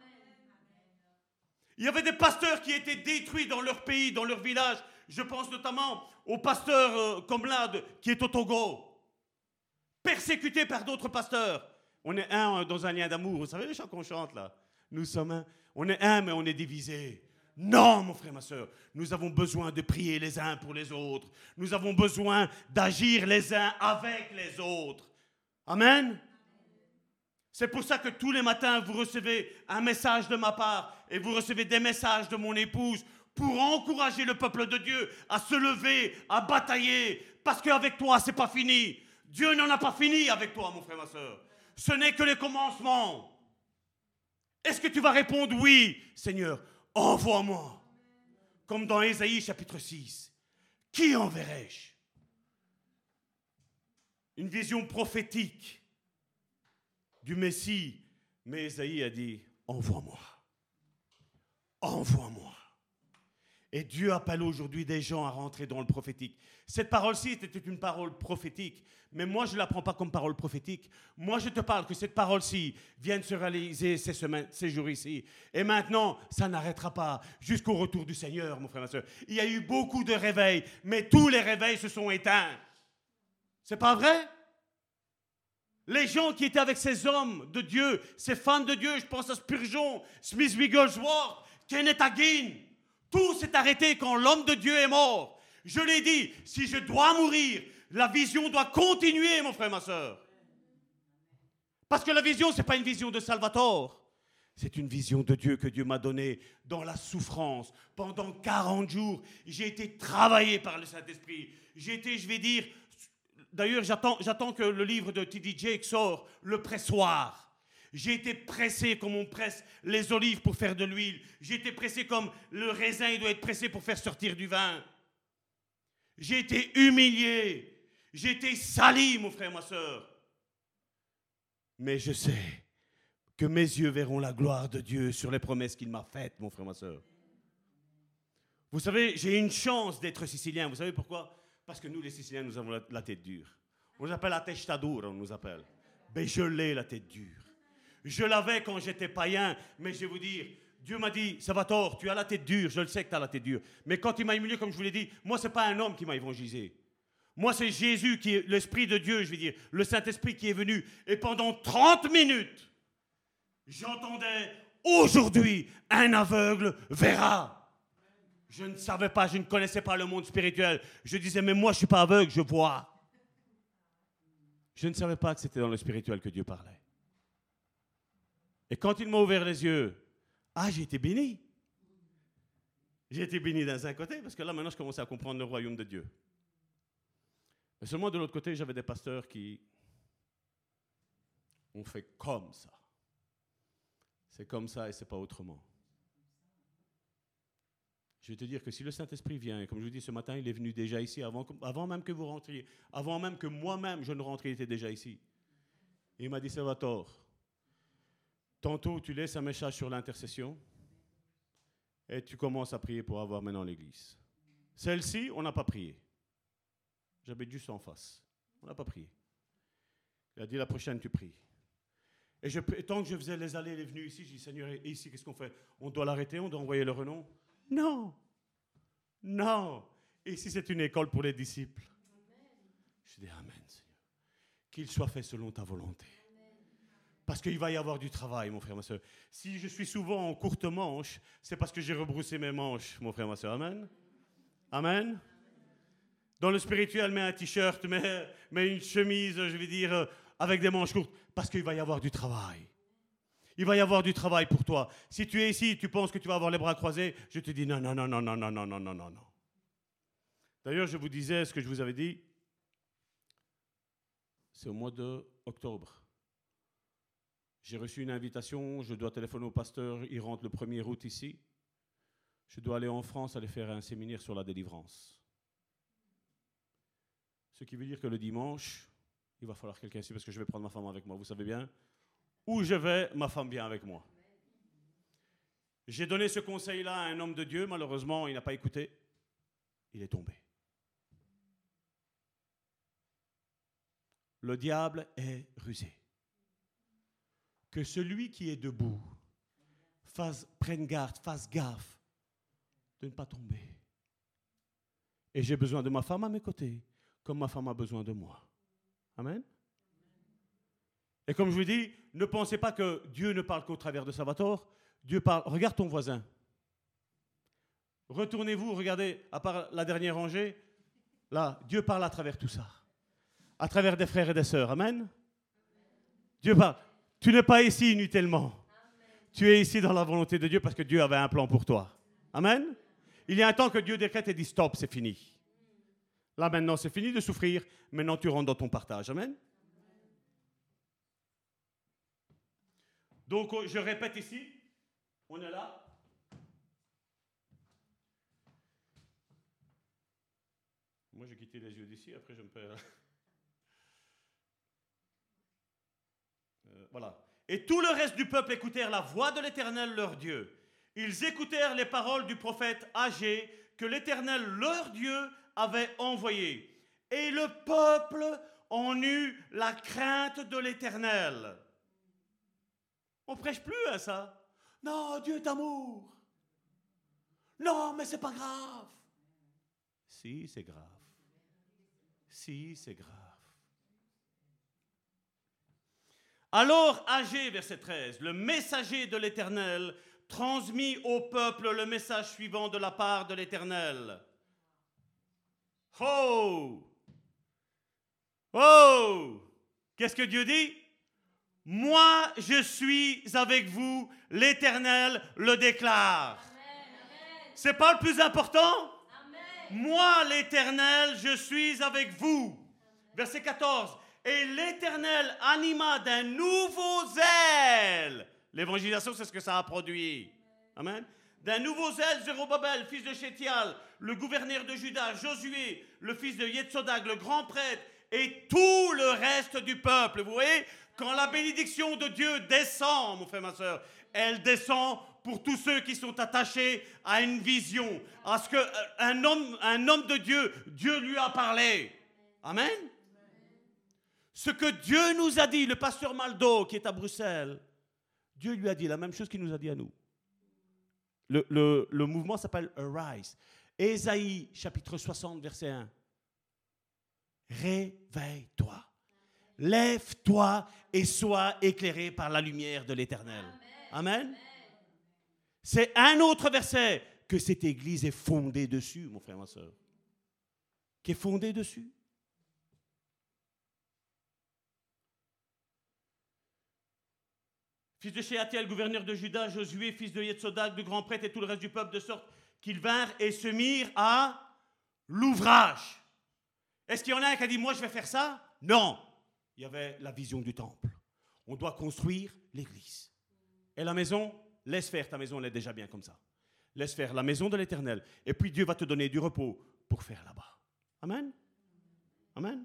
Il y avait des pasteurs qui étaient détruits dans leur pays, dans leur village. Je pense notamment au pasteur Comlade qui est au Togo. Persécuté par d'autres pasteurs. On est un dans un lien d'amour. Vous savez les chants qu'on chante là? Nous sommes un. On est un, mais on est divisés. Non, mon frère, ma soeur. Nous avons besoin de prier les uns pour les autres. Nous avons besoin d'agir les uns avec les autres. Amen. C'est pour ça que tous les matins, vous recevez un message de ma part et vous recevez des messages de mon épouse pour encourager le peuple de Dieu à se lever, à batailler. Parce qu'avec toi, c'est pas fini. Dieu n'en a pas fini avec toi, mon frère, ma soeur. Ce n'est que le commencement. Est-ce que tu vas répondre oui, Seigneur, envoie-moi. Comme dans Ésaïe chapitre 6. Qui enverrai-je? Une vision prophétique du Messie. Mais Ésaïe a dit, envoie-moi. Envoie-moi. Et Dieu appelle aujourd'hui des gens à rentrer dans le prophétique. Cette parole-ci était une parole prophétique. Mais moi, je ne la prends pas comme parole prophétique. Moi, je te parle que cette parole-ci vient de se réaliser ces semaines, ces jours ici. Et maintenant, ça n'arrêtera pas jusqu'au retour du Seigneur, mon frère, ma soeur. Il y a eu beaucoup de réveils, mais tous les réveils se sont éteints. C'est pas vrai? Les gens qui étaient avec ces hommes de Dieu, ces femmes de Dieu, je pense à Spurgeon, Smith Wigglesworth, Kenneth Hagin, tout s'est arrêté quand l'homme de Dieu est mort. Je l'ai dit, si je dois mourir, la vision doit continuer, mon frère, ma soeur. Parce que la vision, ce n'est pas une vision de Salvatore. C'est une vision de Dieu que Dieu m'a donnée dans la souffrance. Pendant 40 jours, j'ai été travaillé par le Saint-Esprit. J'ai été, je vais dire, d'ailleurs, j'attends que le livre de T.D. Jakes sort, Le pressoir. J'ai été pressé comme on presse les olives pour faire de l'huile. J'ai été pressé comme le raisin il doit être pressé pour faire sortir du vin. J'ai été humilié. J'ai été sali, mon frère, ma soeur. Mais je sais que mes yeux verront la gloire de Dieu sur les promesses qu'il m'a faites, mon frère, ma soeur. Vous savez, j'ai une chance d'être sicilien. Vous savez pourquoi? Parce que nous, les Siciliens, nous avons la tête dure. On nous appelle la testa dura, on nous appelle. Ben, je l'ai, la tête dure. Je l'avais quand j'étais païen, mais je vais vous dire, Dieu m'a dit, Salvatore, tu as la tête dure, je le sais que tu as la tête dure. Mais quand il m'a humilié, comme je vous l'ai dit, moi, ce n'est pas un homme qui m'a évangélisé. Moi, c'est Jésus qui est l'Esprit de Dieu, je veux dire, le Saint-Esprit qui est venu. Et pendant 30 minutes, j'entendais, aujourd'hui, un aveugle verra. Je ne savais pas, je ne connaissais pas le monde spirituel. Je disais, mais moi, je ne suis pas aveugle, je vois. Je ne savais pas que c'était dans le spirituel que Dieu parlait. Et quand il m'a ouvert les yeux, j'ai été béni. J'ai été béni d'un côté, parce que là, maintenant, je commençais à comprendre le royaume de Dieu. Mais seulement de l'autre côté, j'avais des pasteurs qui ont fait comme ça. C'est comme ça et c'est pas autrement. Je vais te dire que si le Saint-Esprit vient, et comme je vous dis ce matin, il est venu déjà ici, avant même que vous rentriez, avant même que moi-même je ne rentre, il était déjà ici. Et il m'a dit, Salvatore, tantôt tu laisses un message sur l'intercession et tu commences à prier pour avoir maintenant l'église. Celle-ci, on n'a pas prié. J'habite juste en face. On n'a pas prié. Il a dit, la prochaine, tu pries. Et tant que je faisais les allées et les venues ici, j'ai dit, Seigneur, et ici, qu'est-ce qu'on fait? On doit l'arrêter, on doit envoyer le renom? Non. Non. Ici, c'est une école pour les disciples. Je dis, Amen, Seigneur. Qu'il soit fait selon ta volonté. Parce qu'il va y avoir du travail, mon frère, ma soeur. Si je suis souvent en courte manche, c'est parce que j'ai rebroussé mes manches, mon frère, ma soeur. Amen. Amen. Dans le spirituel, mets un t-shirt, mets une chemise, je vais dire, avec des manches courtes. Parce qu'il va y avoir du travail. Il va y avoir du travail pour toi. Si tu es ici, tu penses que tu vas avoir les bras croisés, je te dis non, non, non, non, non, non, non, non, non, non, non. D'ailleurs, je vous disais ce que je vous avais dit. C'est au mois d'octobre. J'ai reçu une invitation, je dois téléphoner au pasteur, il rentre le 1er août ici. Je dois aller en France, aller faire un séminaire sur la délivrance. Ce qui veut dire que le dimanche, il va falloir quelqu'un ici parce que je vais prendre ma femme avec moi, vous savez bien. Où je vais, ma femme vient avec moi. J'ai donné ce conseil-là à un homme de Dieu, malheureusement, il n'a pas écouté. Il est tombé. Le diable est rusé. Que celui qui est debout prenne garde, fasse gaffe de ne pas tomber. Et j'ai besoin de ma femme à mes côtés, comme ma femme a besoin de moi. Amen. Et comme je vous dis, ne pensez pas que Dieu ne parle qu'au travers de Salvatore. Dieu parle. Regarde ton voisin. Retournez-vous, regardez, à part la dernière rangée, là, Dieu parle à travers tout ça. À travers des frères et des sœurs. Amen. Dieu parle. Tu n'es pas ici inutilement. Tu es ici dans la volonté de Dieu parce que Dieu avait un plan pour toi. Amen. Il y a un temps que Dieu décrète et dit stop, c'est fini. Là maintenant, c'est fini de souffrir. Maintenant, tu rentres dans ton partage. Amen. Donc, je répète ici, on est là. Moi, j'ai quitté les yeux d'ici, après je me perds. Voilà. Et tout le reste du peuple écoutèrent la voix de l'Éternel, leur Dieu. Ils écoutèrent les paroles du prophète Agé que l'Éternel, leur Dieu, avait envoyé. Et le peuple en eut la crainte de l'Éternel. On ne prêche plus à ça. Non, Dieu est amour. Non, mais c'est pas grave. Si, c'est grave. Si, c'est grave. Alors Agé, verset 13, le messager de l'Éternel, transmit au peuple le message suivant de la part de l'Éternel. Oh! Oh! Qu'est-ce que Dieu dit? Moi, je suis avec vous, l'Éternel le déclare. C'est pas le plus important? Amen. Moi, l'Éternel, je suis avec vous. Verset 14. Et l'Éternel anima d'un nouveau zèle. L'évangélisation, c'est ce que ça a produit. Amen. D'un nouveau zèle, Zérubabel, fils de Shétial, le gouverneur de Juda, Josué, le fils de Yetsodag, le grand prêtre, et tout le reste du peuple. Vous voyez, quand la bénédiction de Dieu descend, mon frère, ma soeur, elle descend pour tous ceux qui sont attachés à une vision, à ce qu'un homme de Dieu, Dieu lui a parlé. Amen. Ce que Dieu nous a dit, le pasteur Maldo qui est à Bruxelles, Dieu lui a dit la même chose qu'il nous a dit à nous. Le mouvement s'appelle Arise. Ésaïe, chapitre 60, verset 1. Réveille-toi. Lève-toi et sois éclairé par la lumière de l'Éternel. Amen. Amen. C'est un autre verset que cette église est fondée dessus, mon frère, ma soeur. Qui est fondée dessus. Fils de Shéatiel, gouverneur de Juda, Josué, fils de Yetsodag, du grand prêtre et tout le reste du peuple, de sorte qu'ils vinrent et se mirent à l'ouvrage. Est-ce qu'il y en a un qui a dit, moi je vais faire ça? Non. Il y avait la vision du temple. On doit construire l'église. Et la maison, laisse faire, ta maison elle est déjà bien comme ça. Laisse faire la maison de l'Éternel. Et puis Dieu va te donner du repos pour faire là-bas. Amen. Amen.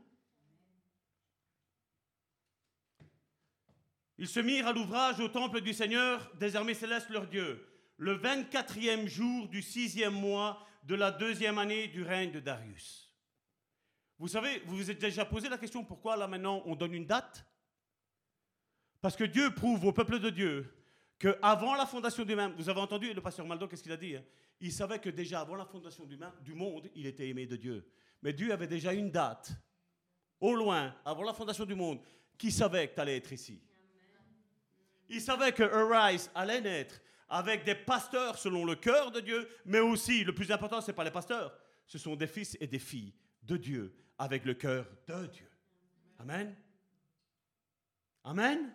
Ils se mirent à l'ouvrage au temple du Seigneur des armées célestes leur Dieu, le 24e jour du 6e mois de la 2e année du règne de Darius. Vous savez, vous vous êtes déjà posé la question pourquoi là maintenant on donne une date? Parce que Dieu prouve au peuple de Dieu qu'avant la fondation du monde, vous avez entendu le pasteur Maldo, qu'est-ce qu'il a dit, hein? Il savait que déjà avant la fondation du monde, il était aimé de Dieu. Mais Dieu avait déjà une date, au loin, avant la fondation du monde, qui savait que tu allais être ici. Il savait que Arise allait naître avec des pasteurs selon le cœur de Dieu, mais aussi, le plus important, ce n'est pas les pasteurs, ce sont des fils et des filles de Dieu avec le cœur de Dieu. Amen. Amen.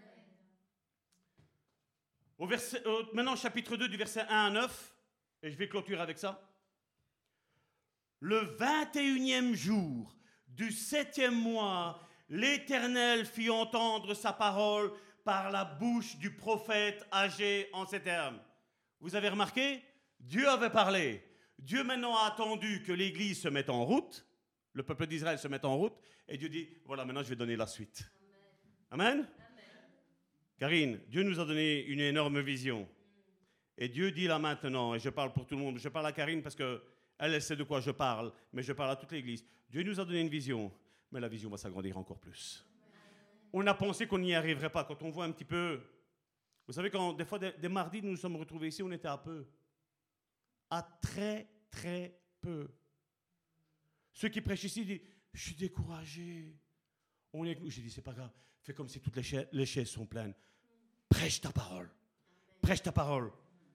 Maintenant, chapitre 2, du verset 1 à 9, et je vais clôturer avec ça. Le 21e jour du 7e mois, l'Éternel fit entendre sa parole par la bouche du prophète Agé en ces termes. Vous avez remarqué? Dieu avait parlé. Dieu maintenant a attendu que l'Église se mette en route, le peuple d'Israël se mette en route, et Dieu dit, voilà, maintenant je vais donner la suite. Amen. Amen. Karine, Dieu nous a donné une énorme vision. Et Dieu dit là maintenant, et je parle pour tout le monde, je parle à Karine parce qu'elle sait de quoi je parle, mais je parle à toute l'Église. Dieu nous a donné une vision, mais la vision va s'agrandir encore plus. On a pensé qu'on n'y arriverait pas. Quand on voit un petit peu... Vous savez, quand des fois, des mardis, nous nous sommes retrouvés ici, on était à peu. À très, très peu. Ceux qui prêchent ici disent, je suis découragé. On est avec nous. J'ai dit, c'est pas grave. Fais comme si toutes les chaises sont pleines. Prêche ta parole. Prêche ta parole.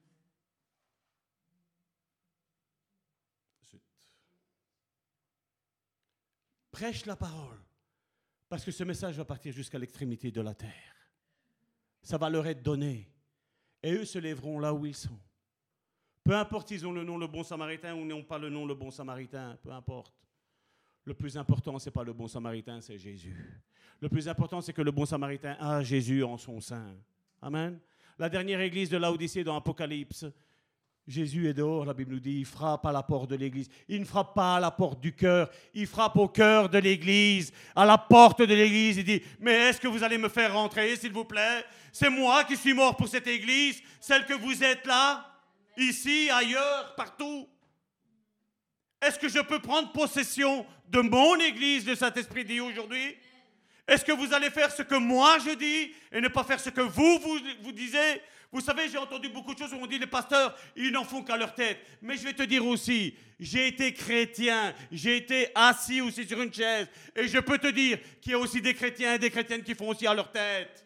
Prêche la parole. Parce que ce message va partir jusqu'à l'extrémité de la terre. Ça va leur être donné. Et eux se lèveront là où ils sont. Peu importe s'ils ont le nom le bon samaritain ou n'ont pas le nom le bon samaritain. Peu importe. Le plus important, ce n'est pas le bon samaritain, c'est Jésus. Le plus important, c'est que le bon samaritain a Jésus en son sein. Amen. La dernière église de Laodicée dans Apocalypse, Jésus est dehors, la Bible nous dit, il frappe à la porte de l'église. Il ne frappe pas à la porte du cœur, il frappe au cœur de l'église, à la porte de l'église. Il dit, mais est-ce que vous allez me faire rentrer, s'il vous plaît? C'est moi qui suis mort pour cette église, celle que vous êtes là, ici, ailleurs, partout. Est-ce que je peux prendre possession de mon église, le Saint-Esprit dit aujourd'hui? Est-ce que vous allez faire ce que moi je dis et ne pas faire ce que vous disiez? Vous savez, j'ai entendu beaucoup de choses où on dit les pasteurs, ils n'en font qu'à leur tête. Mais je vais te dire aussi, j'ai été chrétien, j'ai été assis aussi sur une chaise. Et je peux te dire qu'il y a aussi des chrétiens et des chrétiennes qui font aussi à leur tête.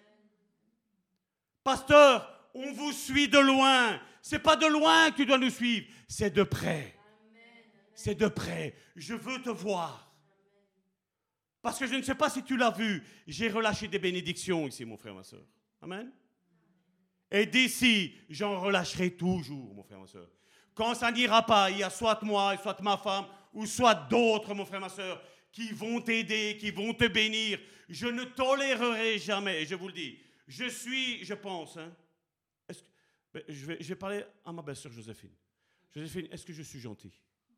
Pasteur, on vous suit de loin. C'est pas de loin que tu dois nous suivre, c'est de près. C'est de près. Je veux te voir. Parce que je ne sais pas si tu l'as vu, j'ai relâché des bénédictions ici, mon frère, ma soeur. Amen. Et d'ici, j'en relâcherai toujours, mon frère, ma soeur. Quand ça n'ira pas, il y a soit moi, soit ma femme, ou soit d'autres, mon frère, ma soeur, qui vont t'aider, qui vont te bénir. Je ne tolérerai jamais, et je vous le dis, je pense, hein, je vais parler à ma belle-sœur Joséphine. Joséphine, est-ce que je suis gentil?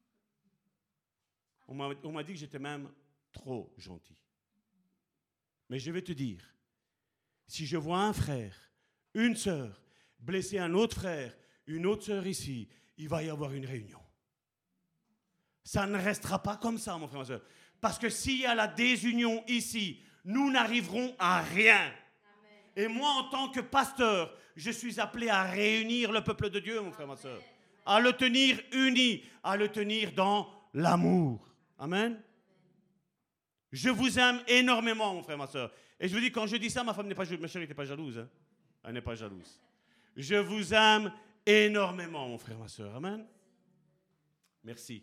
On m'a dit que j'étais même trop gentil. Mais je vais te dire, si je vois un frère, une sœur, blesser un autre frère, une autre sœur ici, il va y avoir une réunion. Ça ne restera pas comme ça, mon frère, ma sœur. Parce que s'il y a la désunion ici, nous n'arriverons à rien. Amen. Et moi, en tant que pasteur, je suis appelé à réunir le peuple de Dieu, mon frère, ma sœur. À le tenir uni, à le tenir dans l'amour. Amen. Je vous aime énormément, mon frère, ma soeur. Et je vous dis, quand je dis ça, ma femme n'est pas jalouse. Ma chérie n'est pas jalouse. Hein? Elle n'est pas jalouse. Je vous aime énormément, mon frère, ma soeur. Amen. Merci.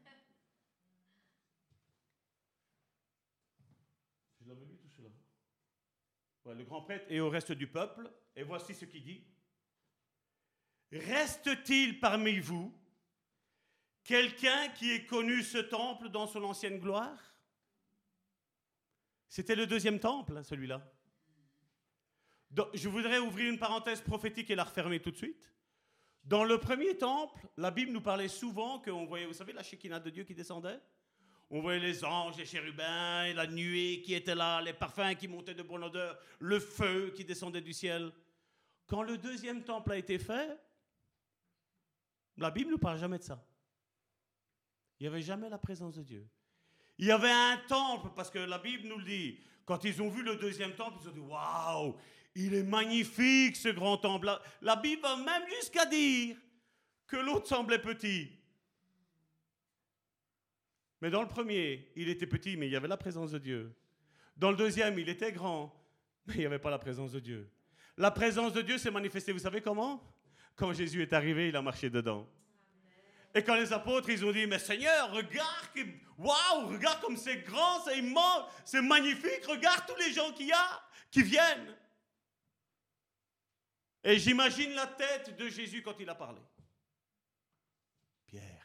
Je l'avais lu tout cela. Ouais, le grand prêtre et au reste du peuple. Et voici ce qu'il dit. Reste-t-il parmi vous quelqu'un qui ait connu ce temple dans son ancienne gloire? C'était le deuxième temple, hein, celui-là. Donc, je voudrais ouvrir une parenthèse prophétique et la refermer tout de suite. Dans le premier temple, la Bible nous parlait souvent qu'on voyait, vous savez, la Shekinah de Dieu qui descendait. On voyait les anges, les chérubins, et la nuée qui était là, les parfums qui montaient de bonne odeur, le feu qui descendait du ciel. Quand le deuxième temple a été fait, la Bible ne nous parle jamais de ça. Il n'y avait jamais la présence de Dieu. Il y avait un temple, parce que la Bible nous le dit, Quand ils ont vu le deuxième temple, ils ont dit « Waouh, il est magnifique ce grand temple. » La Bible va même jusqu'à dire que l'autre semblait petit. Mais dans le premier, il était petit, mais il y avait la présence de Dieu. Dans le deuxième, il était grand, mais il n'y avait pas la présence de Dieu. La présence de Dieu s'est manifestée, vous savez comment? Quand Jésus est arrivé, il a marché dedans. Et quand les apôtres, ils ont dit, mais Seigneur, regarde, waouh, regarde comme c'est grand, c'est immense, c'est magnifique, regarde tous les gens qu'il y a, qui viennent. Et j'imagine la tête de Jésus quand il a parlé. Pierre,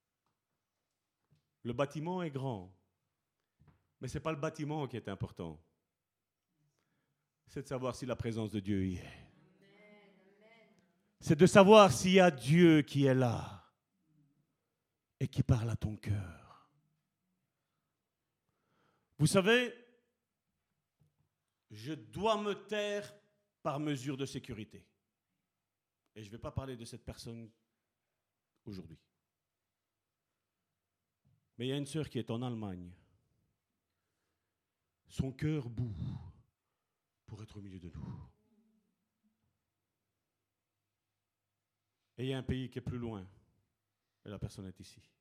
le bâtiment est grand, mais ce n'est pas le bâtiment qui est important. C'est de savoir si la présence de Dieu y est. C'est de savoir s'il y a Dieu qui est là et qui parle à ton cœur. Vous savez, je dois me taire par mesure de sécurité. Et je ne vais pas parler de cette personne aujourd'hui. Mais il y a une sœur qui est en Allemagne. Son cœur bout pour être au milieu de nous. Et il y a un pays qui est plus loin. Et la personne est ici.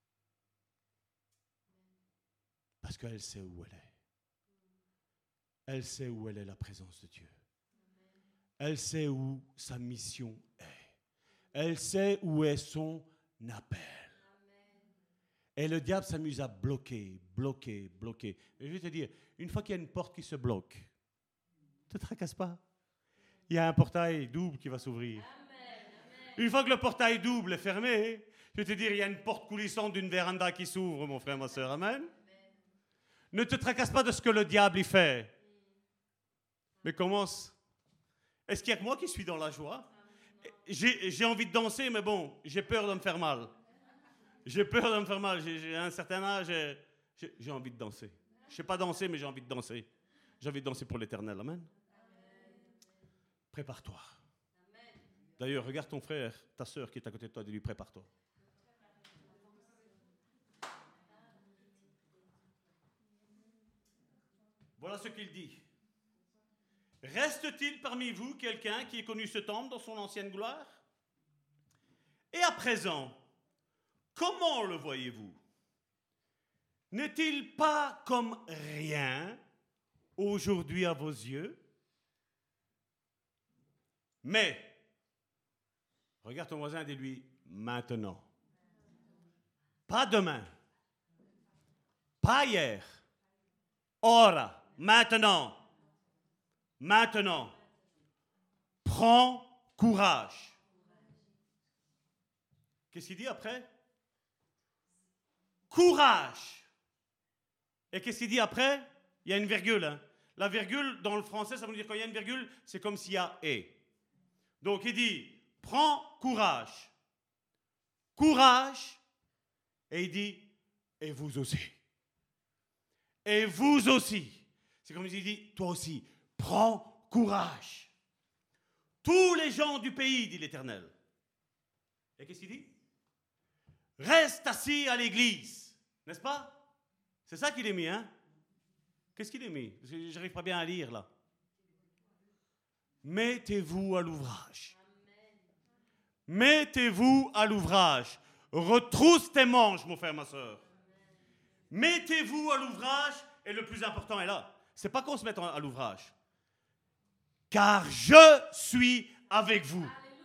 Parce qu'elle sait où elle est. Elle sait où elle est, la présence de Dieu. Elle sait où sa mission est. Elle sait où est son appel. Et le diable s'amuse à bloquer. Et je vais te dire, une fois qu'il y a une porte qui se bloque, ne te tracasse pas. Il y a un portail double qui va s'ouvrir. Une fois que le portail double est fermé, je vais te dire, il y a une porte coulissante d'une véranda qui s'ouvre, mon frère, ma soeur. Amen. Ne te tracasse pas de ce que le diable y fait. Mais commence. Est-ce qu'il y a que moi qui suis dans la joie? J'ai envie de danser, mais bon, j'ai peur de me faire mal. J'ai un certain âge, j'ai envie de danser. Je ne sais pas danser, mais j'ai envie de danser. J'ai envie de danser pour l'éternel. Amen. Prépare-toi. D'ailleurs, regarde ton frère, ta sœur qui est à côté de toi, dis-lui, prépare-toi. Voilà ce qu'il dit. Reste-t-il parmi vous quelqu'un qui ait connu ce temple dans son ancienne gloire? Et à présent, comment le voyez-vous? N'est-il pas comme rien aujourd'hui à vos yeux? Mais, regarde ton voisin et dis-lui, maintenant. Pas demain. Pas hier. Ora, maintenant. Maintenant. Prends courage. Qu'est-ce qu'il dit après? Courage. Et qu'est-ce qu'il dit après? Il y a une virgule. Hein. La virgule, dans le français, ça veut dire quand il y a une virgule, c'est comme s'il y a « et ». Donc il dit, prends courage. Courage. Et il dit, et vous aussi. Et vous aussi. C'est comme s'il dit, toi aussi, prends courage. Tous les gens du pays, dit l'Éternel. Et qu'est-ce qu'il dit? Reste assis à l'église. N'est-ce pas? C'est ça qu'il est mis, hein? Qu'est-ce qu'il est mis? Parce que j'arrive pas bien à lire, là. Mettez-vous à l'ouvrage. Mettez-vous à l'ouvrage. Retrousse tes manches, mon frère, ma soeur. Mettez-vous à l'ouvrage, et le plus important est là. C'est pas qu'on se mette à l'ouvrage. Car je suis avec vous.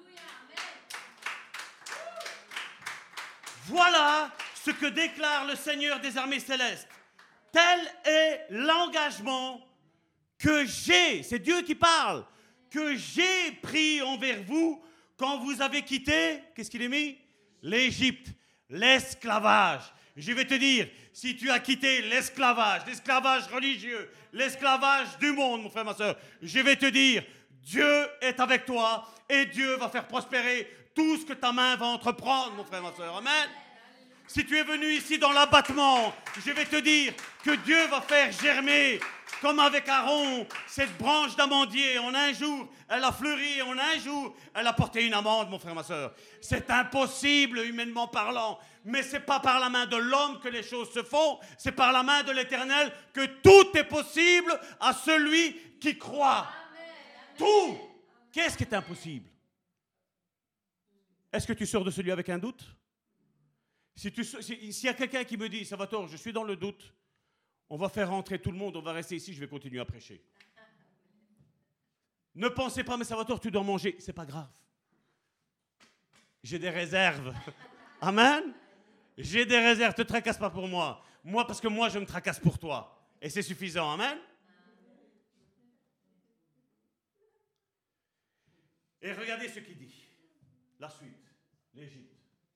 Voilà ce que déclare le Seigneur des armées célestes. Tel est l'engagement que j'ai, c'est Dieu qui parle, que j'ai pris envers vous quand vous avez quitté, qu'est-ce qu'il est mis? L'Égypte, l'esclavage. Je vais te dire, si tu as quitté l'esclavage religieux, l'esclavage du monde, mon frère, ma soeur, je vais te dire, Dieu est avec toi et Dieu va faire prospérer tout ce que ta main va entreprendre, mon frère, ma soeur. Amen. Si tu es venu ici dans l'abattement, je vais te dire que Dieu va faire germer Comme avec Aaron, cette branche d'amandier, en un jour, elle a fleuri, en un jour, elle a porté une amande, mon frère, ma soeur. C'est impossible, humainement parlant. Mais ce n'est pas par la main de l'homme que les choses se font, c'est par la main de l'Éternel que tout est possible à celui qui croit. Tout. Qu'est-ce qui est impossible? Est-ce que tu sors de ce lieu avec un doute? S'il y a quelqu'un qui me dit, Salvatore, je suis dans le doute, on va faire rentrer tout le monde, on va rester ici, je vais continuer à prêcher. Ne pensez pas, mais Salvatore, tu dois manger. C'est pas grave. J'ai des réserves. Amen. J'ai des réserves, ne te tracasse pas pour moi. Moi, parce que moi, je me tracasse pour toi. Et c'est suffisant. Amen. Et regardez ce qu'il dit. La suite. L'Égypte.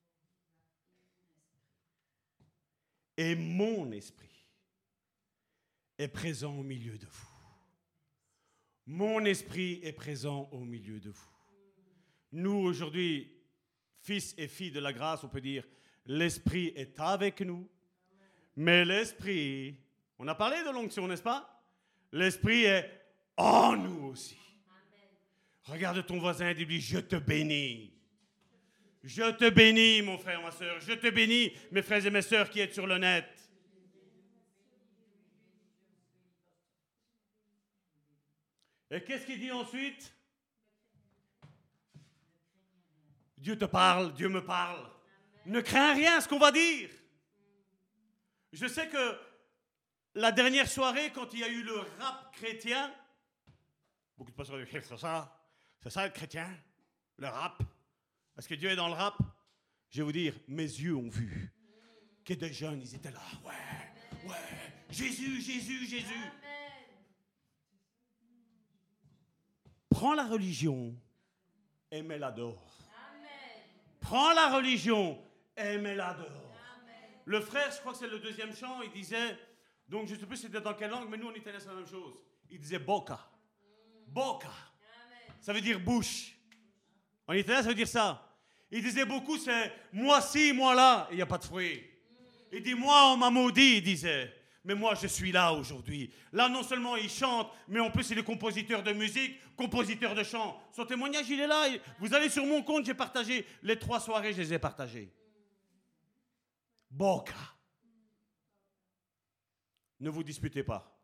Et mon esprit est présent au milieu de vous. Mon esprit est présent au milieu de vous. Nous, aujourd'hui, fils et filles de la grâce, on peut dire, l'esprit est avec nous, mais l'esprit, on a parlé de l'onction, n'est-ce pas? L'esprit est en nous aussi. Regarde ton voisin et dis-lui, je te bénis. Je te bénis, mon frère, ma soeur. Je te bénis, mes frères et mes sœurs qui êtes sur le net. Et qu'est-ce qu'il dit ensuite? Dieu te parle, Dieu me parle. Ne crains rien à ce qu'on va dire. Je sais que la dernière soirée, quand il y a eu le rap chrétien, beaucoup de pasteurs disent, c'est ça être chrétien, le rap. Est-ce que Dieu est dans le rap? Je vais vous dire, mes yeux ont vu que des jeunes, ils étaient là, ouais, Jésus, Jésus, Jésus. Prends la religion et mets-la dehors. Prends la religion et mets-la dehors. Le frère, je crois que c'est le deuxième chant, il disait, donc je ne sais plus c'était dans quelle langue, mais nous en italien c'est la même chose. Il disait bocca. Bocca. Ça veut dire bouche. En italien ça veut dire ça. Il disait beaucoup, c'est moi ci, moi là, et il n'y a pas de fruit. Il dit, moi on m'a maudit, il disait. Mais moi, je suis là aujourd'hui. Là, non seulement il chante, mais en plus, il est compositeur de musique, compositeur de chant. Son témoignage, il est là. Vous allez sur mon compte, j'ai partagé. Les 3 soirées, je les ai partagées. Bocca. Ne vous disputez pas.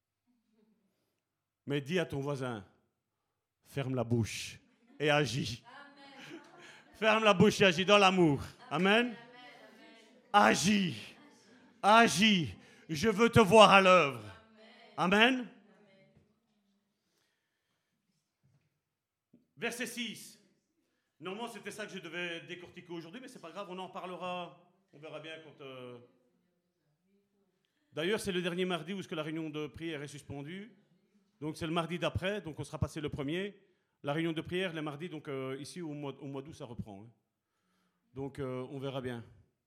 Mais dis à ton voisin, ferme la bouche et agis. Ferme la bouche et agis dans l'amour. Amen. Agis. Agis. Je veux te voir à l'œuvre. Amen. Verset 6. Normalement, c'était ça que je devais décortiquer aujourd'hui, mais c'est pas grave, on en parlera. On verra bien quand... D'ailleurs, c'est le dernier mardi où la réunion de prière est suspendue. Donc, c'est le mardi d'après, donc on sera passé le premier. La réunion de prière, les mardis, donc ici, au mois d'août, ça reprend. Hein. Donc, on verra bien.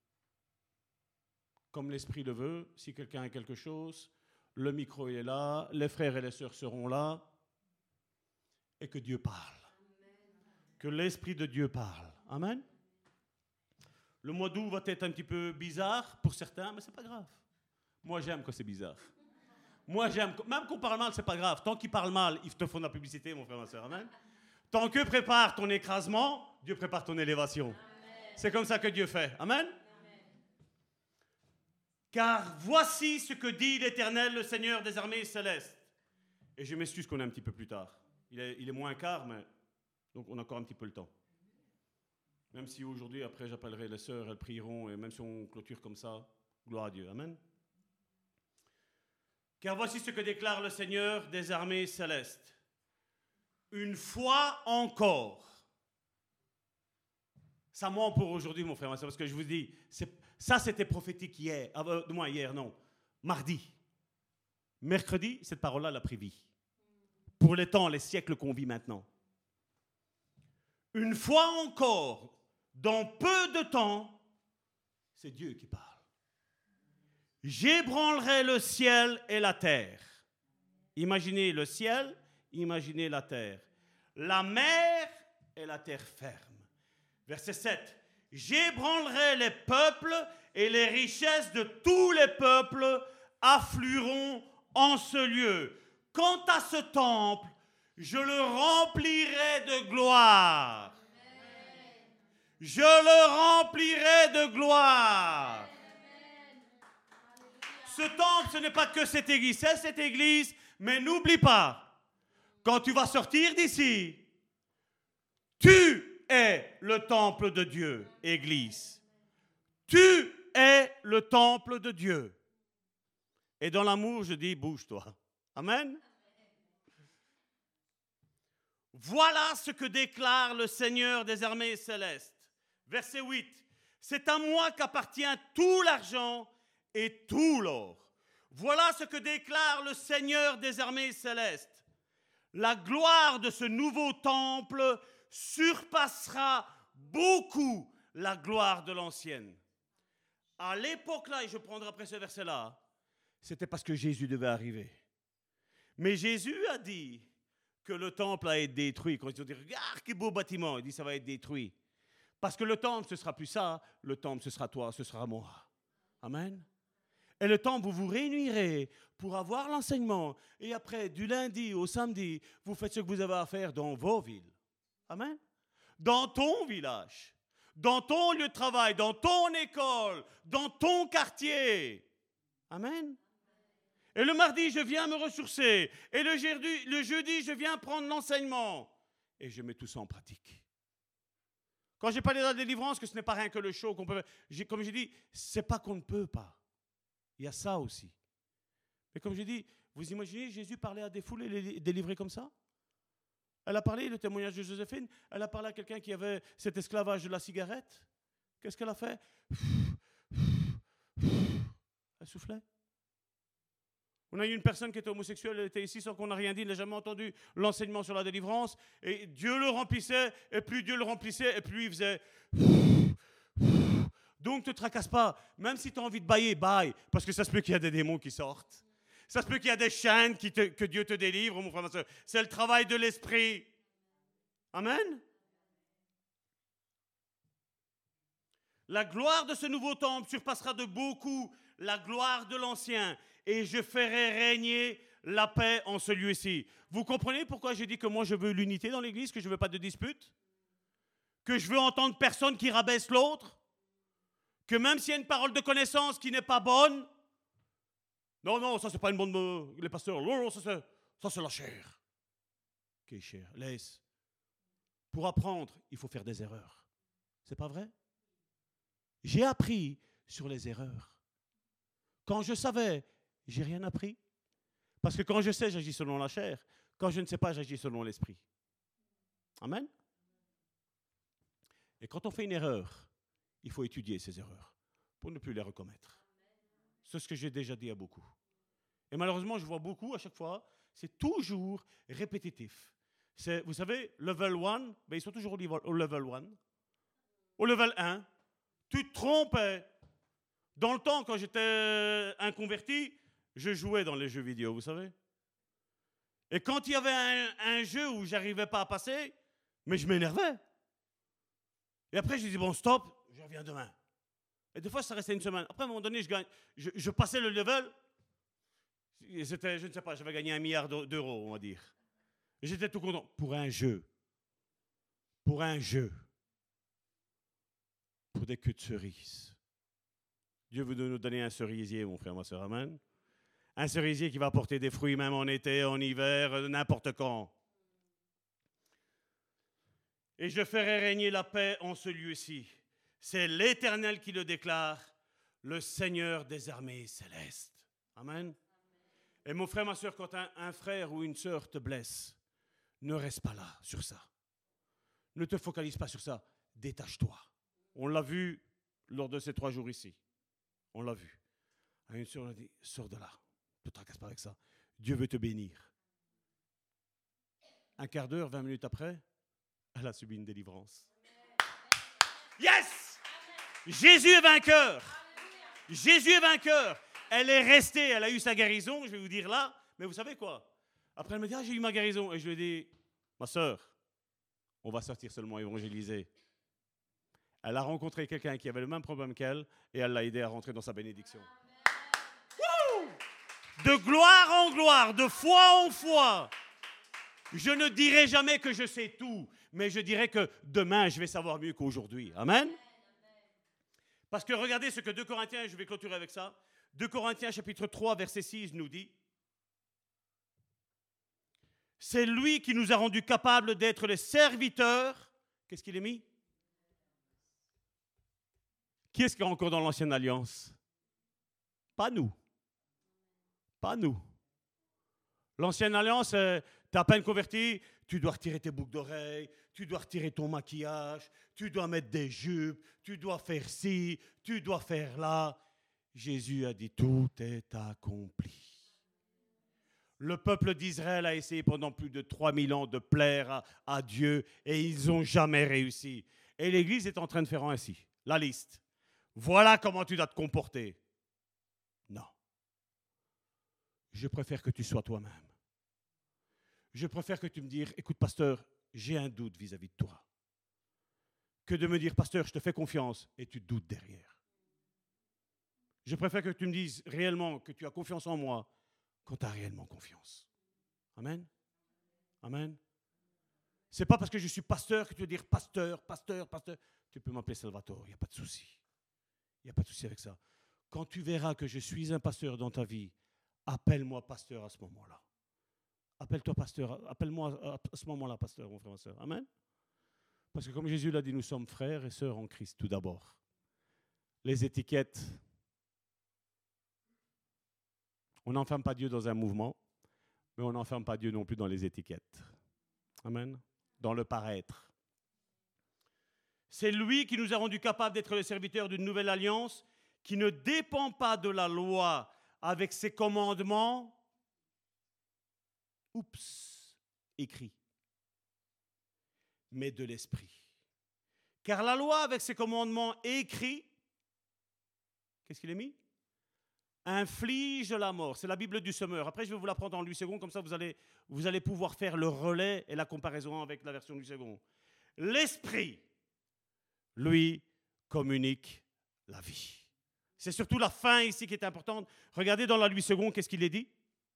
Comme l'Esprit le veut, si quelqu'un a quelque chose, le micro est là, les frères et les sœurs seront là, et que Dieu parle. Amen. Que l'Esprit de Dieu parle. Amen. Le mois d'août va être un petit peu bizarre pour certains, mais c'est pas grave. Moi, j'aime quand c'est bizarre. Moi, j'aime, même qu'on parle mal, c'est pas grave. Tant qu'il parle mal, il te faut de la publicité, mon frère, ma soeur. Amen. Tant que prépare ton écrasement, Dieu prépare ton élévation. Amen. C'est comme ça que Dieu fait. Amen. Car voici ce que dit l'Éternel, le Seigneur des armées célestes. Et je m'excuse qu'on est un petit peu plus tard. Il est moins quart, mais donc on a encore un petit peu le temps. Même si aujourd'hui, après, j'appellerai les sœurs, elles prieront, et même si on clôture comme ça, gloire à Dieu. Amen. Car voici ce que déclare le Seigneur des armées célestes. Une fois encore. Ça ment pour aujourd'hui, mon frère, parce que je vous dis, ça c'était prophétique hier, mardi. Mercredi, cette parole-là l'a pris vie. Pour les temps, les siècles qu'on vit maintenant. Une fois encore, dans peu de temps, c'est Dieu qui parle. J'ébranlerai le ciel et la terre. Imaginez le ciel, imaginez la terre. La mer et la terre ferme. Verset 7. J'ébranlerai les peuples et les richesses de tous les peuples afflueront en ce lieu. Quant à ce temple, je le remplirai de gloire. Je le remplirai de gloire. Ce temple, ce n'est pas que cette église, c'est cette église, mais n'oublie pas, quand tu vas sortir d'ici, tu es le temple de Dieu, église. Tu es le temple de Dieu. Et dans l'amour, je dis, bouge-toi. Amen. Voilà ce que déclare le Seigneur des armées célestes. Verset 8. C'est à moi qu'appartient tout l'argent et tout l'or. Voilà ce que déclare le Seigneur des armées célestes. La gloire de ce nouveau temple surpassera beaucoup la gloire de l'ancienne. À l'époque-là, et je prendrai après ce verset-là, c'était parce que Jésus devait arriver. Mais Jésus a dit que le temple a été détruit. Quand ils ont dit, regarde quel beau bâtiment, il dit, ça va être détruit. Parce que le temple, ce ne sera plus ça. Le temple, ce sera toi, ce sera moi. Amen. Et le temple, vous vous réunirez pour avoir l'enseignement. Et après, du lundi au samedi, vous faites ce que vous avez à faire dans vos villes. Amen. Dans ton village, dans ton lieu de travail, dans ton école, dans ton quartier. Amen. Et le mardi, je viens me ressourcer. Et le jeudi, je viens prendre l'enseignement. Et je mets tout ça en pratique. Quand j'ai parlé de la délivrance, que ce n'est pas rien que le show qu'on peut faire. Comme j'ai dit, c'est pas qu'on ne peut pas. Il y a ça aussi. Mais comme j'ai dit, vous imaginez Jésus parler à des foules et les délivrer comme ça? Elle a parlé, le témoignage de Joséphine, elle a parlé à quelqu'un qui avait cet esclavage de la cigarette. Qu'est-ce qu'elle a fait? Elle soufflait. On a eu une personne qui était homosexuelle, elle était ici sans qu'on n'a rien dit, elle n'a jamais entendu l'enseignement sur la délivrance. Et Dieu le remplissait, et plus Dieu le remplissait, et plus il faisait... Donc, ne te tracasse pas. Même si tu as envie de bailler, baille. Parce que ça se peut qu'il y a des démons qui sortent. Ça se peut qu'il y a des chaînes que Dieu te délivre, mon frère, ma soeur. C'est le travail de l'esprit. Amen. La gloire de ce nouveau temple surpassera de beaucoup la gloire de l'ancien. Et je ferai régner la paix en ce lieu-ci. Vous comprenez pourquoi j'ai dit que moi je veux l'unité dans l'église, que je ne veux pas de dispute? Que je veux entendre personne qui rabaisse l'autre? Que même s'il y a une parole de connaissance qui n'est pas bonne, non, ça c'est pas une bonne... les pasteurs, non, ça c'est la chair. Qui est chair? Laisse. Pour apprendre, il faut faire des erreurs. C'est pas vrai? J'ai appris sur les erreurs. Quand je savais, j'ai rien appris. Parce que quand je sais, j'agis selon la chair. Quand je ne sais pas, j'agis selon l'esprit. Amen. Et quand on fait une erreur, il faut étudier ces erreurs pour ne plus les recommettre. C'est ce que j'ai déjà dit à beaucoup. Et malheureusement, je vois beaucoup à chaque fois, c'est toujours répétitif. C'est, vous savez, level 1, ben ils sont toujours au level 1. Au level 1, tu te trompais. Dans le temps, quand j'étais inconverti, je jouais dans les jeux vidéo, vous savez. Et quand il y avait un jeu où je n'arrivais pas à passer, mais je m'énervais. Et après, je dis bon, stop, je reviens demain. Et des fois, ça restait une semaine. Après, à un moment donné, je passais le level. Et c'était, je ne sais pas, j'avais gagné 1 milliard d'euros, on va dire. Et j'étais tout content. Pour un jeu. Pour un jeu. Pour des queues de cerises. Dieu veut nous donner un cerisier, mon frère, ma soeur, amen. Un cerisier qui va porter des fruits même en été, en hiver, n'importe quand. Et je ferai régner la paix en ce lieu-ci. C'est l'Éternel qui le déclare, le Seigneur des armées célestes. Amen. Et mon frère, ma soeur, quand un frère ou une sœur te blesse, ne reste pas là sur ça. Ne te focalise pas sur ça. Détache-toi. On l'a vu lors de ces 3 jours ici. On l'a vu. À une sœur, on a dit, sors de là. Ne te tracasse pas avec ça. Dieu veut te bénir. Un quart d'heure, 20 minutes après, elle a subi une délivrance. Yes! Jésus est vainqueur. Jésus est vainqueur. Elle est restée, elle a eu sa guérison, je vais vous dire là. Mais vous savez quoi? Après, elle me dit, j'ai eu ma guérison. Et je lui ai dit, ma sœur, on va sortir seulement évangéliser. Elle a rencontré quelqu'un qui avait le même problème qu'elle et elle l'a aidé à rentrer dans sa bénédiction. Wouh! de gloire en gloire, de foi en foi. Je ne dirai jamais que je sais tout, mais je dirai que demain, je vais savoir mieux qu'aujourd'hui. Amen. Parce que regardez ce que 2 Corinthiens, je vais clôturer avec ça, 2 Corinthiens chapitre 3, verset 6 nous dit. C'est lui qui nous a rendus capables d'être les serviteurs. Qu'est-ce qu'il est mis? Qui est-ce qui est encore dans l'ancienne alliance? Pas nous. Pas nous. L'ancienne alliance, tu es à peine converti, tu dois retirer tes boucles d'oreilles, tu dois retirer ton maquillage, tu dois mettre des jupes, tu dois faire ci, tu dois faire là. Jésus a dit, tout est accompli. Le peuple d'Israël a essayé pendant plus de 3000 ans de plaire à Dieu et ils n'ont jamais réussi. Et l'Église est en train de faire ainsi, la liste. Voilà comment tu dois te comporter. Non. Je préfère que tu sois toi-même. Je préfère que tu me dises, écoute pasteur, j'ai un doute vis-à-vis de toi. Que de me dire, pasteur, je te fais confiance et tu doutes derrière. Je préfère que tu me dises réellement que tu as confiance en moi quand tu as réellement confiance. Amen. Amen. Ce n'est pas parce que je suis pasteur que tu veux dire pasteur, pasteur, pasteur. Tu peux m'appeler Salvatore, il n'y a pas de souci. Il n'y a pas de souci avec ça. Quand tu verras que je suis un pasteur dans ta vie, appelle-moi pasteur à ce moment-là. Appelle-toi pasteur, appelle-moi à ce moment-là pasteur, mon frère, ma soeur. Amen. Parce que comme Jésus l'a dit, nous sommes frères et sœurs en Christ tout d'abord. Les étiquettes, on n'enferme pas Dieu dans un mouvement, mais on n'enferme pas Dieu non plus dans les étiquettes. Amen. Dans le paraître. C'est lui qui nous a rendus capables d'être les serviteurs d'une nouvelle alliance qui ne dépend pas de la loi avec ses commandements, écrits, mais de l'esprit. Car la loi avec ses commandements écrits, qu'est-ce qu'il est mis? Inflige la mort. C'est la Bible du semeur. Après, je vais vous la prendre en 8 secondes, comme ça vous allez pouvoir faire le relais et la comparaison avec la version du second. L'esprit, lui, communique la vie. C'est surtout la fin ici qui est importante. Regardez dans la 8 secondes, qu'est-ce qu'il est dit?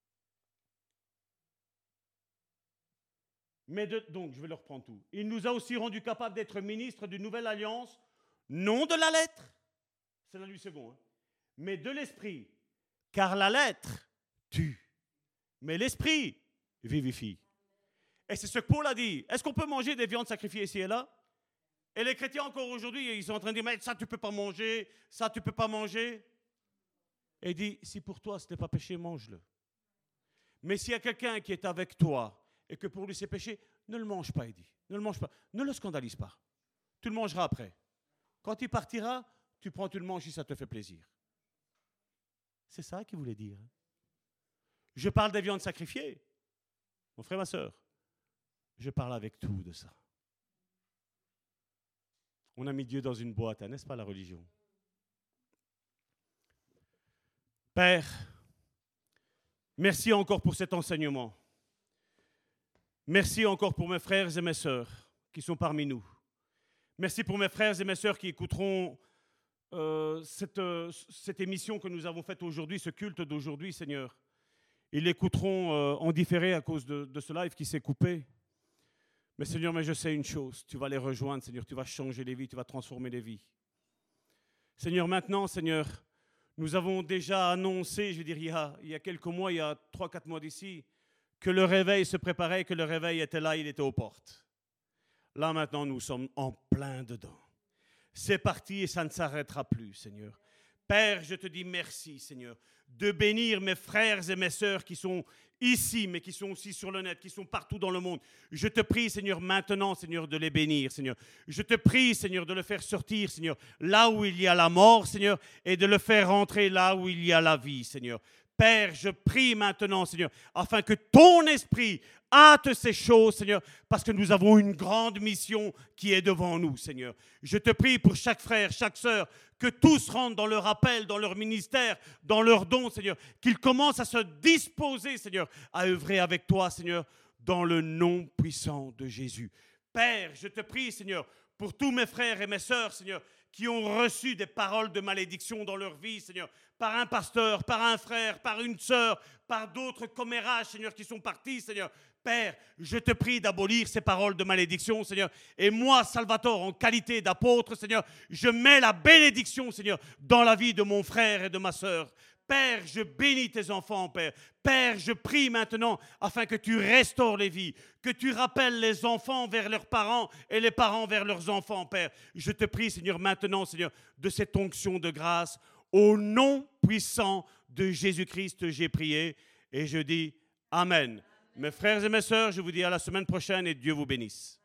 Donc, je vais le reprendre tout. Il nous a aussi rendus capables d'être ministres d'une nouvelle alliance, non de la lettre, c'est la 8 secondes, mais de l'esprit. Car la lettre tue, mais l'esprit vivifie. Et c'est ce que Paul a dit. Est-ce qu'on peut manger des viandes sacrifiées ici et là? Et les chrétiens encore aujourd'hui, ils sont en train de dire, mais ça tu peux pas manger, ça tu peux pas manger. Et il dit, si pour toi ce n'est pas péché, mange-le. Mais s'il y a quelqu'un qui est avec toi et que pour lui c'est péché, ne le mange pas, il dit. Ne le mange pas. Ne le scandalise pas. Tu le mangeras après. Quand il partira, tu prends, tu le manges si ça te fait plaisir. C'est ça qu'il voulait dire. Je parle des viandes sacrifiées. Mon frère, ma soeur, je parle avec tout de ça. On a mis Dieu dans une boîte, hein, n'est-ce pas la religion? Père, merci encore pour cet enseignement. Merci encore pour mes frères et mes sœurs qui sont parmi nous. Merci pour mes frères et mes sœurs qui écouteront cette émission que nous avons faite aujourd'hui, ce culte d'aujourd'hui, Seigneur. Ils l'écouteront en différé à cause de ce live qui s'est coupé. Mais Seigneur, je sais une chose, tu vas les rejoindre, Seigneur, tu vas changer les vies, tu vas transformer les vies. Seigneur, maintenant, Seigneur, nous avons déjà annoncé, je veux dire, il y a quelques mois, il y a 3-4 mois d'ici, que le réveil se préparait, que le réveil était là, il était aux portes. Là, maintenant, nous sommes en plein dedans. C'est parti et ça ne s'arrêtera plus, Seigneur. Père, je te dis merci, Seigneur, de bénir mes frères et mes sœurs qui sont ici, mais qui sont aussi sur le net, qui sont partout dans le monde. Je te prie, Seigneur, maintenant, Seigneur, de les bénir, Seigneur. Je te prie, Seigneur, de le faire sortir, Seigneur, là où il y a la mort, Seigneur, et de le faire rentrer là où il y a la vie, Seigneur. Père, je prie maintenant, Seigneur, afin que ton esprit hâte ces choses, Seigneur, parce que nous avons une grande mission qui est devant nous, Seigneur. Je te prie pour chaque frère, chaque sœur, que tous rentrent dans leur appel, dans leur ministère, dans leurs dons, Seigneur, qu'ils commencent à se disposer, Seigneur, à œuvrer avec toi, Seigneur, dans le nom puissant de Jésus. Père, je te prie, Seigneur, pour tous mes frères et mes sœurs, Seigneur, qui ont reçu des paroles de malédiction dans leur vie, Seigneur, par un pasteur, par un frère, par une sœur, par d'autres commérages, Seigneur, qui sont partis, Seigneur. Père, je te prie d'abolir ces paroles de malédiction, Seigneur. Et moi, Salvatore, en qualité d'apôtre, Seigneur, je mets la bénédiction, Seigneur, dans la vie de mon frère et de ma sœur. Père, je bénis tes enfants, Père. Père, je prie maintenant afin que tu restaures les vies, que tu rappelles les enfants vers leurs parents et les parents vers leurs enfants, Père. Je te prie, Seigneur, maintenant, Seigneur, de cette onction de grâce. Au nom puissant de Jésus-Christ, j'ai prié et je dis Amen. Mes frères et mes sœurs, je vous dis à la semaine prochaine et Dieu vous bénisse.